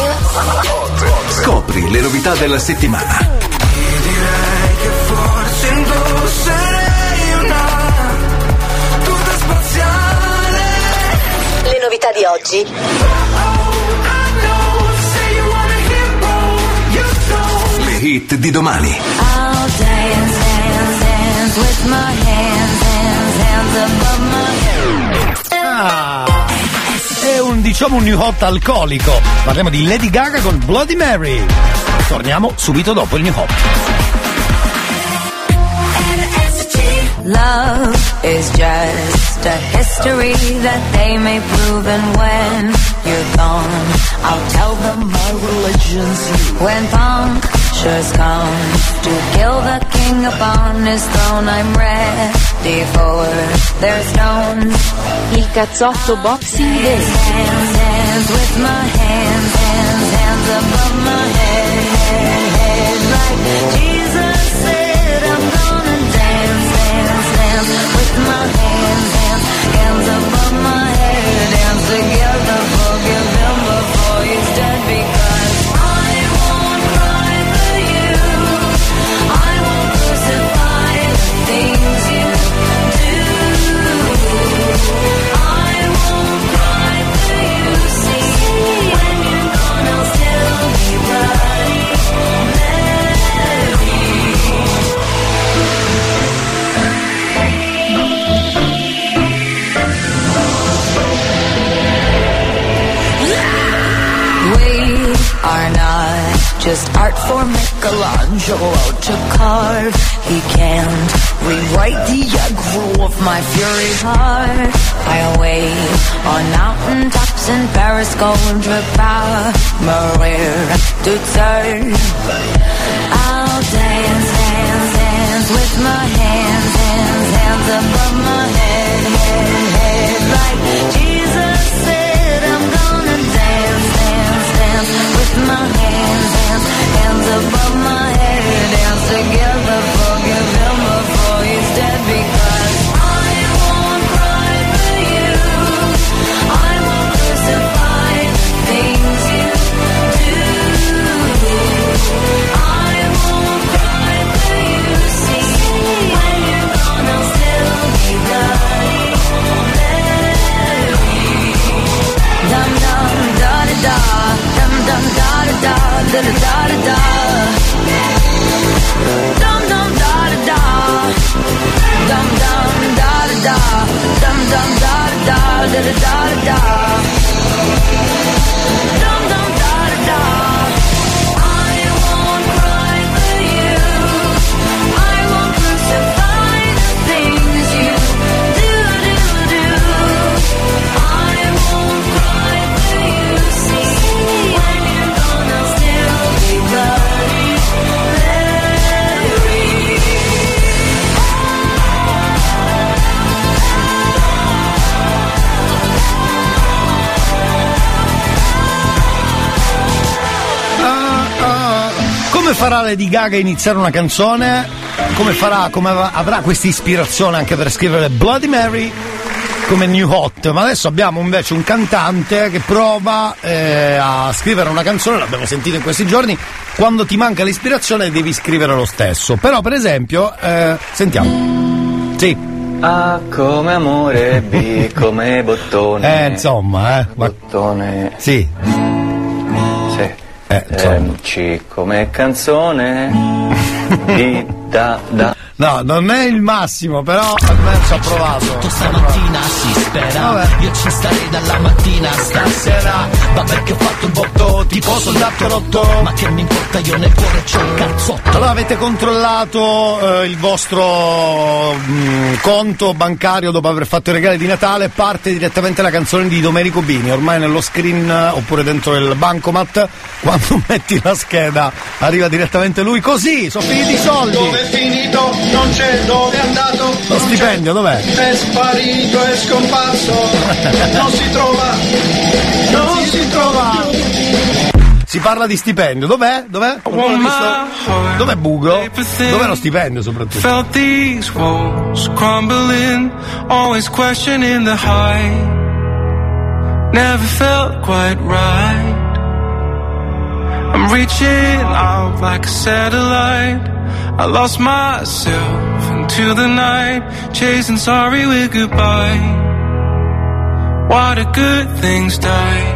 [SPEAKER 10] Scopri le novità della settimana.
[SPEAKER 3] Direi che forse indosserei una tuta spaziale.
[SPEAKER 7] Le novità di oggi.
[SPEAKER 10] Le hit di domani.
[SPEAKER 22] I'll dance, dance, dance with my hands, hands, hands above my head.
[SPEAKER 1] Ah, è un, diciamo, un new hot alcolico. Parliamo di Lady Gaga con Bloody Mary. Torniamo subito dopo il new hot.
[SPEAKER 22] Love is just a history that they may prove, and when you're gone, I'll tell them my religion's you. When punctures come to kill the king upon his throne, I'm ready for their stones.
[SPEAKER 9] Il cazzotto Boxing Day.
[SPEAKER 22] Hands, hands with my hands, hands, hands above my head, head, head, like Jesus said, I'm gonna dance, dance, dance with my hands, hands, hands above my head, dance together, forgive him before he's dead, because I won't cry for you, I won't crucify the things you do, I won't cry for you, see, when you're gone I'll still be Bloody We are not just art for Michelangelo to carve. He can't rewrite the aggro of my fury heart. I wait on mountaintops in Paris, golden drip power, Maria to turn. I'll dance, dance, dance with my hands, hands, hands above my head, head, head, like Jesus said, I'm gonna dance, dance, dance with my hands, hands, hands above my head, dance together, forgive him before he's dead, because I won't cry for you, I won't crucify the things you do, I won't cry for you, see, when you're gone I'll still be Bloody Mary. Dum dum da da da, dum dum da da da, da da da da da. Dum dum da da da, dum dum da da da, dum dum da da da, da da da da. Dum dum da da da. I won't cry for you, I won't crucify the things you do, do, do. I won't cry for you, see, when you're gone I'll still be Bloody Mary.
[SPEAKER 1] Ah, ah. Come farà Lady Gaga a iniziare una canzone? Come farà, come avrà questa ispirazione anche per scrivere Bloody Mary come new hot? Ma adesso abbiamo invece un cantante che prova eh, a scrivere una canzone, l'abbiamo sentito in questi giorni, quando ti manca l'ispirazione devi scrivere lo stesso. Però per esempio, eh, sentiamo. Sì.
[SPEAKER 13] A come amore, B come bottone.
[SPEAKER 1] Eh, insomma, eh.
[SPEAKER 13] Bottone.
[SPEAKER 1] Sì.
[SPEAKER 13] Sì.
[SPEAKER 1] Eh,
[SPEAKER 13] eh, C come canzone. D da da.
[SPEAKER 1] No, non è il massimo, però almeno ci ha provato.
[SPEAKER 4] Tutto stamattina si spera.
[SPEAKER 1] Vabbè.
[SPEAKER 4] Io ci starei dalla mattina stasera. Ma perché ho fatto il botto tipo soldato rotto. Ma che mi importa, io nel cuore c'ho il cazzotto.
[SPEAKER 1] Allora avete controllato eh, il vostro mh, conto bancario dopo aver fatto i regali di Natale? Parte direttamente la canzone di Domenico Bini, ormai nello screen oppure dentro il bancomat. Quando metti la scheda arriva direttamente lui, così sono finiti i soldi.
[SPEAKER 15] Dove è finito? Non c'è, dove è andato?
[SPEAKER 1] Lo stipendio dov'è?
[SPEAKER 15] È sparito, è scomparso. Non si trova, non si trova.
[SPEAKER 1] Si parla di stipendio, dov'è? Dov'è? Dov'è Bugo? Dov'è lo stipendio soprattutto?
[SPEAKER 16] Felt these walls crumbling, always questioning the height. Never felt quite right. I'm reaching out like a satellite. I lost myself into the night, chasing sorry with goodbye. Why do good things die?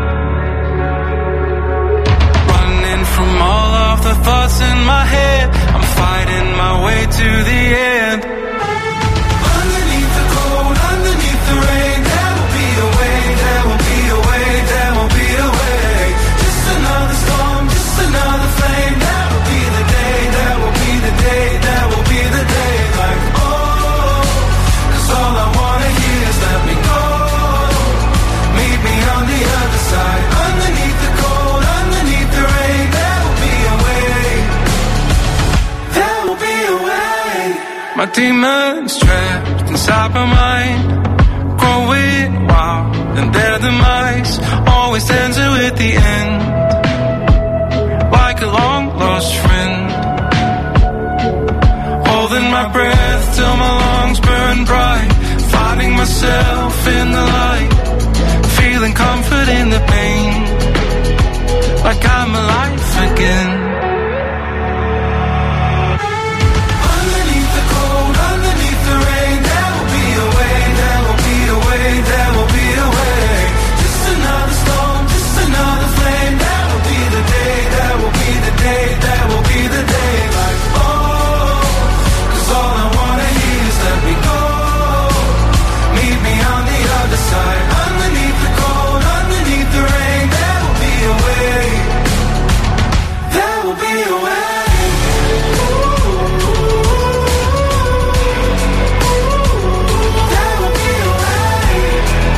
[SPEAKER 16] Running from all of the thoughts in my head, I'm fighting my way to the end. Underneath the cold, underneath the rain, there will be a way, there will be a way, there will be a way. Just another storm, just another flame. There will be the day, there will be the day, there will be the day. Like, oh, 'cause all I wanna hear is let me go. Meet me on the other side. Underneath the cold, underneath the rain, there will be a way. There will be a way. My demons trapped inside my mind, growing wild, and their demise always ends with the end. Like a long lost friend, holding my breath till my lungs burn bright, finding myself in the light, feeling comfort in the pain, like I'm alive again. Underneath the cold, underneath the rain, there will be a way, there will be a way, there will be a way. Just another storm, just another flame. There will be the day, there will be the day, there will be the day. Like, oh, 'cause all I wanna hear is let me go. Meet me on the other side. Underneath the cold, underneath the rain, there will be a way. There will be a way. There will be a way.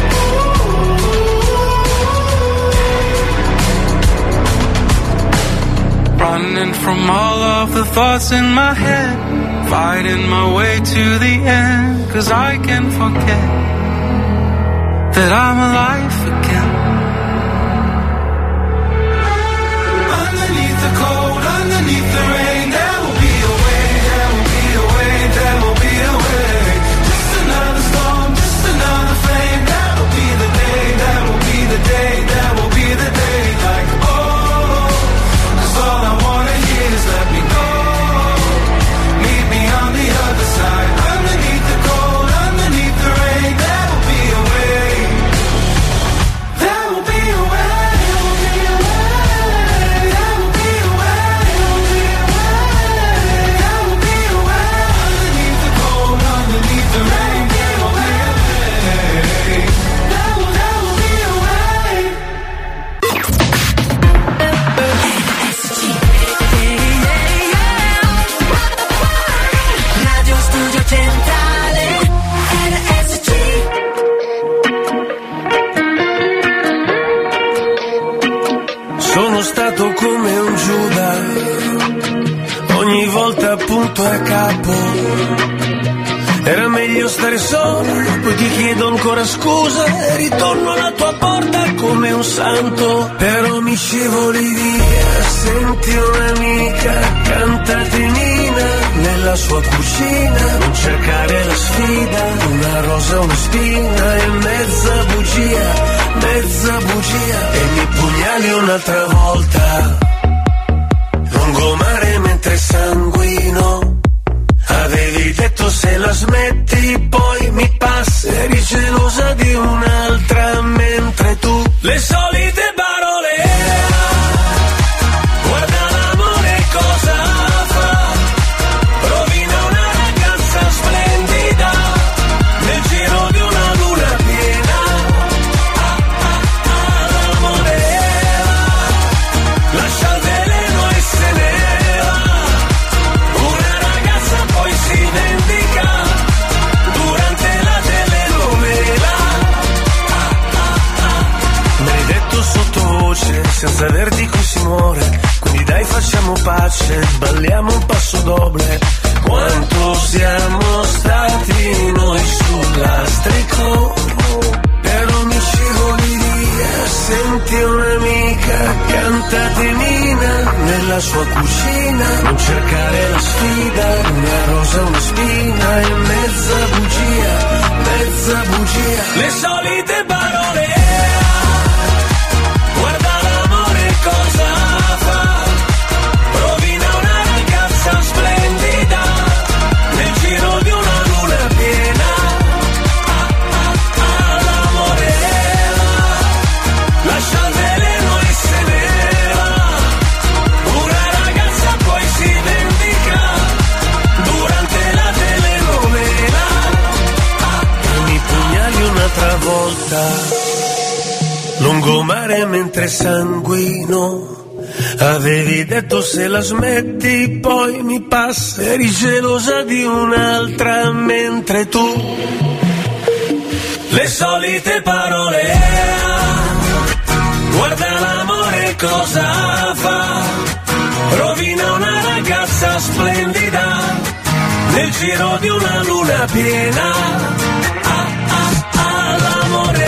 [SPEAKER 16] Running from all of the thoughts in my head, fighting my way to the end, 'cause I can forget that I'm alive again. Underneath the cold, underneath the rain, there will be a way, there will be a way, there will be a way. Just another storm, just another flame. There will be the day, there will be the day, there will be the day. Like, oh, 'cause all I wanna hear is let me go. Meet me on the other side. Underneath the cold, underneath the rain, there will be a way. There will be a way. There will be a way. There will be a way. Underneath the cold, underneath the rain, there will be a way. There will, there will be a way.
[SPEAKER 3] Radio Studio Centrale R S C.
[SPEAKER 15] Sono stato come un Giuda, ogni volta appunto a capo. Era meglio stare solo, poi ti chiedo ancora scusa e ritorno alla tua porta come un santo. Però mi scivoli via, senti un'amica, cantate Nina nella sua cucina. Non cercare la sfida, una rosa, una spina e mezza bugia, mezza bugia. E mi pugnali un'altra volta, lungomare mentre sanguino. Avevi detto se la smetti poi mi passa. Eri gelosa di un'altra mentre tu le solite parole. Guarda l'amore cosa fa, rovina una senza vertigo si muore. Quindi dai facciamo pace, balliamo un passo doble. Quanto siamo stati noi sul lastrico, per ogni scivoli via. Senti un'amica, cantate Nina nella sua cucina. Non cercare la sfida, una rosa, una spina e mezza bugia, mezza bugia. Le solite parole, guarda l'amore cosa fa. Rovina una ragazza splendida nel giro di una luna piena. Ah, ah, ah, l'amore lascia il veleno e se ne va. Una ragazza poi si vendica durante la telenovela. Ah, e mi pugnali un'altra volta. Lungomare mentre sanguino. Avevi detto se la smetti poi mi passa. Eri gelosa di un'altra mentre tu. Le solite parole, guarda l'amore cosa fa. Rovina una ragazza splendida nel giro di una luna piena. Ah, ah, ah, l'amore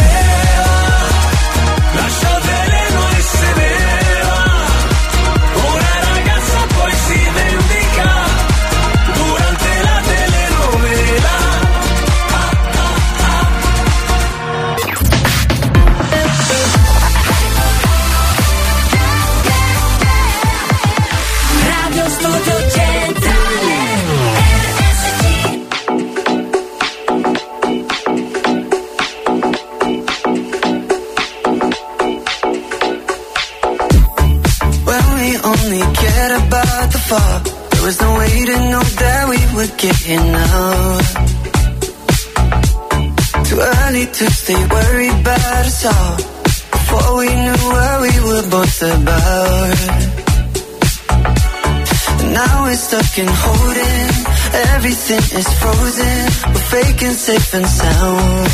[SPEAKER 15] lascia il veleno e se ne va. Una ragazza poi si vendica durante la telenovela.
[SPEAKER 3] Radio Studio Centrale R S C. When we only cared about the fall, there was no way to know that we would get enough. Too early to stay worried about us all, before we knew what we were both about. And now we're stuck in holding, everything is frozen, we're faking safe and sound.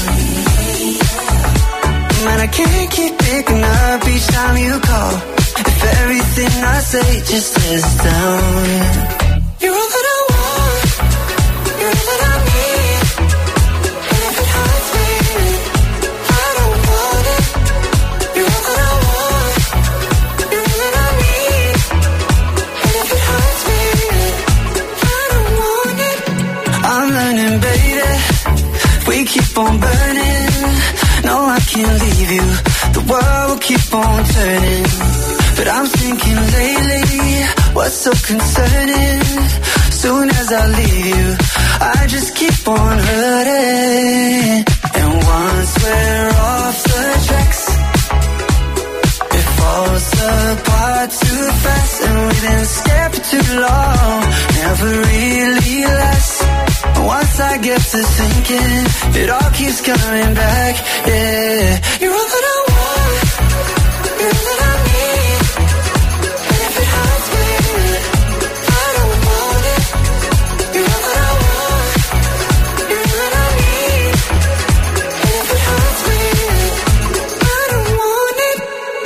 [SPEAKER 3] Man, I can't keep picking up each time you call, if everything I say just is down. You're all that I want, you're all that I need, and if it hurts me, I don't want it. You're all that I want, you're all that I need, and if it hurts me, I don't want it. I'm learning, baby, we keep on burning. No, I can't leave you, the world will keep on turning. But I'm thinking lately, what's so concerning? Soon as I leave you, I just keep on hurting. And once we're off the tracks, it falls apart too fast. And we've been scared for too long, never really lasts. Once I get to thinking, it all keeps coming back, yeah. You're all that I want, you're all that I need, and if it hurts me, I don't want it. You're all that I want, you're all that I need, and if it hurts me, I don't want it.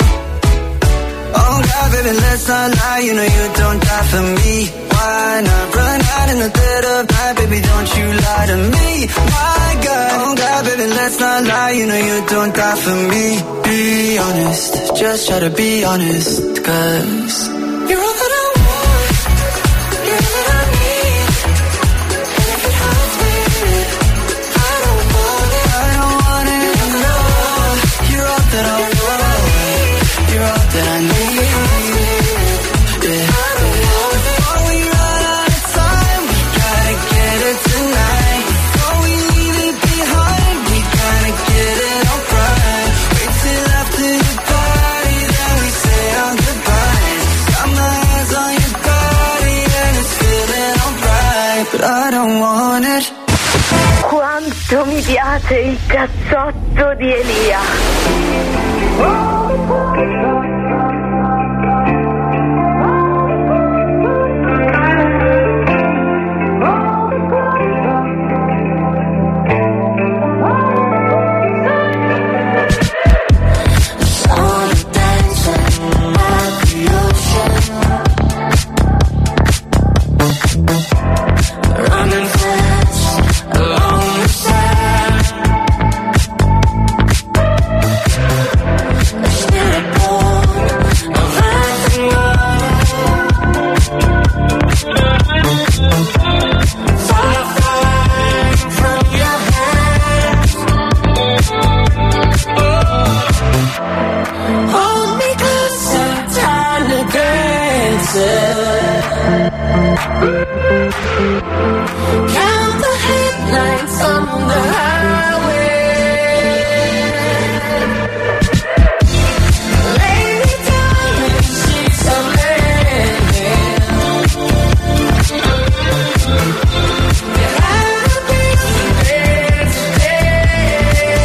[SPEAKER 3] Oh God, baby, let's not lie, you know you don't die for me. Why not run out in the dead of night, baby, don't you lie to me. My God, oh God, baby, let's not lie, you know you don't die for me. Be honest, just try to be honest, cause you're all that I want, you're all that I need, and if it hurts me, I don't want it. I don't want it, no. You're all that I want, you're all that I need, yeah. But I don't want it.
[SPEAKER 8] Quanto mi piace il cazzotto di Elia.
[SPEAKER 3] Sono dancing. Count the headlights on the highway. Lay me down in sheets of linen. I'll be there today.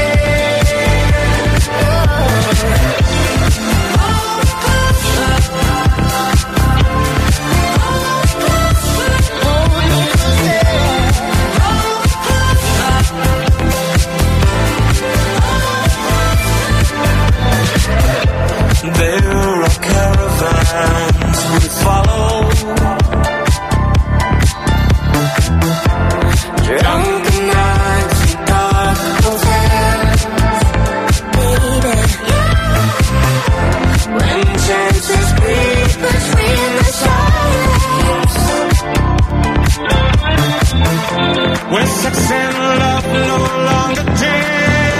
[SPEAKER 15] There are caravans we follow. Drunken nights in dark hotels. Baby, when chances creep between the shadows. When sex and love no longer dance.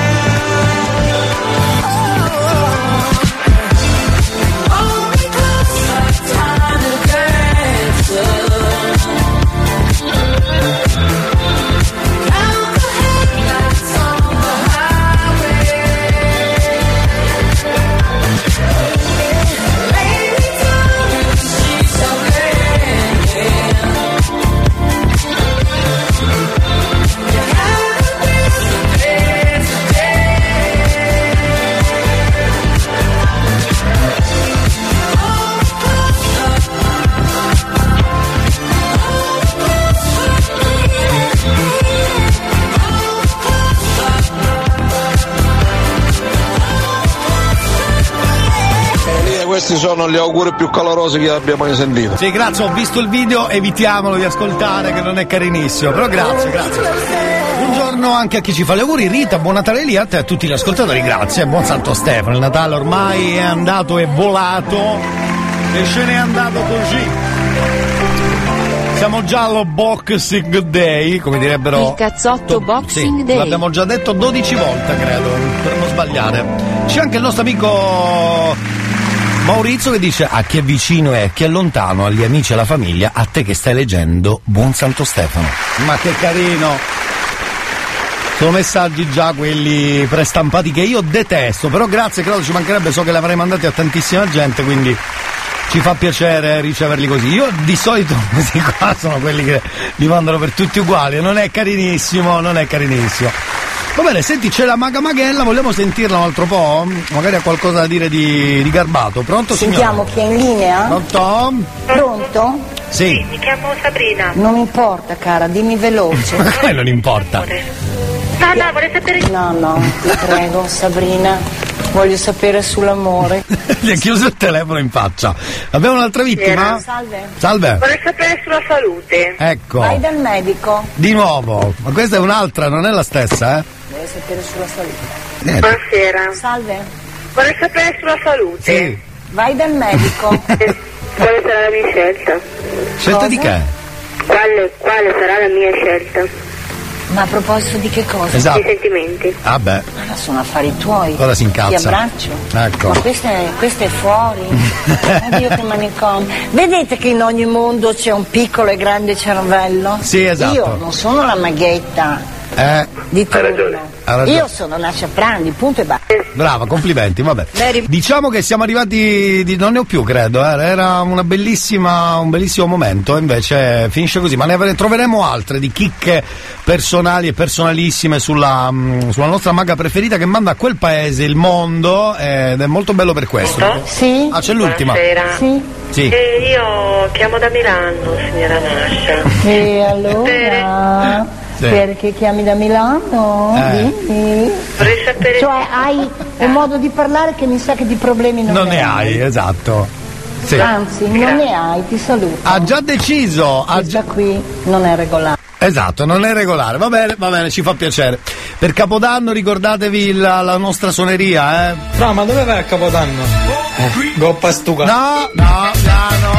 [SPEAKER 21] Questi sono gli auguri più calorosi che abbia mai sentito.
[SPEAKER 1] Sì, grazie, ho visto il video, evitiamolo di ascoltare che non è carinissimo, però grazie, grazie. Buongiorno anche a chi ci fa gli auguri, Rita, buon Natale lì a te e a tutti gli ascoltatori, grazie, buon Santo Stefano, il Natale ormai è andato e volato e ce n'è andato così. Siamo già allo Boxing Day, come direbbero.
[SPEAKER 9] Il cazzotto Boxing
[SPEAKER 1] sì,
[SPEAKER 9] Day.
[SPEAKER 1] L'abbiamo già detto dodici volte, credo, per non sbagliare. C'è anche il nostro amico Maurizio che dice: a chi è vicino e a chi è lontano, agli amici e alla famiglia, a te che stai leggendo, buon Santo Stefano. Ma che carino! Sono messaggi già quelli prestampati che io detesto, però grazie, credo ci mancherebbe, so che li avrei mandati a tantissima gente, quindi ci fa piacere riceverli così. Io di solito questi qua sono quelli che li mandano per tutti uguali, non è carinissimo, non è carinissimo. Va bene, senti, c'è la Maga Maghella, vogliamo sentirla un altro po'? Magari ha qualcosa da dire di, di garbato. Pronto,
[SPEAKER 18] Sentiamo
[SPEAKER 1] signora?
[SPEAKER 18] chi è in linea?
[SPEAKER 1] Pronto?
[SPEAKER 18] Pronto?
[SPEAKER 1] Sì.
[SPEAKER 8] Sì, mi chiamo Sabrina.
[SPEAKER 18] Non importa, cara, dimmi veloce.
[SPEAKER 1] Ma come non importa?
[SPEAKER 8] No, no, vorrei sapere...
[SPEAKER 18] No, no, ti prego, Sabrina, voglio sapere sull'amore.
[SPEAKER 1] Gli ha chiuso il telefono in faccia. Abbiamo un'altra vittima?
[SPEAKER 18] Salve.
[SPEAKER 1] Salve.
[SPEAKER 8] Vorrei sapere sulla salute.
[SPEAKER 1] Ecco.
[SPEAKER 18] Vai dal medico.
[SPEAKER 1] Di nuovo. Ma questa è un'altra, non è la stessa, eh?
[SPEAKER 18] Vorrei sapere sulla salute.
[SPEAKER 1] Eh.
[SPEAKER 8] Buonasera.
[SPEAKER 18] Salve.
[SPEAKER 8] Vorrei sapere sulla salute.
[SPEAKER 1] Sì.
[SPEAKER 18] Vai dal medico.
[SPEAKER 8] Quale sarà la mia scelta?
[SPEAKER 1] Scelta
[SPEAKER 18] Cosa?
[SPEAKER 1] di che?
[SPEAKER 8] Quale, quale sarà la mia scelta?
[SPEAKER 18] Ma a proposito di che cosa?
[SPEAKER 1] Esatto.
[SPEAKER 8] Di sentimenti.
[SPEAKER 1] Ah beh.
[SPEAKER 18] Ma sono affari tuoi.
[SPEAKER 1] Ora si incazza.
[SPEAKER 18] Ti abbraccio.
[SPEAKER 1] Ecco.
[SPEAKER 18] Ma questo è, questo è fuori. Oddio che manicomio. Vedete che in ogni mondo c'è un piccolo e grande cervello?
[SPEAKER 1] Sì, esatto.
[SPEAKER 18] Io non sono la maghetta
[SPEAKER 1] Eh.
[SPEAKER 18] di turno.
[SPEAKER 1] Ha ragione.
[SPEAKER 18] Io sono Nascia Prandi, punto e basta.
[SPEAKER 1] Brava, complimenti, vabbè. Diciamo che siamo arrivati, di, non ne ho più credo, eh. Era una bellissima, un bellissimo momento, invece finisce così, ma ne avre- troveremo altre di chicche personali e personalissime sulla, mh, sulla nostra maga preferita che manda a quel paese il mondo ed è molto bello per questo.
[SPEAKER 18] Sì?
[SPEAKER 1] Ah, c'è l'ultima.
[SPEAKER 8] Buonasera.
[SPEAKER 18] Sì.
[SPEAKER 1] Sì.
[SPEAKER 8] Eh, io chiamo da Milano, signora Nascia.
[SPEAKER 18] E allora?
[SPEAKER 1] Sì.
[SPEAKER 18] Perché chiami da Milano?
[SPEAKER 1] Eh.
[SPEAKER 18] Dimmi.
[SPEAKER 8] Vorrei sapere...
[SPEAKER 18] Cioè hai un modo di parlare che mi sa che di problemi non,
[SPEAKER 1] Non ne hai, esatto. Sì.
[SPEAKER 18] Anzi, non ne hai, ti saluto.
[SPEAKER 1] Ha già deciso. Ha
[SPEAKER 18] Questa qui non è regolare.
[SPEAKER 1] Esatto, non è regolare, va bene, va bene, ci fa piacere. Per Capodanno ricordatevi la, la nostra suoneria, eh?
[SPEAKER 2] No, ma dove vai a Capodanno? Eh, Goppa stuca.
[SPEAKER 1] No, no, no,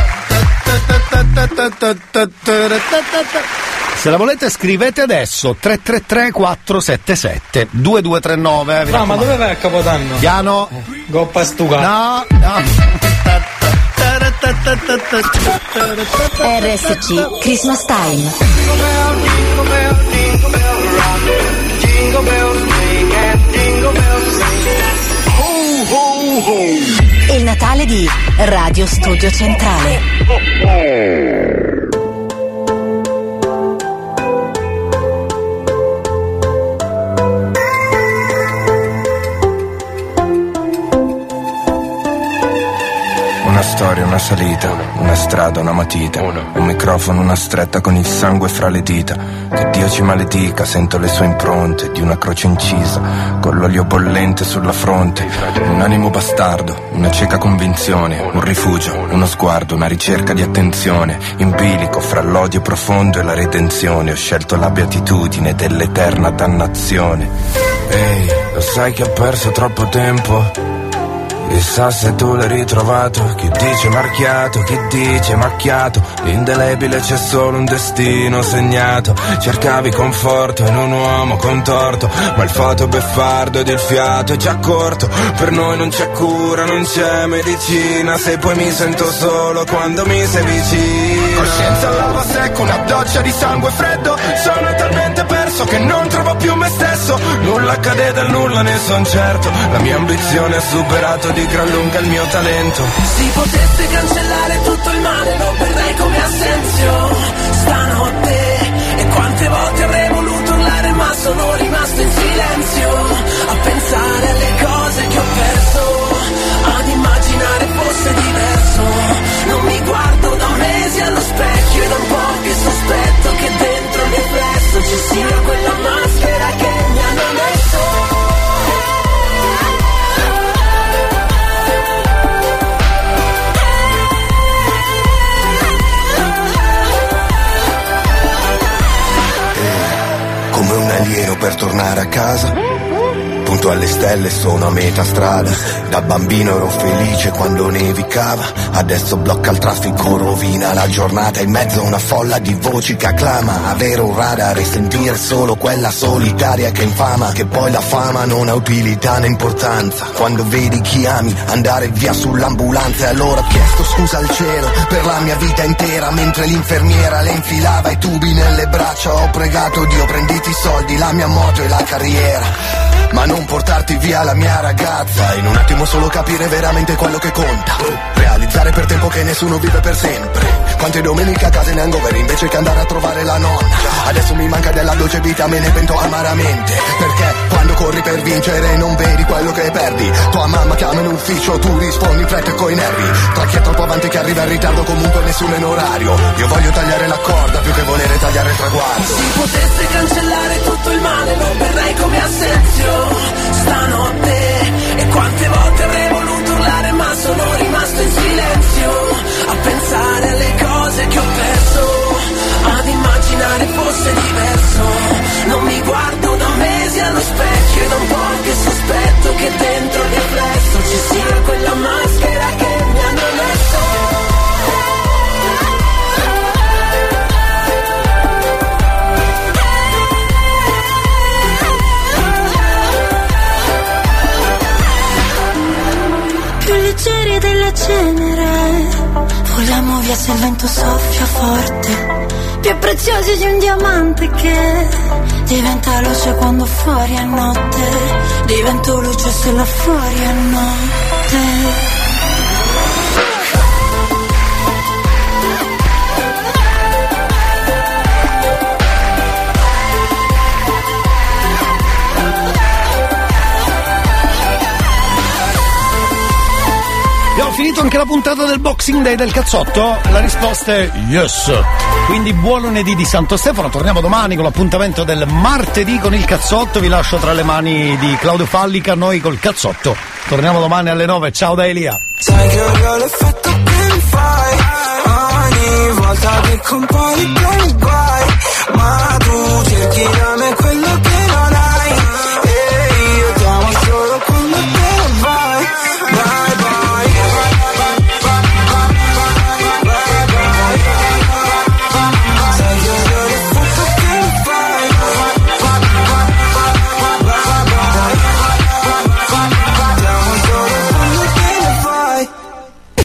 [SPEAKER 1] no. Se la volete scrivete adesso tre tre tre quattro sette sette due due tre nove.
[SPEAKER 2] No, ma dove vai a Capodanno?
[SPEAKER 1] Piano.
[SPEAKER 2] Eh, Goppa stuca.
[SPEAKER 1] No, no.
[SPEAKER 7] R S C Christmas Time. Il Natale di Radio Studio Centrale.
[SPEAKER 11] Una storia, una salita, una strada, una matita, un microfono, una stretta con il sangue fra le dita. Che Dio ci maledica, sento le sue impronte di una croce incisa, con l'olio bollente sulla fronte. Un animo bastardo, una cieca convinzione, un rifugio, uno sguardo, una ricerca di attenzione. In bilico fra l'odio profondo e la redenzione, ho scelto la beatitudine dell'eterna dannazione. Ehi, lo sai che ho perso troppo tempo? Chissà se tu l'hai ritrovato. Chi dice marchiato, chi dice macchiato. L'indelebile c'è solo un destino segnato. Cercavi conforto in un uomo contorto, ma il foto beffardo ed il fiato è già corto. Per noi non c'è cura, non c'è medicina, se poi mi sento solo quando mi sei vicino. Coscienza all'alba secca, una doccia di sangue freddo. Sono talmente perso che non trovo più me stesso. Nulla accade dal nulla, ne son certo. La mia ambizione ha superato di gran lunga il mio talento.
[SPEAKER 3] Si potesse cancellare tutto il male, lo berrei come Assenzio stanotte. E quante volte avrei voluto urlare, ma sono rimasto in silenzio a pensare alle cose che ho perso, ad immaginare fosse diverso. Non mi guardo da mesi allo specchio e da un po' che sospetto che dentro il riflesso ci sia quella maschera che mi hanno messo.
[SPEAKER 17] Come un alieno per tornare a casa, punto alle stelle, sono a metà strada. Da bambino ero felice quando nevicava, adesso blocca il traffico, rovina la giornata. In mezzo a una folla di voci che acclama, avere un radar e sentire solo quella solitaria che infama. Che poi la fama non ha utilità né importanza quando vedi chi ami andare via sull'ambulanza. E allora ho chiesto scusa al cielo per la mia vita intera, mentre l'infermiera le infilava i tubi nelle braccia. Ho pregato Dio, prenditi i soldi, la mia moto e la carriera, ma non portarti via la mia ragazza. In un attimo solo capire veramente quello che conta, realizzare per tempo che nessuno vive per sempre. Quante domeniche a casa in hangover invece che andare a trovare la nonna. Adesso mi manca della dolce vita, me ne pento amaramente, perché quando corri per vincere non vedi quello che perdi. Tua mamma chiama in ufficio, tu rispondi in fretta e coi nervi. Tra chi è troppo avanti che arriva in ritardo, comunque nessuno è in orario. Io voglio tagliare la corda più che volere tagliare il traguardo.
[SPEAKER 3] Si potesse cancellare tutto il male, lo berrei come Assenzio stanotte. E quante volte avrei voluto urlare, ma sono rimasto in silenzio a pensare alle cose che ho perso, ad immaginare fosse diverso. Non mi guardo da mesi allo specchio e da un po' che sospetto che dentro il riflesso ci sia quella maschera che mi hanno messo. Più leggeri della cenere, voliamo via se il vento soffia forte. Più preziosi di un diamante che diventa luce quando fuori è notte. Divento luce se là fuori è notte.
[SPEAKER 1] Finito anche la puntata del Boxing Day del cazzotto? La risposta è yes. Quindi buon lunedì di Santo Stefano, torniamo domani con l'appuntamento del martedì con il cazzotto. Vi lascio tra le mani di Claudio Fallica, noi col cazzotto. Torniamo domani alle nove, ciao da Elia.
[SPEAKER 14] Sai che odio l'effetto che mi fai ogni volta che compari con i guai, ma tu